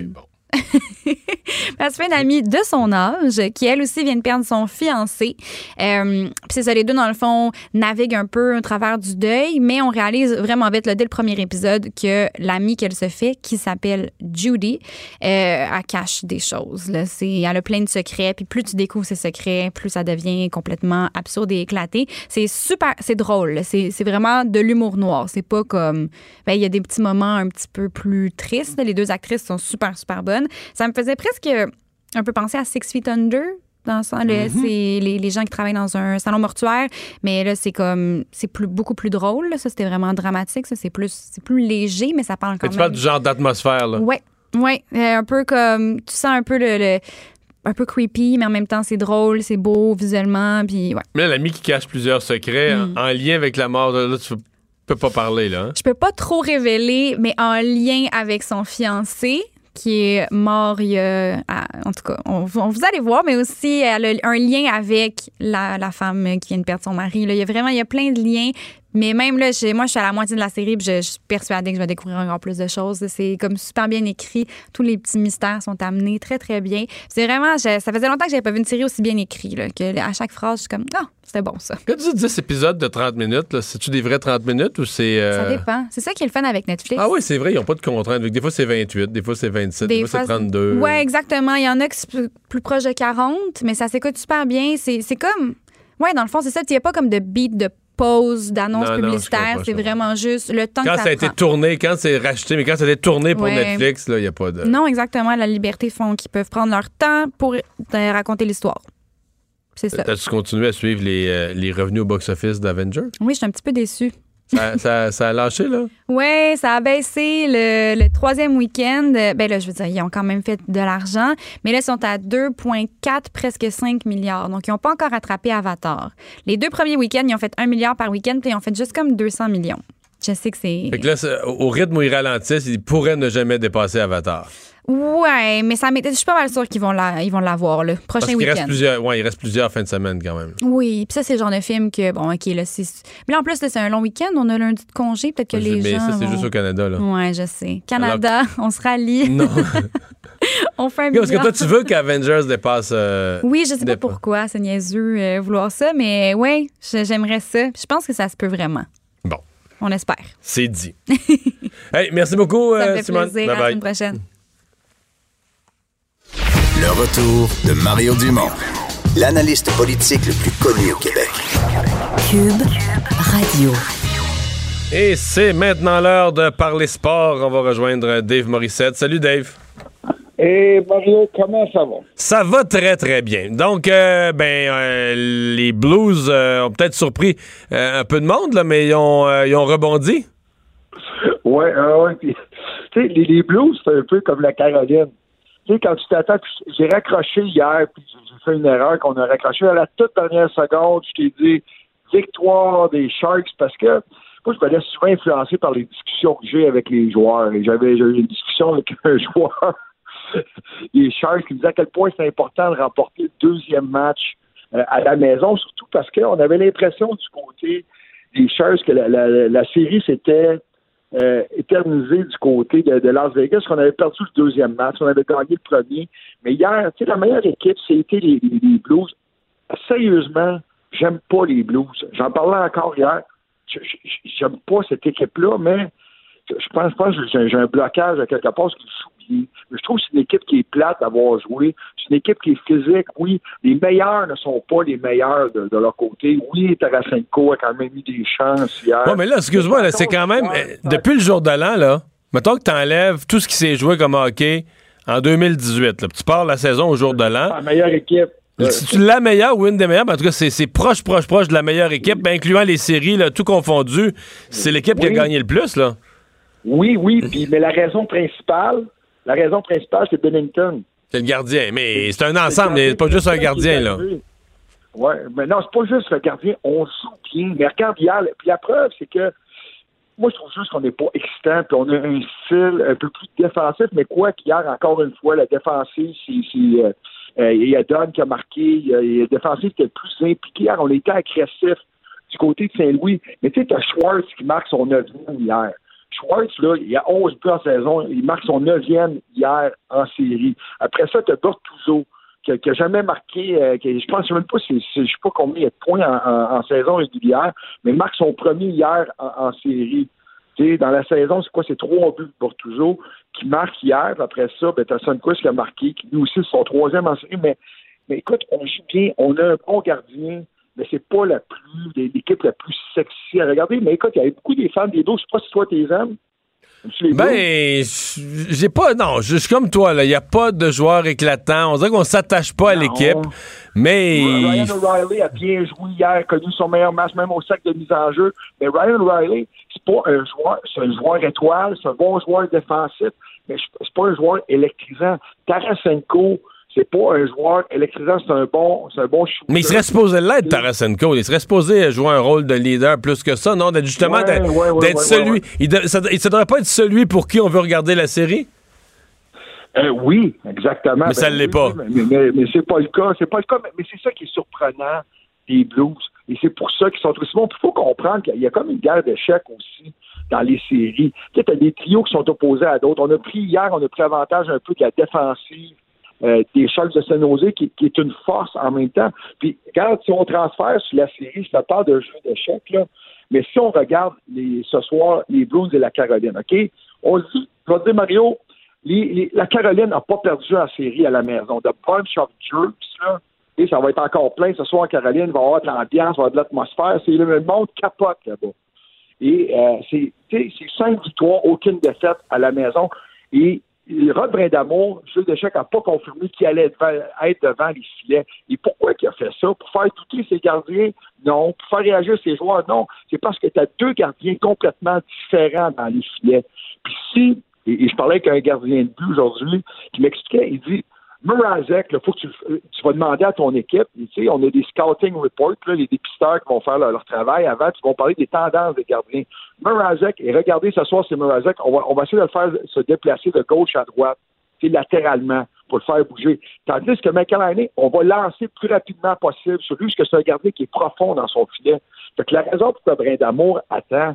Elle se fait une amie de son âge qui, elle aussi, vient de perdre son fiancé. Euh, Puis c'est ça, les deux, dans le fond, naviguent un peu au travers du deuil, mais on réalise vraiment vite, là, dès le premier épisode, que l'amie qu'elle se fait, qui s'appelle Judy, euh, elle cache des choses. Là. C'est, elle a plein de secrets, puis plus tu découvres ses secrets, plus ça devient complètement absurde et éclaté. C'est super, c'est drôle. C'est, c'est vraiment de l'humour noir. C'est pas comme... Ben, il y a des petits moments un petit peu plus tristes. Les deux actrices sont super, super bonnes. Ça me faisait presque un peu penser à Six Feet Under, dans le sens, là, mm-hmm. c'est les, les gens qui travaillent dans un salon mortuaire, mais là, c'est comme, c'est plus, beaucoup plus drôle. Là. Ça, c'était vraiment dramatique. Ça, c'est plus, c'est plus léger, mais ça parle quand mais même. Tu parles du genre d'atmosphère, là. Ouais, ouais. Euh, un peu comme, tu sens un peu le... le un peu creepy, mais en même temps, c'est drôle, c'est beau visuellement, puis ouais. Mais là, l'ami qui cache plusieurs secrets mm. en, en lien avec la mort, là, tu peux pas parler, là. Hein? Je peux pas trop révéler, mais en lien avec son fiancé, qui est mort il y a... En tout cas, on, on vous allez voir, mais aussi elle a un lien avec la, la femme qui vient de perdre son mari. Là. Il y a vraiment il y a plein de liens. Mais même là, moi, je suis à la moitié de la série, puis je, je suis persuadée que je vais découvrir encore plus de choses. C'est comme super bien écrit. Tous les petits mystères sont amenés très, très bien. C'est vraiment... Je, ça faisait longtemps que j'avais pas vu une série aussi bien écrite, là, que à chaque phrase, je suis comme... Ah, c'était bon, ça. Quand tu dis dix épisodes de trente minutes, là, c'est-tu des vrais trente minutes ou c'est... Euh... Ça dépend. C'est ça qui est le fun avec Netflix. Ah oui, c'est vrai, ils n'ont pas de contraintes. Des fois, c'est vingt-huit, des fois, c'est vingt-sept, des, des fois, c'est trente-deux. Oui, exactement. Il y en a qui sont plus, plus proches de quarante, mais ça s'écoute super bien. C'est, c'est comme... Ouais, dans le fond, c'est ça. Il n'y a pas comme de beat, de pause, d'annonce publicitaire. C'est vraiment juste le temps quand que ça ça a prend. été tourné, quand c'est racheté, mais quand ça a été tourné pour ouais. Netflix, il n'y a pas de... Non, exactement. La liberté font qu'ils peuvent prendre leur temps pour raconter l'histoire. C'est ça. T'as-tu continué à suivre les, euh, les revenus au box-office d'Avengers? Oui, je suis un petit peu déçue. Ça, ça, ça a lâché, là? Oui, ça a baissé le, le troisième week-end. Ben là, je veux dire, ils ont quand même fait de l'argent. Mais là, ils sont à deux virgule quatre, presque cinq milliards. Donc, ils n'ont pas encore rattrapé Avatar. Les deux premiers week-ends, ils ont fait un milliard par week-end, puis ils ont fait juste comme deux cents millions. Je sais que c'est... Fait que là, au rythme où ils ralentissent, ils pourraient ne jamais dépasser Avatar. Ouais, mais ça m'était. Je suis pas mal sûre qu'ils vont la, ils vont l'avoir le prochain Parce qu'il week-end. Reste plusieurs, ouais, il reste plusieurs fins de semaine quand même. Oui, puis ça c'est le genre de film que bon, ok là, c'est. Mais là en plus là, c'est un long week-end, on a lundi de congé, peut-être que je, les mais gens. ça c'est vont... juste au Canada là. Ouais, je sais. Canada, Alors... on se rallie. Non. On fait un Parce que toi tu veux qu'Avengers dépasse. Euh, oui, je sais dépasse. pas pourquoi, c'est niaiseux euh, vouloir ça, mais ouais, j'aimerais ça. Je pense que ça se peut vraiment. Bon. On espère. C'est dit. Hey, merci beaucoup, ça euh, me fait Simone. plaisir. Bye À la bye. semaine prochaine. Le retour de Mario Dumont, l'analyste politique le plus connu au Québec. Cube Radio. Et c'est maintenant l'heure de parler sport. On va rejoindre Dave Morissette. Salut Dave. Et Mario, comment ça va? Ça va très, très bien. Donc, euh, ben, euh, les Blues euh, ont peut-être surpris euh, un peu de monde, là, mais ils ont, euh, ils ont rebondi. Oui, euh, ouais. Tu sais, les, les Blues, c'est un peu comme la Caroline. Tu sais, quand tu t'attends, j'ai raccroché hier, puis j'ai fait une erreur qu'on a raccroché à la toute dernière seconde. Je t'ai dit victoire des Sharks parce que moi, je me laisse souvent influencer par les discussions que j'ai avec les joueurs. Et j'avais, j'avais une discussion avec un joueur des Sharks qui me disait à quel point c'est important de remporter le deuxième match euh, à la maison, surtout parce qu'on avait l'impression du côté des Sharks que la, la, la série s'était euh, éternisée du côté de, de Las Vegas, qu'on avait perdu le deuxième match, on avait gagné le premier. Mais hier, tu sais, la meilleure équipe, c'était les, les, les Blues. Sérieusement, j'aime pas les Blues. J'en parlais encore hier. J'aime pas cette équipe-là, mais je pense, je pense que j'ai, j'ai un blocage à quelque part, ce qui s'oublie. Mais je trouve que c'est une équipe qui est plate d'avoir joué. C'est une équipe qui est physique. Oui, les meilleurs ne sont pas les meilleurs de, de leur côté. Oui, Tarasenko a quand même eu des chances hier. Oui, mais là, excuse-moi, là, c'est quand même... Euh, depuis le jour de l'an, là, mettons que tu enlèves tout ce qui s'est joué comme hockey en deux mille dix-huit. Là, tu pars la saison au jour de l'an. La meilleure équipe. Si tu la meilleure ou une des meilleures, ben en tout cas, c'est, c'est proche, proche, proche de la meilleure équipe, ben, incluant les séries, là, tout confondu. C'est l'équipe oui. qui a gagné le plus, là. Oui, oui, puis, mais la raison principale, la raison principale, c'est Binnington. C'est le gardien, mais c'est un ensemble, c'est, c'est pas juste un gardien, là. Oui, mais non, c'est pas juste le gardien, on joue bien. Mais regarde hier, puis la preuve, c'est que moi, je trouve juste qu'on n'est pas excitant, puis on a un style un peu plus défensif, mais quoi qu'hier, encore une fois, la défensive, c'est... c'est euh, Euh, il y a Don qui a marqué, il y a, il y a le défensif qui est le plus impliqué. Hier, on était agressif du côté de Saint-Louis. Mais tu sais, t'as Schwartz qui marque son neuvième hier. Schwartz, là, il a onze buts en saison. Il marque son neuvième hier en série. Après ça, tu as Bortuzzo, qui n'a jamais marqué, euh, qui, je pense même pas, c'est, c'est, je sais pas combien il y a de points en, en, en saison régulière, mais il marque son premier hier en, en série. T'sais, dans la saison, c'est quoi? C'est trois buts pour toujours qui marque hier. Après ça, ben, t'as Sundqvist qui a marqué, qui lui aussi c'est son troisième en série. Mais, mais écoute, on joue bien, on a un bon gardien, mais c'est pas la plus, l'équipe la plus sexy à regarder. Mais écoute, il y avait beaucoup des fans des Blues. Je sais pas si toi t'es aimes. Ben, j'ai pas. Non, je suis comme toi, là. Il n'y a pas de joueurs éclatants. On dirait qu'on s'attache pas à non. l'équipe. Mais. Ryan O'Reilly a bien joué hier, connu son meilleur match, même au sac de mise en jeu. Mais Ryan O'Reilly, c'est pas un joueur, c'est un joueur étoile, c'est un bon joueur défensif, mais c'est pas un joueur électrisant. Tarasenko, c'est pas un joueur électrisant, c'est un bon, c'est un bon shooter. Mais il serait supposé l'être, Tarasenko. Il serait supposé jouer un rôle de leader plus que ça, non? D'être justement, ouais, d'être, ouais, ouais, d'être ouais, celui. Ouais, ouais. Il ne ça, il devrait pas être celui pour qui on veut regarder la série? Euh, oui, exactement. Mais ben, ça ne l'est oui, pas. Mais, mais, mais c'est pas le cas. C'est pas le cas, mais, mais c'est ça qui est surprenant des Blues. Et c'est pour ça qu'ils sont aussi bons. Il faut comprendre qu'il y a comme une guerre d'échecs aussi dans les séries. Tu sais, tu as des trios qui sont opposés à d'autres. On a pris hier, on a pris avantage un peu de la défensive euh, des Sharks de San Jose, qui, qui est une force en même temps. Puis, regarde, si on transfère sur la série, je parle de jeu d'échecs, là, mais si on regarde les, ce soir les Blues et la Caroline, OK? On se dit, je vais te dire, Mario, les, les, la Caroline n'a pas perdu en série à la maison. The bunch of jerks, là, et ça va être encore plein ce soir en Caroline, il va y avoir de l'ambiance, il va y avoir de l'atmosphère. C'est le monde capote là-bas. Et euh, c'est, c'est cinq victoires, aucune défaite à la maison. Et Rod Brindamour, jeu d'échecs, n'a pas confirmé qu'il allait être devant les filets. Et pourquoi il a fait ça? Pour faire douter ses gardiens? Non. Pour faire réagir ses joueurs? Non. C'est parce que tu as deux gardiens complètement différents dans les filets. Puis si, et, et je parlais avec un gardien de but aujourd'hui qui m'expliquait, il dit, Mrazek, il faut que tu, tu vas demander à ton équipe, tu sais, on a des scouting reports, là, les dépisteurs qui vont faire leur, leur travail avant, qui vont parler des tendances des gardiens. Mrazek, et regardez ce soir, c'est Mrazek, on va, on va essayer de le faire se déplacer de gauche à droite, tu sais, latéralement, pour le faire bouger. Tandis que McElhinney, on va lancer le plus rapidement possible sur lui, parce que c'est un gardien qui est profond dans son filet. Fait que la raison pour que Brindamour attend,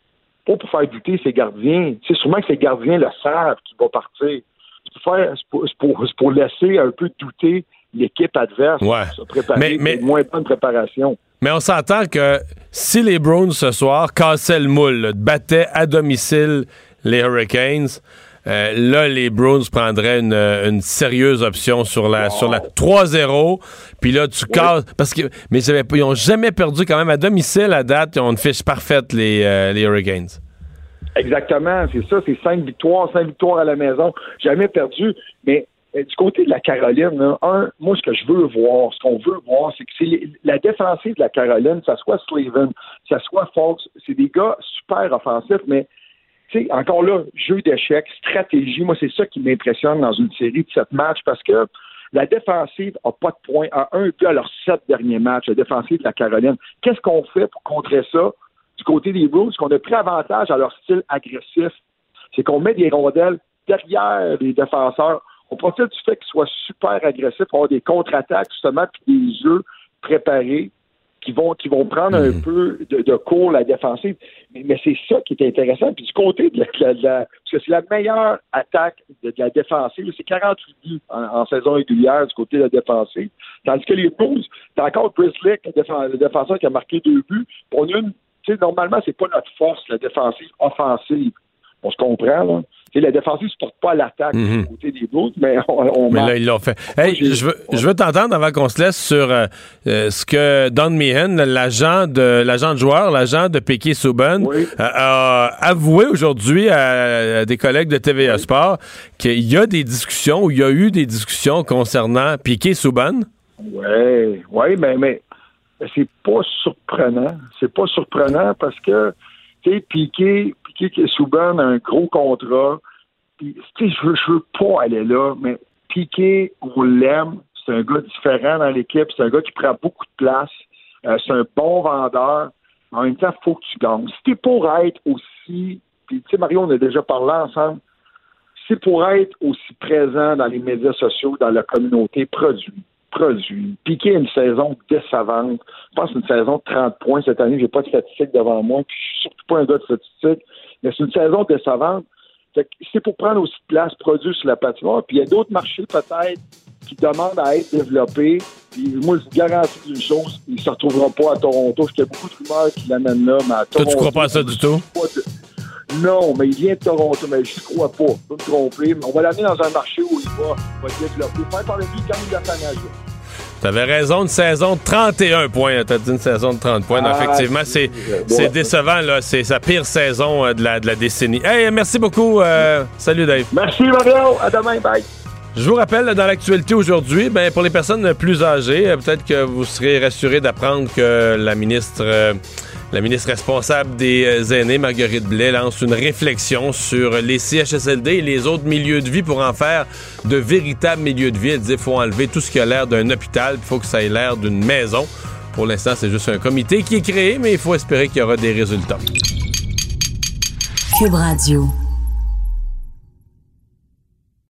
pas pour faire douter ses gardiens, c'est sûrement que ses gardiens le savent qu'il va partir. C'est pour, faire, c'est, pour, c'est, pour, c'est pour laisser un peu douter l'équipe adverse, ouais. se préparer, mais, mais, une moins bonne préparation. Mais on s'entend que si les Bruins ce soir cassaient le moule, là, battaient à domicile les Hurricanes, euh, là, les Bruins prendraient une, une sérieuse option sur la, wow. sur la trois zéro. Puis là, tu oui. casses. Parce que, mais ils n'ont jamais perdu quand même à domicile à date. Ils ont une fiche parfaite, les, euh, les Hurricanes. Exactement, c'est ça, c'est cinq victoires, cinq victoires à la maison, jamais perdu. Mais euh, du côté de la Caroline, là, un, moi, ce que je veux voir, ce qu'on veut voir, c'est que c'est les, la défensive de la Caroline, ça soit Slavin, ça soit Fox, c'est des gars super offensifs, mais tu sais, encore là, jeu d'échecs, stratégie, moi, c'est ça qui m'impressionne dans une série de sept matchs, parce que la défensive n'a pas de points, à un but à leurs sept derniers matchs, la défensive de la Caroline. Qu'est-ce qu'on fait pour contrer ça? Du côté des Blues, qu'on a pris avantage à leur style agressif, c'est qu'on met des rondelles derrière les défenseurs. On profite du fait qu'ils soient super agressifs, pour avoir des contre-attaques, justement, puis des jeux préparés qui vont, qui vont prendre mmh. un peu de, de cours la défensive. Mais, mais c'est ça qui est intéressant. Puis du côté de la, de la, de la parce que c'est la meilleure attaque de, de la défensive, c'est quarante-huit buts en, en saison régulière du côté de la défensive. Tandis que les Blues, t'as encore Grizzly, le défenseur qui a marqué deux buts. On a une normalement, c'est pas notre force, la défensive offensive. On se comprend, là. T'sais, la défensive ne se porte pas à l'attaque mm-hmm. du côté des Blues, mais on, on Mais là, ils l'ont fait. Hey, je veux, je veux t'entendre avant qu'on se laisse sur euh, euh, ce que Don Meehan, l'agent de l'agent de joueur, l'agent de Piquet Souban, oui. euh, a avoué aujourd'hui à, à des collègues de T V A oui. Sport qu'il y a des discussions, ou il y a eu des discussions concernant Piquet Souban. Oui, oui, mais, mais c'est pas surprenant. C'est pas surprenant parce que, tu sais, Piquet, Piquet Souban a un gros contrat. Tu sais, je veux, je veux pas aller là, mais Piquet, on l'aime. C'est un gars différent dans l'équipe. C'est un gars qui prend beaucoup de place. Euh, c'est un bon vendeur. En même temps, il faut que tu gagnes. Si t'es pour être aussi, puis tu sais, Mario, on a déjà parlé ensemble, c'est pour être aussi présent dans les médias sociaux, dans la communauté, produit. Produit. Piqué une saison décevante. Je pense une saison de trente points cette année. J'ai pas de statistiques devant moi. Puis je suis surtout pas un gars de statistiques. Mais c'est une saison décevante. Fait que c'est pour prendre aussi de place, produire sur la patinoire. Puis il y a d'autres marchés peut-être qui demandent à être développés. Puis moi, je vous garantis une chose, il ne se retrouvera pas à Toronto. Parce qu'il y a beaucoup de rumeurs qui l'amènent là, mais à Toronto... Toi, tu crois pas à ça du tout? Non, mais il vient de Toronto, mais je ne crois pas. Je peux me tromper, mais on va l'amener dans un marché où il va, va être développé. Faire par le lui comme il l'a fait à Nashville. T'avais raison, une saison de trente et un points. T'as dit une saison de trente points. Non, ah, effectivement, c'est, c'est, c'est décevant. Là. C'est sa pire saison euh, de, la, de la décennie. Hey, merci beaucoup. Euh, salut, Dave. Merci, Mario. À demain. Bye. Je vous rappelle, là, dans l'actualité aujourd'hui, ben, pour les personnes plus âgées, euh, peut-être que vous serez rassurés d'apprendre que la ministre... Euh, La ministre responsable des aînés, Marguerite Blais, lance une réflexion sur les C H S L D et les autres milieux de vie pour en faire de véritables milieux de vie. Elle dit qu'il faut enlever tout ce qui a l'air d'un hôpital, il faut que ça ait l'air d'une maison. Pour l'instant, c'est juste un comité qui est créé, mais il faut espérer qu'il y aura des résultats. Cube Radio.